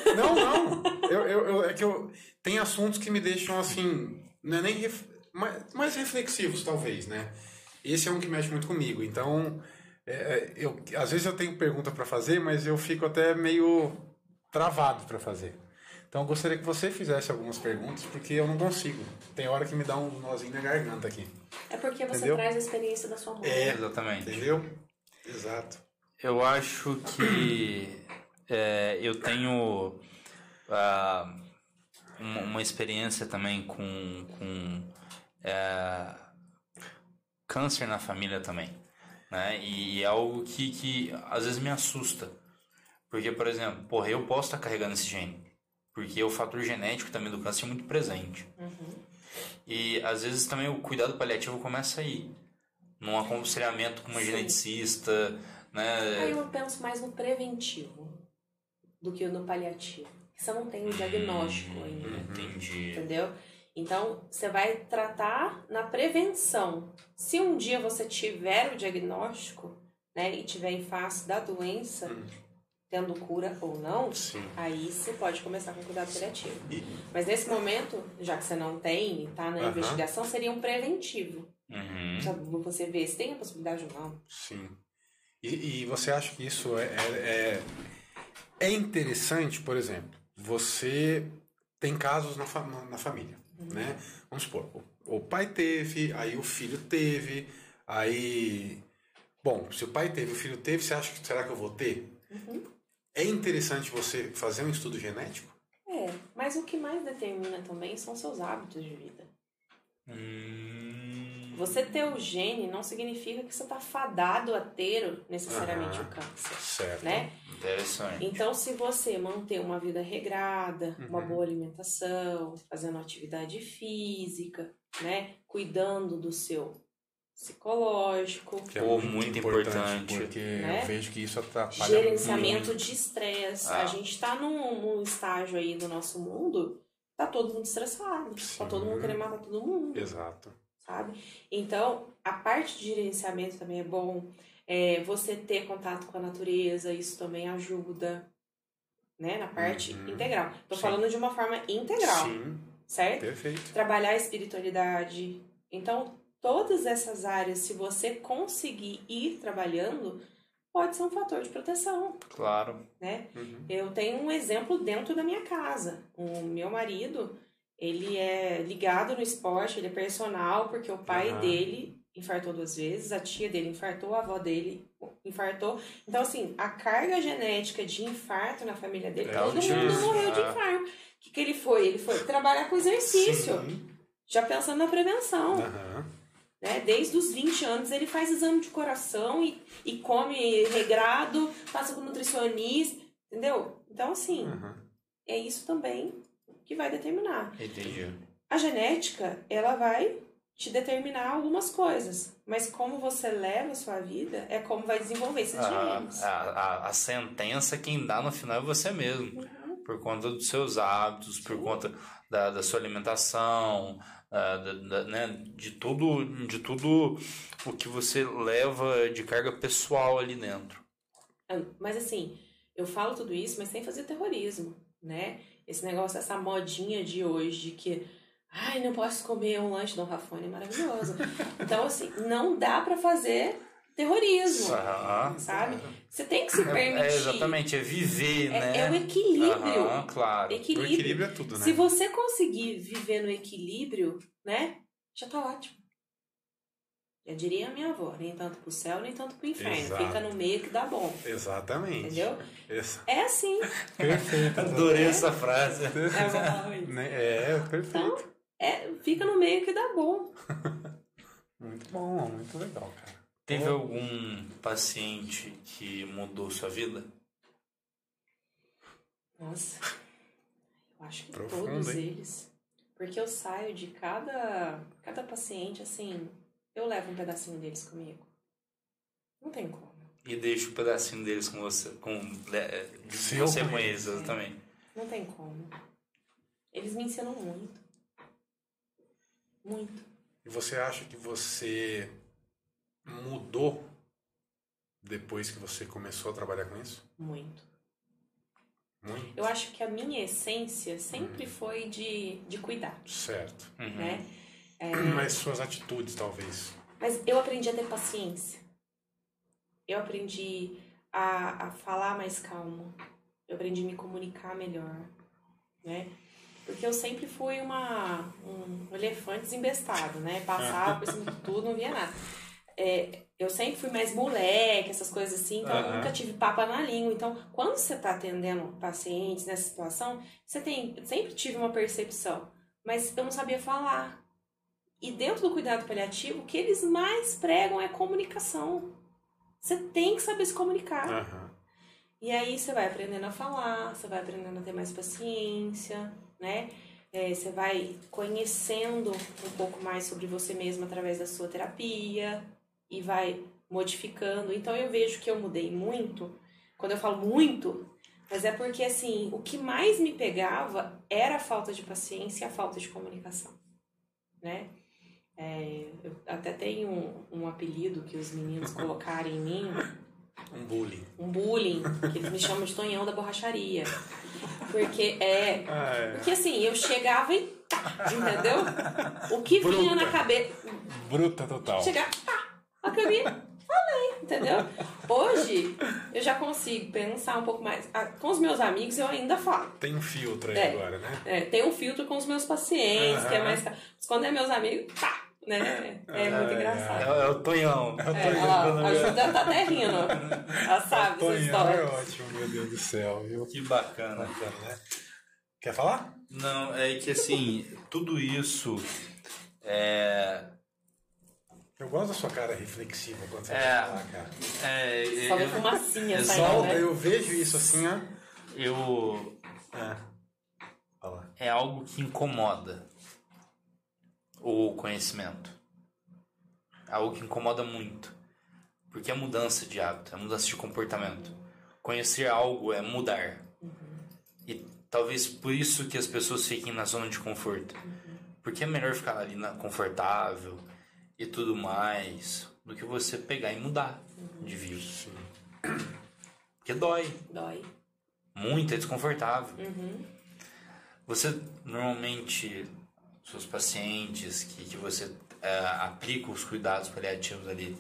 É que eu tem assuntos que me deixam assim, não é nem mais reflexivos talvez, né? Esse é um que mexe muito comigo, então Às vezes eu tenho pergunta para fazer, mas eu fico até meio travado para fazer. Então eu gostaria que você fizesse algumas perguntas, porque eu não consigo. Tem hora que me dá um nozinho na garganta aqui. É porque você Entendeu? traz a experiência da sua mãe. Exatamente. Entendeu? Exato. Eu acho que eu tenho uma experiência também com câncer na família também, né? E é algo que às vezes me assusta. Porque, por exemplo, eu posso estar carregando esse gene. Porque o fator genético também do câncer é muito presente. E às vezes também o cuidado paliativo começa aí. Num aconselhamento com uma geneticista, né? Aí eu penso mais no preventivo do que no paliativo. Você não tem o diagnóstico ainda. Entendi. Entendeu? Então, você vai tratar na prevenção. Se um dia você tiver o diagnóstico, né, e tiver em face da doença, tendo cura ou não, Sim. aí você pode começar com cuidado paliativo. Mas nesse momento, já que você não tem e está na investigação, seria um preventivo. Você vê se tem a possibilidade ou não. Sim. E você acha que isso é interessante, por exemplo, você tem casos na família, né? Vamos supor, o pai teve, aí o filho teve, aí... Bom, se o pai teve, o filho teve, você acha que será que eu vou ter? É interessante você fazer um estudo genético? Mas o que mais determina também são seus hábitos de vida. Você ter o gene não significa que você está fadado a ter necessariamente o câncer. Certo. Né? Interessante. Então, se você manter uma vida regrada, uma boa alimentação, fazendo atividade física, né? Cuidando do seu psicológico, Que é muito importante. Porque né? eu vejo que isso atrapalha gerenciamento muito. de estresse. A gente está num estágio aí do nosso mundo, tá todo mundo estressado, tá todo mundo querendo matar todo mundo. Exato. Sabe? Então, a parte de gerenciamento também é bom. Você ter contato com a natureza, isso também ajuda, né? Na parte integral. Tô falando de uma forma integral, Sim, certo? perfeito. Trabalhar a espiritualidade. Então, todas essas áreas, se você conseguir ir trabalhando, pode ser um fator de proteção, Claro. né? Eu tenho um exemplo dentro da minha casa. O meu marido, ele é ligado no esporte, ele é personal, porque o pai dele infartou 2 vezes, a tia dele infartou, a avó dele infartou. Então, assim, a carga genética de infarto na família dele, todo mundo morreu de infarto. O que ele foi? Ele foi trabalhar com exercício, já pensando na prevenção. Né? Desde os 20 anos ele faz exame de coração e come regrado, passa com nutricionista, entendeu? Então, assim, é isso também que vai determinar. Entendi. A genética, ela vai te determinar algumas coisas, mas como você leva a sua vida é como vai desenvolver esses genes. A sentença quem dá no final é você mesmo. Por conta dos seus hábitos, por conta da sua alimentação, né, de tudo o que você leva de carga pessoal ali dentro. Mas assim, eu falo tudo isso, mas sem fazer terrorismo, né? Esse negócio, essa modinha de hoje de que não posso comer um lanche do Rafone, é maravilhoso. Então, assim, não dá pra fazer terrorismo, sabe? Você tem que se permitir. Exatamente, é viver, né? É o equilíbrio. Claro. Equilíbrio. O equilíbrio é tudo, né? Se você conseguir viver no equilíbrio, né? Já tá ótimo. Já diria a minha avó, nem tanto pro céu, nem tanto pro inferno. Exato. Fica no meio que dá bom. Exatamente. Entendeu? É assim. Perfeito. Adorei essa frase. Perfeito. Então, fica no meio que dá bom. Muito bom, muito legal, cara. Teve algum paciente que mudou sua vida? Nossa, eu acho que Profundo, todos hein? eles. Porque eu saio de cada paciente, assim, eu levo um pedacinho deles comigo. Não tem como. E deixa um pedacinho deles com você, com eles, exatamente. Não tem como. Eles me ensinam muito. Muito. E você acha que você mudou depois que você começou a trabalhar com isso? Muito. Muito? Eu acho que a minha essência sempre foi de cuidar, Certo. né? Mas suas atitudes, talvez. Mas eu aprendi a ter paciência. eu aprendi a falar mais calmo. Eu aprendi a me comunicar melhor, né? Porque eu sempre fui um elefante desembestado, né? Passava por cima de tudo, não via nada. Eu sempre fui mais moleque, essas coisas assim, então eu nunca tive papa na língua. Então, quando você tá atendendo pacientes nessa situação, sempre tive uma percepção, mas eu não sabia falar. E dentro do cuidado paliativo, o que eles mais pregam é comunicação. Você tem que saber se comunicar. E aí você vai aprendendo a falar, você vai aprendendo a ter mais paciência, né? Você vai conhecendo um pouco mais sobre você mesmo através da sua terapia e vai modificando. Então eu vejo que eu mudei muito. Quando eu falo muito, mas é porque assim, o que mais me pegava era a falta de paciência e a falta de comunicação, né? Eu até tenho um apelido que os meninos colocaram em mim. Um bullying. Um bullying, que eles me chamam de Tonhão da borracharia. Porque Porque assim, eu chegava e entendeu? O que vinha na cabeça. Bruta total. Chegava, a caminha, falei, entendeu? Hoje eu já consigo pensar um pouco mais. Com os meus amigos eu ainda falo. Tem um filtro aí agora, né? Tem um filtro com os meus pacientes, que é mais. Mas quando é meus amigos, né? É muito engraçado. É o Tonhão. A Júlia tá até rindo. Ela sabe essa história. É ótimo, meu Deus do céu, viu? Que bacana. Né? Quer falar? Não, é que assim, tudo isso Eu gosto da sua cara reflexiva quando você vai falar, cara. Só vê fumacinha saindo, né? Eu vejo isso assim, ó. Fala. É algo que incomoda o conhecimento. É algo que incomoda muito. Porque é mudança de hábito, é mudança de comportamento. Conhecer algo é mudar. E talvez por isso que as pessoas fiquem na zona de conforto. Porque é melhor ficar ali confortável e tudo mais do que você pegar e mudar de vida. Porque dói. Dói. Muito, é desconfortável. Você normalmente, seus pacientes que você aplica os cuidados paliativos ali,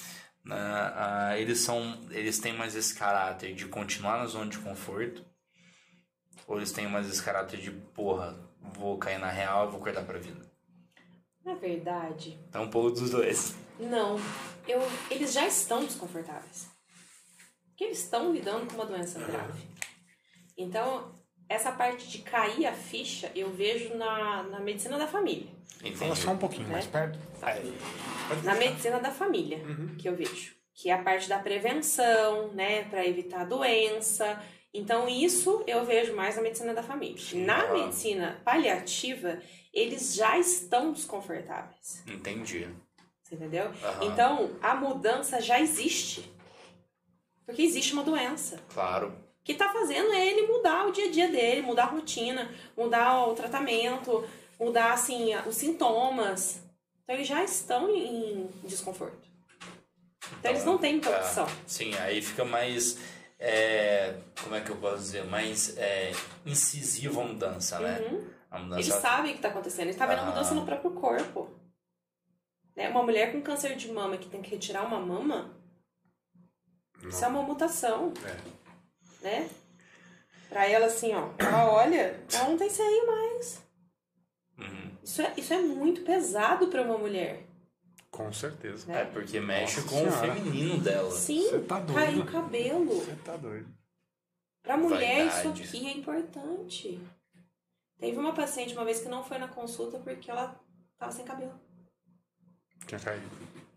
eles têm mais esse caráter de continuar na zona de conforto, ou eles têm mais esse caráter de vou cair na real e vou cortar pra vida? Na verdade... Então um pouco dos dois. Não. Eles já estão desconfortáveis. Porque eles estão lidando com uma doença grave. Então, essa parte de cair a ficha, eu vejo na medicina da família. Fala só um pouquinho mais perto. Na medicina da família, que eu vejo. Que é a parte da prevenção, né? Para evitar a doença. Então, isso eu vejo mais na medicina da família. Na medicina paliativa, eles já estão desconfortáveis. Entendi. Você entendeu? Então, a mudança já existe. Porque existe uma doença. Claro. Que tá fazendo ele mudar o dia a dia dele, mudar a rotina, mudar o tratamento, mudar, assim, os sintomas. Então, eles já estão em desconforto. Então, eles não têm muita opção. Sim, aí fica mais... como é que eu posso dizer? Mais incisiva a mudança, né? A mudança... Eles sabem o que está acontecendo. Eles estão vendo a mudança no próprio corpo. Né? Uma mulher com câncer de mama que tem que retirar uma mama, isso é uma mutação. Né? Pra ela, assim, ó, ela olha, ela não tem seio mais. Isso é muito pesado pra uma mulher. Com certeza. Né? Porque mexe com o feminino dela. Sim, cair o cabelo. Você tá doido. Pra mulher, Vaidade. isso aqui é importante. Teve uma paciente uma vez que não foi na consulta porque ela tava sem cabelo. Tinha caído.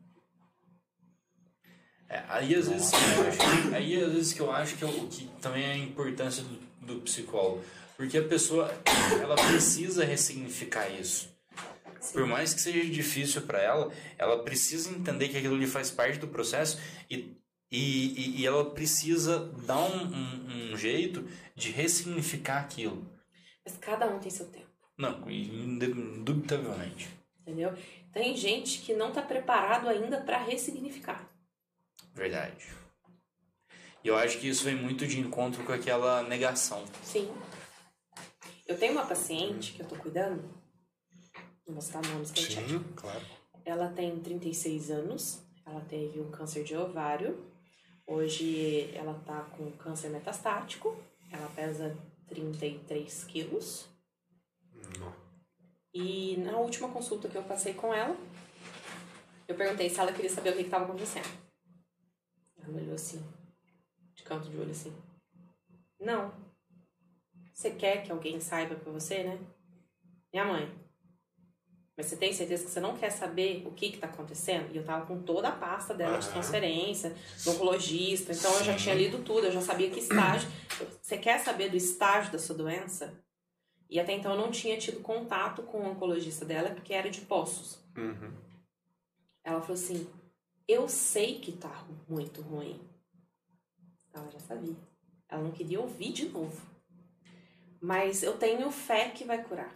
Aí às vezes que eu acho que é o que também é a importância do psicólogo. Porque a pessoa, ela precisa ressignificar isso. Sim. Por mais que seja difícil para ela precisa entender que aquilo ali faz parte do processo e ela precisa dar um jeito de ressignificar aquilo. Mas cada um tem seu tempo. Não, indubitavelmente. Entendeu? Tem gente que não está preparado ainda para ressignificar. Verdade. E eu acho que isso vem muito de encontro com aquela negação. Sim. Eu tenho uma paciente que eu tô cuidando, não vou citar nomes que Sim, claro. Ela tem 36 anos, ela teve um câncer de ovário, Hoje ela tá com câncer metastático, ela pesa 33 quilos. Não. E na última consulta que eu passei com ela, eu perguntei se ela queria saber o que estava acontecendo. Ela olhou assim, de canto de olho assim. Não. Você quer que alguém saiba pra você, né? Minha mãe. Mas você tem certeza que você não quer saber o que tá acontecendo? E eu tava com toda a pasta dela de transferência, do oncologista, então eu já tinha lido tudo, eu já sabia que estágio. Você quer saber do estágio da sua doença? E até então eu não tinha tido contato com o oncologista dela, porque era de Poços. Uhum. Ela falou assim, eu sei que tá muito ruim. Ela já sabia. Ela não queria ouvir de novo. Mas eu tenho fé que vai curar.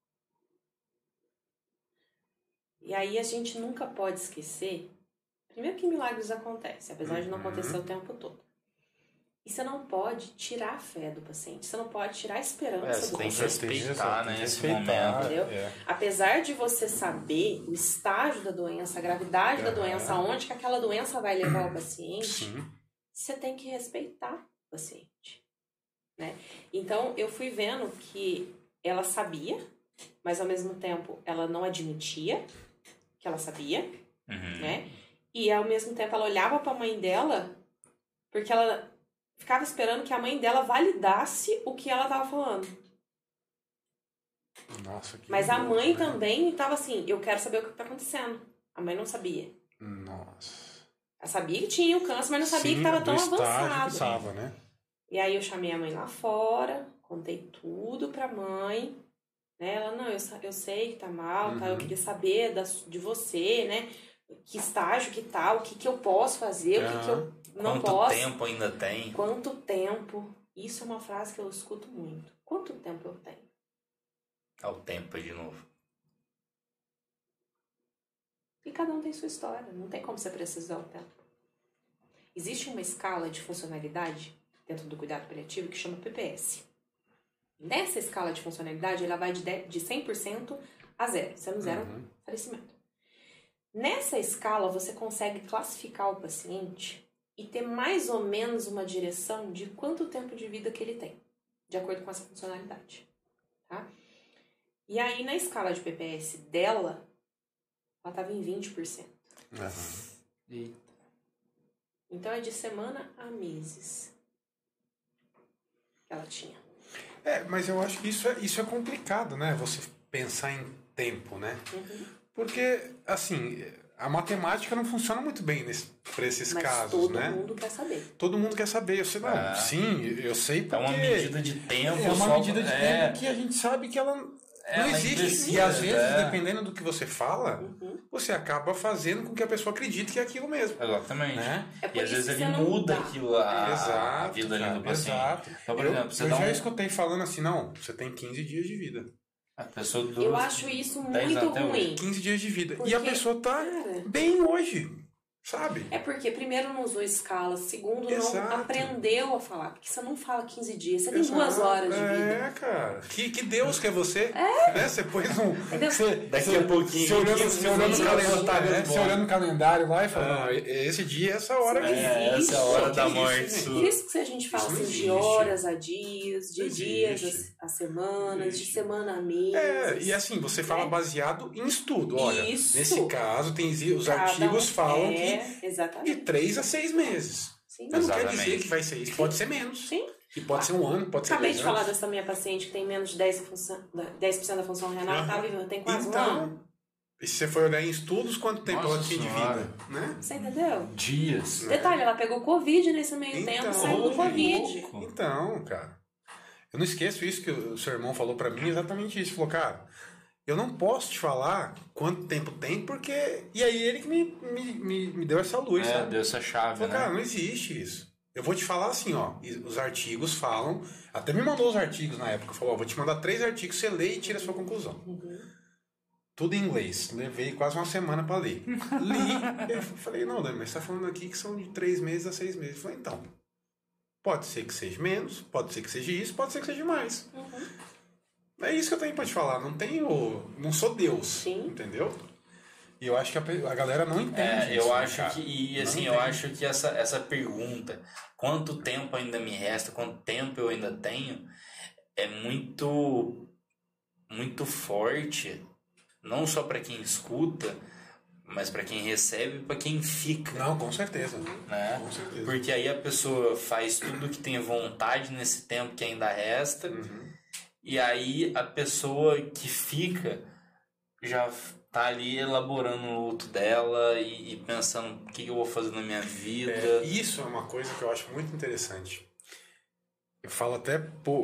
E aí a gente nunca pode esquecer, primeiro que milagres acontecem, apesar de não acontecer o tempo todo. E você não pode tirar a fé do paciente, você não pode tirar a esperança do tem que paciente. respeitar, né, esse momento. Entendeu? Apesar de você saber o estágio da doença, a gravidade da doença, aonde que aquela doença vai levar o paciente, você tem que respeitar o paciente. Né? Então, eu fui vendo que ela sabia, mas ao mesmo tempo ela não admitia que ela sabia, né? E ao mesmo tempo ela olhava para a mãe dela, porque ela ficava esperando que a mãe dela validasse o que ela estava falando. Nossa, que mas a louco, mãe né? também estava assim, eu quero saber o que está acontecendo. A mãe não sabia. Nossa. Ela sabia que tinha o câncer, mas não sabia que estava tão avançado. Tava, né? E aí eu chamei a mãe lá fora, contei tudo pra mãe. Né? Ela, não, eu sei que tá mal, tá? Eu queria saber de você, né? Que estágio que tá, o que que eu posso fazer, o que que eu não posso. Quanto tempo ainda tem? Quanto tempo? Isso é uma frase que eu escuto muito. Quanto tempo eu tenho? É o tempo de novo. E cada um tem sua história, não tem como você precisar o tempo. Existe uma escala de funcionalidade dentro do cuidado paliativo que chama PPS. Nessa escala de funcionalidade, ela vai de 100% a 0, sendo 0 falecimento. Nessa escala, você consegue classificar o paciente e ter mais ou menos uma direção de quanto tempo de vida que ele tem, de acordo com essa funcionalidade. Tá? E aí, na escala de PPS dela, ela estava em 20%. Eita. Então, é de semana a meses que ela tinha. Mas eu acho que isso é complicado, né? Você pensar em tempo, né? Porque, assim, a matemática não funciona muito bem para esses casos, todo né? Todo mundo quer saber. Todo mundo quer saber. Eu sei, não, sim, eu sei porque... É uma medida de tempo. É uma medida de tempo que a gente sabe que ela não existe. E às vezes, dependendo do que você fala, você acaba fazendo com que a pessoa acredite que é aquilo mesmo. Exatamente. Né? E às vezes ele muda aquilo, a vida ali do paciente. Exato. Então, por exemplo, você eu já escutei falando assim, não, você tem 15 dias de vida. A pessoa eu acho isso muito ruim. 15 dias de vida. Porque, e a pessoa tá bem hoje, sabe? É porque, primeiro, não usou escala. Segundo, Exato. não aprendeu a falar. Porque você não fala 15 dias. Você tem 2 horas de vida. Cara. Que Deus quer você. Né? Você pôs um... Daqui a pouquinho. Você olhando no calendário lá e falando, esse dia é essa hora aqui. Essa é a hora da morte. Por isso que a gente fala assim, de horas a dias, de dias a semanas, de semana a mês. E assim, você fala baseado em estudo. Olha, Isso. nesse caso, os artigos falam que exatamente. de 3 a 6 meses. Sim. Mas não quer dizer que vai ser isso. Pode ser menos. Sim. E pode ser um ano, pode ser 10 Acabei anos. de falar dessa minha paciente que tem menos de 10% da função renal, tá viva, tem quase um ano. E se você for olhar em estudos, quanto tempo ela tinha de vida? Né? Você entendeu? Dias. Detalhe, ela pegou Covid nesse meio tempo, saiu do Covid. Então, cara, eu não esqueço isso que o seu irmão falou pra mim, exatamente isso. Falou, cara, eu não posso te falar quanto tempo tem, porque... E aí ele que me deu essa luz, sabe? Deu essa chave, falou, cara, não existe isso. Eu vou te falar assim, ó, os artigos falam... Até me mandou os artigos na época, falou, ó, vou te mandar 3 artigos, você lê e tira a sua conclusão. Tudo em inglês. Levei quase uma semana pra ler. Li, eu falei, não, Dani, mas você tá falando aqui que são de 3 meses a 6 meses. Eu falei, então, pode ser que seja menos, pode ser que seja isso, pode ser que seja mais. É isso que eu tenho pra te falar. Não sou Deus, entendeu? E eu acho que a galera não entende eu isso, acho cara. que, e Não assim, eu entende. acho que essa pergunta, quanto tempo ainda me resta, quanto tempo eu ainda tenho, é muito, muito forte, não só para quem escuta, mas para quem recebe e para quem fica, Não, com certeza. né? Com certeza. Porque aí a pessoa faz tudo que tem vontade nesse tempo que ainda resta, e aí a pessoa que fica já tá ali elaborando o luto dela e pensando o que eu vou fazer na minha vida. Isso é uma coisa que eu acho muito interessante. Eu falo até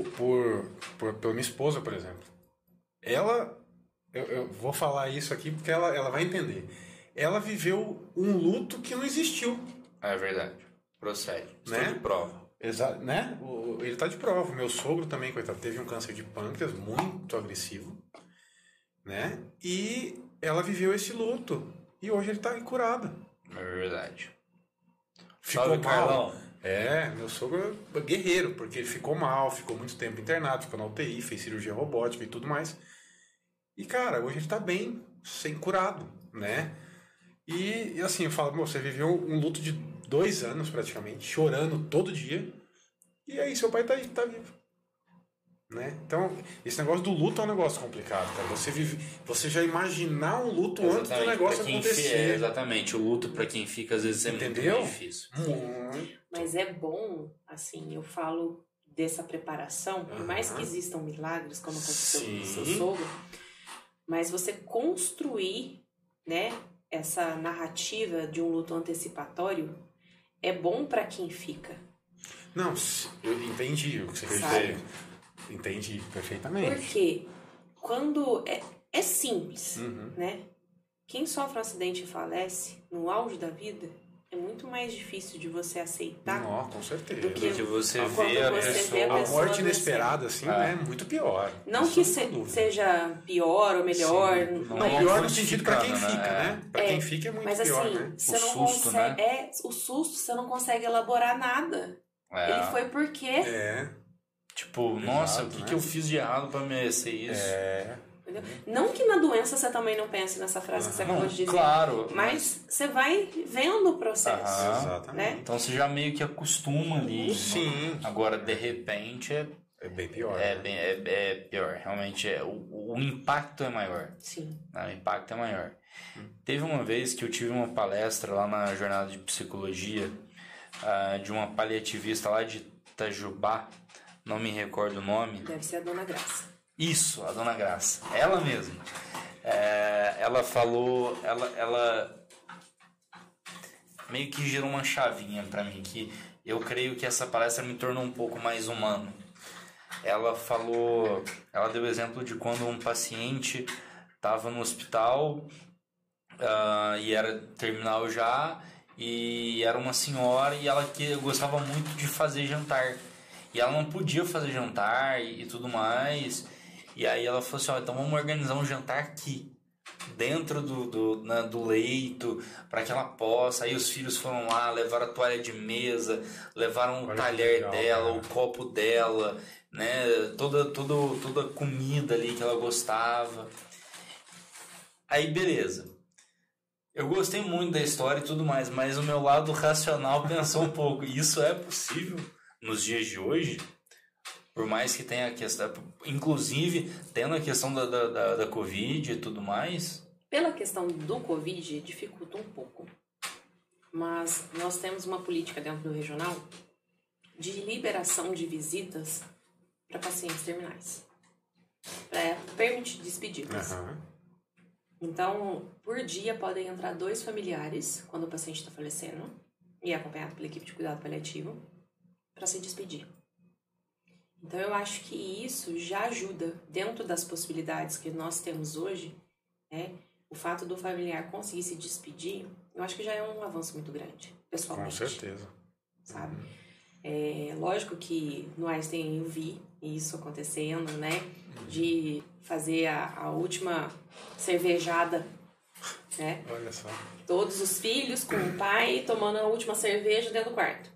pela minha esposa, por exemplo. Ela, eu vou falar isso aqui porque ela vai entender. Ela viveu um luto que não existiu. É verdade. Procede. Estou Né? de prova. Exato, né? Ele tá de prova. Meu sogro também, coitado, teve um câncer de pâncreas muito agressivo, né? E ela viveu esse luto. E hoje ele tá curado. É verdade. Ficou Salve, mal. Carlão. Meu sogro é guerreiro, porque ele ficou mal, ficou muito tempo internado, ficou na UTI, fez cirurgia robótica e tudo mais. E, cara, hoje ele tá bem, sem curado, né? E assim, eu falo, você viveu um luto de 2 anos praticamente, chorando todo dia. E aí, seu pai tá vivo. Né? Então, esse negócio do luto é um negócio complicado, cara. Você já imaginar um luto antes do negócio pra quem acontecer. exatamente. O luto pra quem fica às vezes é Entendeu? muito difícil. Mas é bom, assim, eu falo dessa preparação, por mais que existam milagres, como aconteceu com o seu sogro, mas você construir, né, essa narrativa de um luto antecipatório é bom pra quem fica. Não, eu entendi o que você quer Sabe? dizer. Entendi perfeitamente. Porque quando é simples, né? Quem sofre um acidente e falece no auge da vida é muito mais difícil de você aceitar Não, com certeza. do que Porque você quando vê a você pessoa... vê a A pessoa morte inesperada, assim, é muito pior. Não Isso que não tem dúvida. seja pior ou melhor, não mas, é Pior no sentido pra quem Justificando, fica, né? né? Pra quem fica é muito mas pior, assim, né? você O não susto, consegue. né? O susto, você não consegue elaborar nada. É. Ele foi porque. Tipo, nossa, Exato, o que, né? que eu fiz de errado pra merecer isso? Entendeu? Não que na doença você também não pense nessa frase que você acabou de dizer. Claro. Mas você vai vendo o processo. Exatamente. Né? Então você já meio que acostuma ali. Sim. Agora, de repente, É bem pior. é, né? bem, é pior. Realmente, o impacto é maior. Sim. O impacto é maior. Teve uma vez que eu tive uma palestra lá na jornada de psicologia de uma paliativista lá de Itajubá, não me recordo o nome. Deve ser a Dona Graça. Isso, a Dona Graça, ela mesma. Ela falou, ela meio que girou uma chavinha pra mim, que eu creio que essa palestra me tornou um pouco mais humano. Ela falou, ela deu exemplo de quando um paciente estava no hospital e era terminal já, e era uma senhora e ela que gostava muito de fazer jantar. E ela não podia fazer jantar e tudo mais. E aí ela falou assim, então vamos organizar um jantar aqui, dentro do leito, para que ela possa. Aí os filhos foram lá, levaram a toalha de mesa, levaram o talher dela, o copo dela, né? Toda a comida ali que ela gostava. Aí beleza. Eu gostei muito da história e tudo mais, mas o meu lado racional pensou um pouco, isso é possível nos dias de hoje? Por mais que tenha a questão, inclusive tendo a questão da Covid e tudo mais. Pela questão do Covid, dificulta um pouco. Mas nós temos uma política dentro do regional de liberação de visitas para pacientes terminais. Para permitir despedidas. Então, por dia podem entrar 2 familiares quando o paciente está falecendo e é acompanhado pela equipe de cuidado paliativo para se despedir. Então, eu acho que isso já ajuda, dentro das possibilidades que nós temos hoje, né? O fato do familiar conseguir se despedir, eu acho que já é um avanço muito grande, pessoalmente. Com certeza. Sabe? É lógico que no Einstein eu vi isso acontecendo, né? De fazer a última cervejada, né? Olha só. Todos os filhos com o pai tomando a última cerveja dentro do quarto.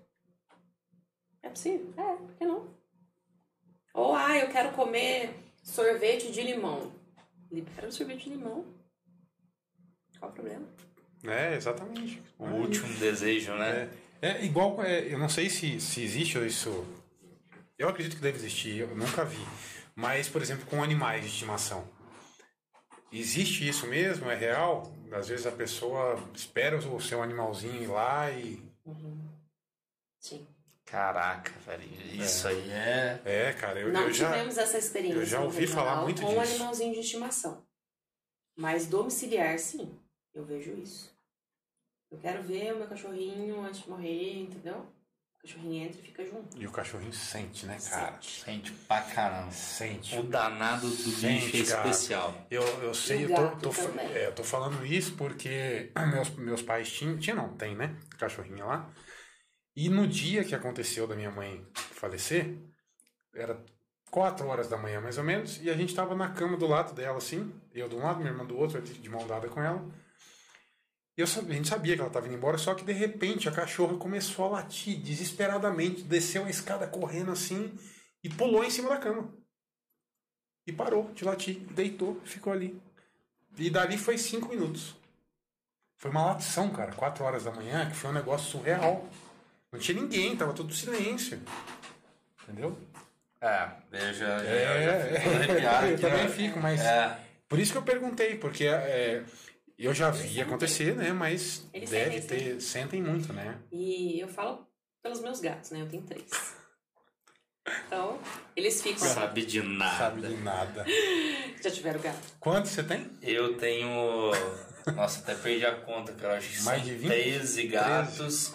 É possível? Por que não? Ou, eu quero comer sorvete de limão. Libera o sorvete de limão. Qual o problema? Exatamente. O último desejo, né? É igual, eu não sei se existe isso. Eu acredito que deve existir, eu nunca vi. Mas, por exemplo, com animais de estimação. Existe isso mesmo? É real? Às vezes a pessoa espera o seu animalzinho ir lá e... Sim. Caraca, velho, isso aí é... cara, Não eu já... tivemos essa experiência eu já ouvi falar muito com disso. um animalzinho de estimação. Mas domiciliar, sim. Eu vejo isso. Eu quero ver o meu cachorrinho antes de morrer, entendeu? O cachorrinho entra e fica junto. E o cachorrinho sente, né, cara? Sente pra caramba. Sente. O danado do bicho é especial. Eu sei, eu tô falando isso porque meus pais tem, né? Cachorrinho lá. E no dia que aconteceu da minha mãe falecer, era 4 horas da manhã mais ou menos, e a gente tava na cama do lado dela, assim, eu de um lado, minha irmã do outro, de mão dada com ela. E a gente sabia que ela estava indo embora, só que de repente a cachorra começou a latir desesperadamente, desceu a escada correndo assim e pulou em cima da cama. E parou de latir, deitou, ficou ali. E dali foi 5 minutos. Foi uma latição, cara, 4 horas da manhã, que foi um negócio surreal. Não tinha ninguém, tava tudo silêncio. Entendeu? Eu já fico arrepiado. Eu também fico, mas... Por isso que eu perguntei, porque... eu já vi acontecer, né? Mas eles sentem muito, né? E eu falo pelos meus gatos, né? Eu tenho 3. Então, eles ficam... Sabe de nada. Já tiveram gato? Quantos você tem? Eu tenho... Nossa, até perdi a conta, cara. Acho que mais são de 20? 13 gatos.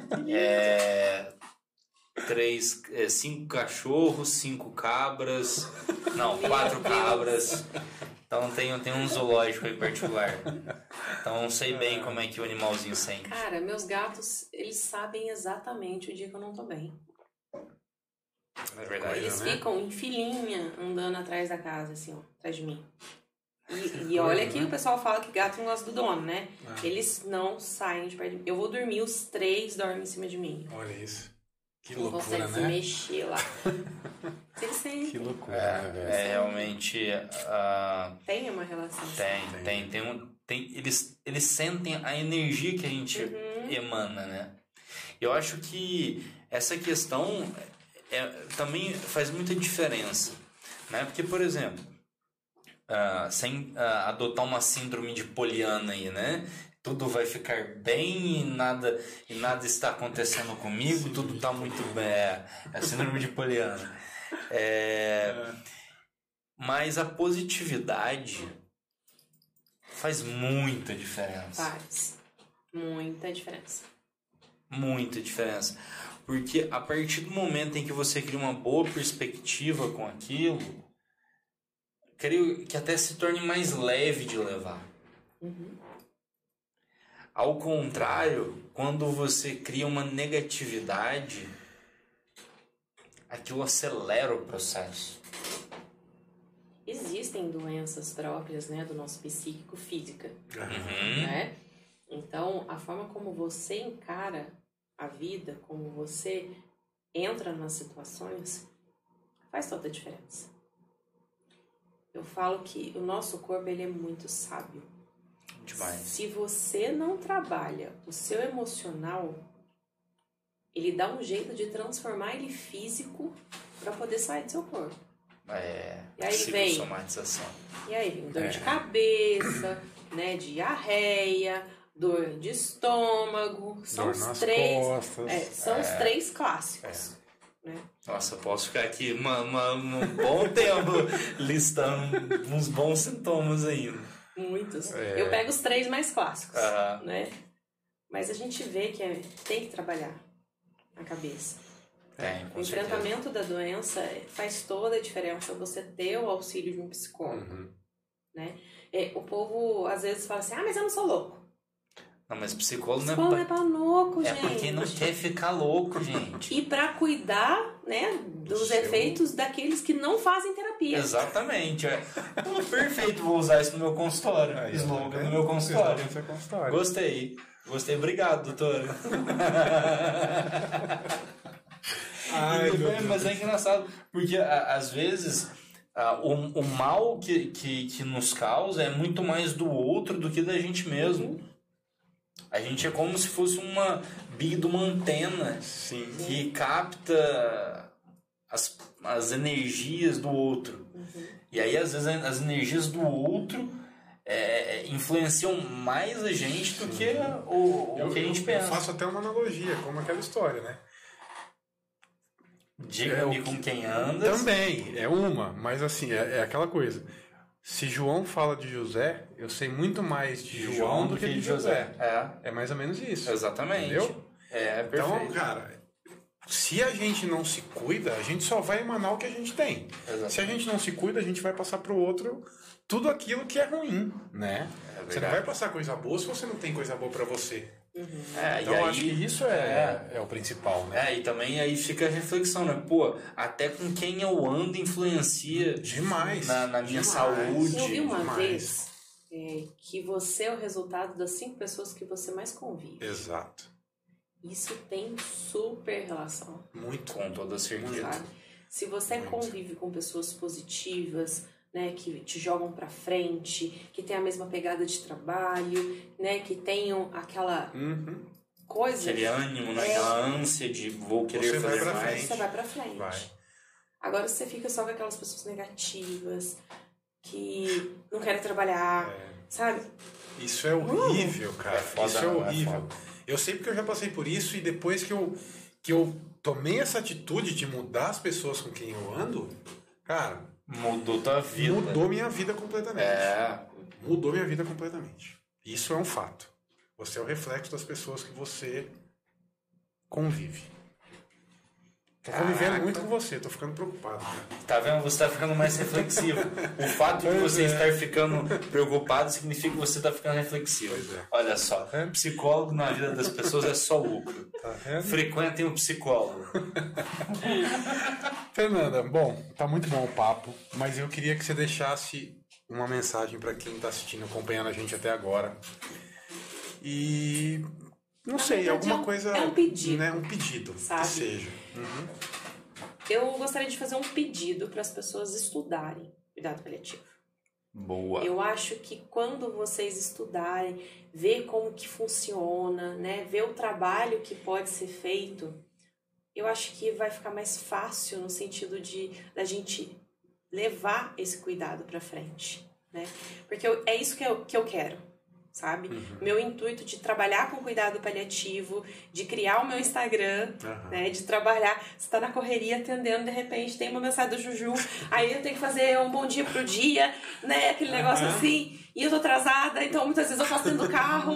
5 cachorros, 5 cabras. Não, 4 cabras. Então tem um zoológico aí particular. Então sei bem como é que o animalzinho sente. Cara, meus gatos, eles sabem exatamente o dia que eu não tô bem. É verdade, Eles né? ficam em filinha andando atrás da casa, assim, ó, atrás de mim. E olha que o pessoal fala que gato não gosta do dono, né? Eles não saem de perto de mim. Eu vou dormir, os 3 dormem em cima de mim. Olha isso. Que Não loucura, consegue se né? mexer lá. Eles sentem. Que loucura, né, velho? Realmente... Tem uma relação. Eles sentem a energia que a gente emana, né? Eu acho que essa questão também faz muita diferença, né? Porque, por exemplo, sem adotar uma síndrome de Poliana aí, né? Tudo vai ficar bem e nada está acontecendo comigo, tudo está muito bem. É a síndrome de Poliana. Mas a positividade faz muita diferença. Faz. Muita diferença. Muita diferença. Porque a partir do momento em que você cria uma boa perspectiva com aquilo, creio que até se torne mais leve de levar. Ao contrário, quando você cria uma negatividade, aquilo acelera o processo. Existem doenças próprias, né, do nosso psíquico física, né? Então, a forma como você encara a vida, como você entra nas situações, faz toda a diferença. Eu falo que o nosso corpo, ele é muito sábio. Demais. Se você não trabalha o seu emocional, ele dá um jeito de transformar ele físico para poder sair do seu corpo. E aí psicossomatização. E aí vem dor de cabeça, né, diarreia, dor de estômago, são Dor os nas 3, costas. são os 3 clássicos, né? Nossa, eu posso ficar aqui um bom tempo listando uns bons sintomas ainda. Muitos. Eu pego os 3 mais clássicos, né? Mas a gente vê que tem que trabalhar a cabeça. Com o enfrentamento da doença faz toda a diferença você ter o auxílio de um psicólogo, né? O povo às vezes fala assim, mas eu não sou louco. Não, mas psicólogo não é pra louco, gente. É porque não quer ficar louco, gente. E pra cuidar, né, dos efeitos daqueles que não fazem terapia. Exatamente. Perfeito, vou usar isso no meu consultório. Slogan no meu consultório. Gostei. Obrigado, doutora. Mas é engraçado, porque às vezes O mal que nos causa é muito mais do outro do que da gente mesmo. A gente é como se fosse uma big de uma antena que capta as energias do outro. E aí, às vezes, as energias do outro influenciam mais a gente do que o que a gente pensa. Eu faço até uma analogia, como aquela história, né? Diga-me com quem andas. Também, é uma, mas assim, é aquela coisa. Se João fala de José, eu sei muito mais de João do que de José. É mais ou menos isso. Exatamente. Entendeu? Perfeito. Então, cara, se a gente não se cuida, a gente só vai emanar o que a gente tem. Exatamente. Se a gente não se cuida, a gente vai passar pro outro tudo aquilo que é ruim, né? Você não vai passar coisa boa se você não tem coisa boa pra você. Então, eu acho que isso é o principal, né? E também aí fica a reflexão, né? Pô, até com quem eu ando influencia Demais. na minha saúde. Eu vi uma demais. vez que você é o resultado das 5 pessoas que você mais convive. Exato. Isso tem super relação. Muito. Com toda certeza. Sabe? Se você Muito. convive com pessoas positivas, né, que te jogam pra frente, que tem a mesma pegada de trabalho, né, que tenham aquela coisa... Aquele ânimo, né? Aquela ânsia de vou querer Você vai fazer pra mais. frente. Você vai pra frente. Vai. Agora você fica só com aquelas pessoas negativas, que não querem trabalhar, sabe? Isso é horrível, cara. foda, Isso é não, é horrível. foda. Eu sei porque eu já passei por isso e depois que eu tomei essa atitude de mudar as pessoas com quem eu ando, cara, Mudou tua vida. mudou minha vida completamente. É. Mudou minha vida completamente. Isso é um fato. Você é o reflexo das pessoas que você convive. Tô convivendo muito com você, tô ficando preocupado, cara. Tá vendo? Você tá ficando mais reflexivo. O fato de você estar ficando preocupado significa que você tá ficando reflexivo. Pois é. Olha só, psicólogo na vida das pessoas é só lucro. Tá vendo? Frequentem um psicólogo. Fernanda, bom, tá muito bom o papo, mas eu queria que você deixasse uma mensagem para quem tá assistindo, acompanhando a gente até agora. E não sei, verdade, alguma coisa, é um pedido, né, um pedido, sabe? que seja. Eu gostaria de fazer um pedido para as pessoas estudarem cuidado paliativo. Boa. Eu acho que quando vocês estudarem, ver como que funciona, né, ver o trabalho que pode ser feito, eu acho que vai ficar mais fácil no sentido da gente levar esse cuidado para frente, né? Porque é isso que eu quero, sabe? Meu intuito de trabalhar com cuidado paliativo, de criar o meu Instagram, né? De trabalhar, você tá na correria atendendo, de repente tem uma mensagem do Juju, aí eu tenho que fazer um bom dia pro dia, né? Aquele negócio assim, e eu tô atrasada, então muitas vezes eu faço dentro do carro,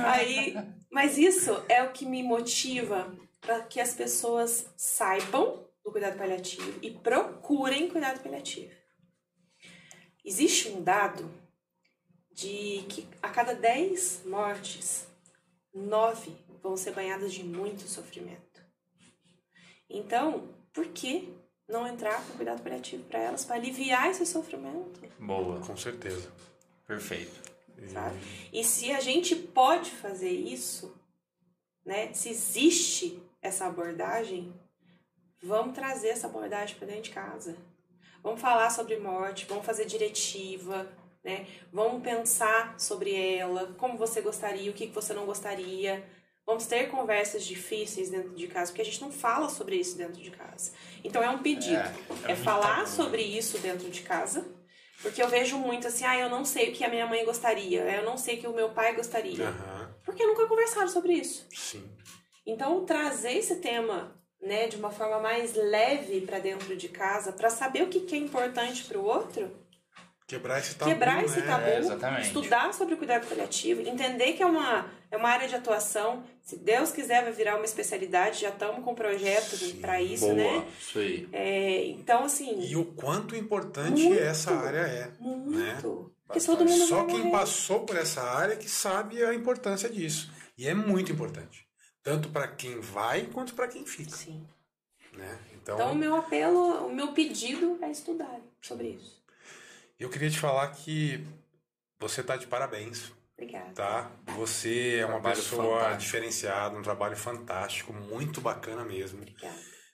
mas isso é o que me motiva para que as pessoas saibam do cuidado paliativo e procurem cuidado paliativo. Existe um dado de que a cada 10 mortes, 9 vão ser banhadas de muito sofrimento. Então, por que não entrar com cuidado paliativo para elas, para aliviar esse sofrimento? Boa. Com certeza. Perfeito. Sabe? E se a gente pode fazer isso, né? Se existe essa abordagem, vamos trazer essa abordagem para dentro de casa. Vamos falar sobre morte, vamos fazer diretiva, né? Vamos pensar sobre ela, como você gostaria, o que você não gostaria. Vamos ter conversas difíceis dentro de casa, porque a gente não fala sobre isso dentro de casa. Então é um pedido, é falar sobre isso dentro de casa, porque eu vejo muito assim, eu não sei o que a minha mãe gostaria, eu não sei o que o meu pai gostaria, porque nunca conversaram sobre isso. Sim. Então trazer esse tema, né, de uma forma mais leve para dentro de casa, para saber o que é importante para o outro. Quebrar esse tabu, Quebrar esse tabu, exatamente. estudar sobre o cuidado paliativo, entender que é uma área de atuação. Se Deus quiser, vai virar uma especialidade. Já estamos com um projeto para isso, Boa. né? Isso aí. Então, assim... E o quanto importante muito, essa área é. Muito. Né? Porque todo mundo Só vai quem morrer. passou por essa área que sabe a importância disso. E é muito importante. Tanto para quem vai, quanto para quem fica. Sim. Né? Então, o meu apelo, o meu pedido é estudar sobre isso. Eu queria te falar que você tá de parabéns, Obrigada. tá? Você é uma Trabalho pessoa fantástico. diferenciada, um trabalho fantástico, muito bacana mesmo. Obrigada.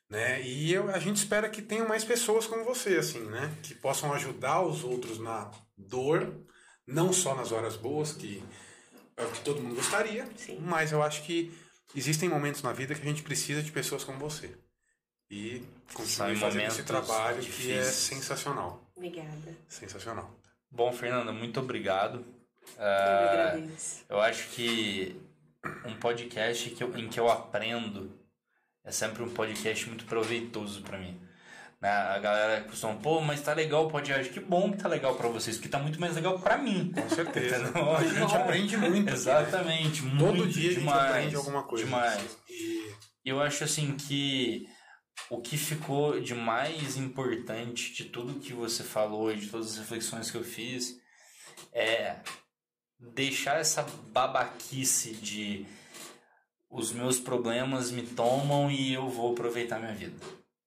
né? E a gente espera que tenham mais pessoas como você, assim, né? Que possam ajudar os outros na dor, não só nas horas boas, que é o que todo mundo gostaria, Sim. mas eu acho que existem momentos na vida que a gente precisa de pessoas como você. E continue fazendo esse trabalho que é sensacional. Obrigada. Sensacional. Bom, Fernanda, muito obrigado. Eu agradeço. Eu acho que um podcast em que eu aprendo é sempre um podcast muito proveitoso pra mim. Né? A galera costuma, pô, mas tá legal o podcast. Que bom que tá legal pra vocês, porque tá muito mais legal pra mim. Com certeza. Entendeu? A gente aprende muito. Exatamente, aqui, né? muito Todo dia demais, a gente aprende alguma coisa. Demais. Eu acho assim que o que ficou de mais importante de tudo que você falou e de todas as reflexões que eu fiz é deixar essa babaquice de os meus problemas me tomam e eu vou aproveitar minha vida.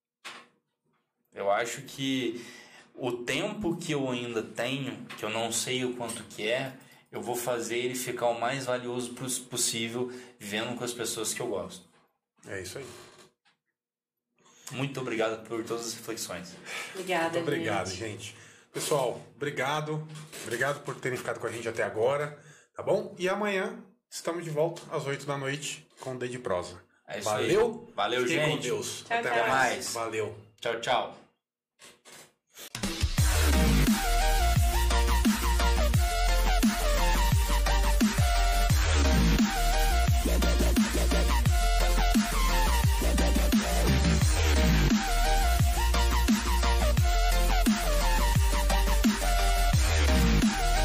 Eu acho que o tempo que eu ainda tenho, que eu não sei o quanto que é, eu vou fazer ele ficar o mais valioso possível vivendo com as pessoas que eu gosto. É isso aí. Muito obrigado por todas as reflexões. Obrigada, Muito obrigado, gente. Pessoal, obrigado. Obrigado por terem ficado com a gente até agora, tá bom? E amanhã estamos de volta às 8 da noite com o Day de Prosa. É isso Valeu? aí. Valeu, Fiquem gente. com Deus. Tchau, Até tchau. mais. Valeu. Tchau, tchau.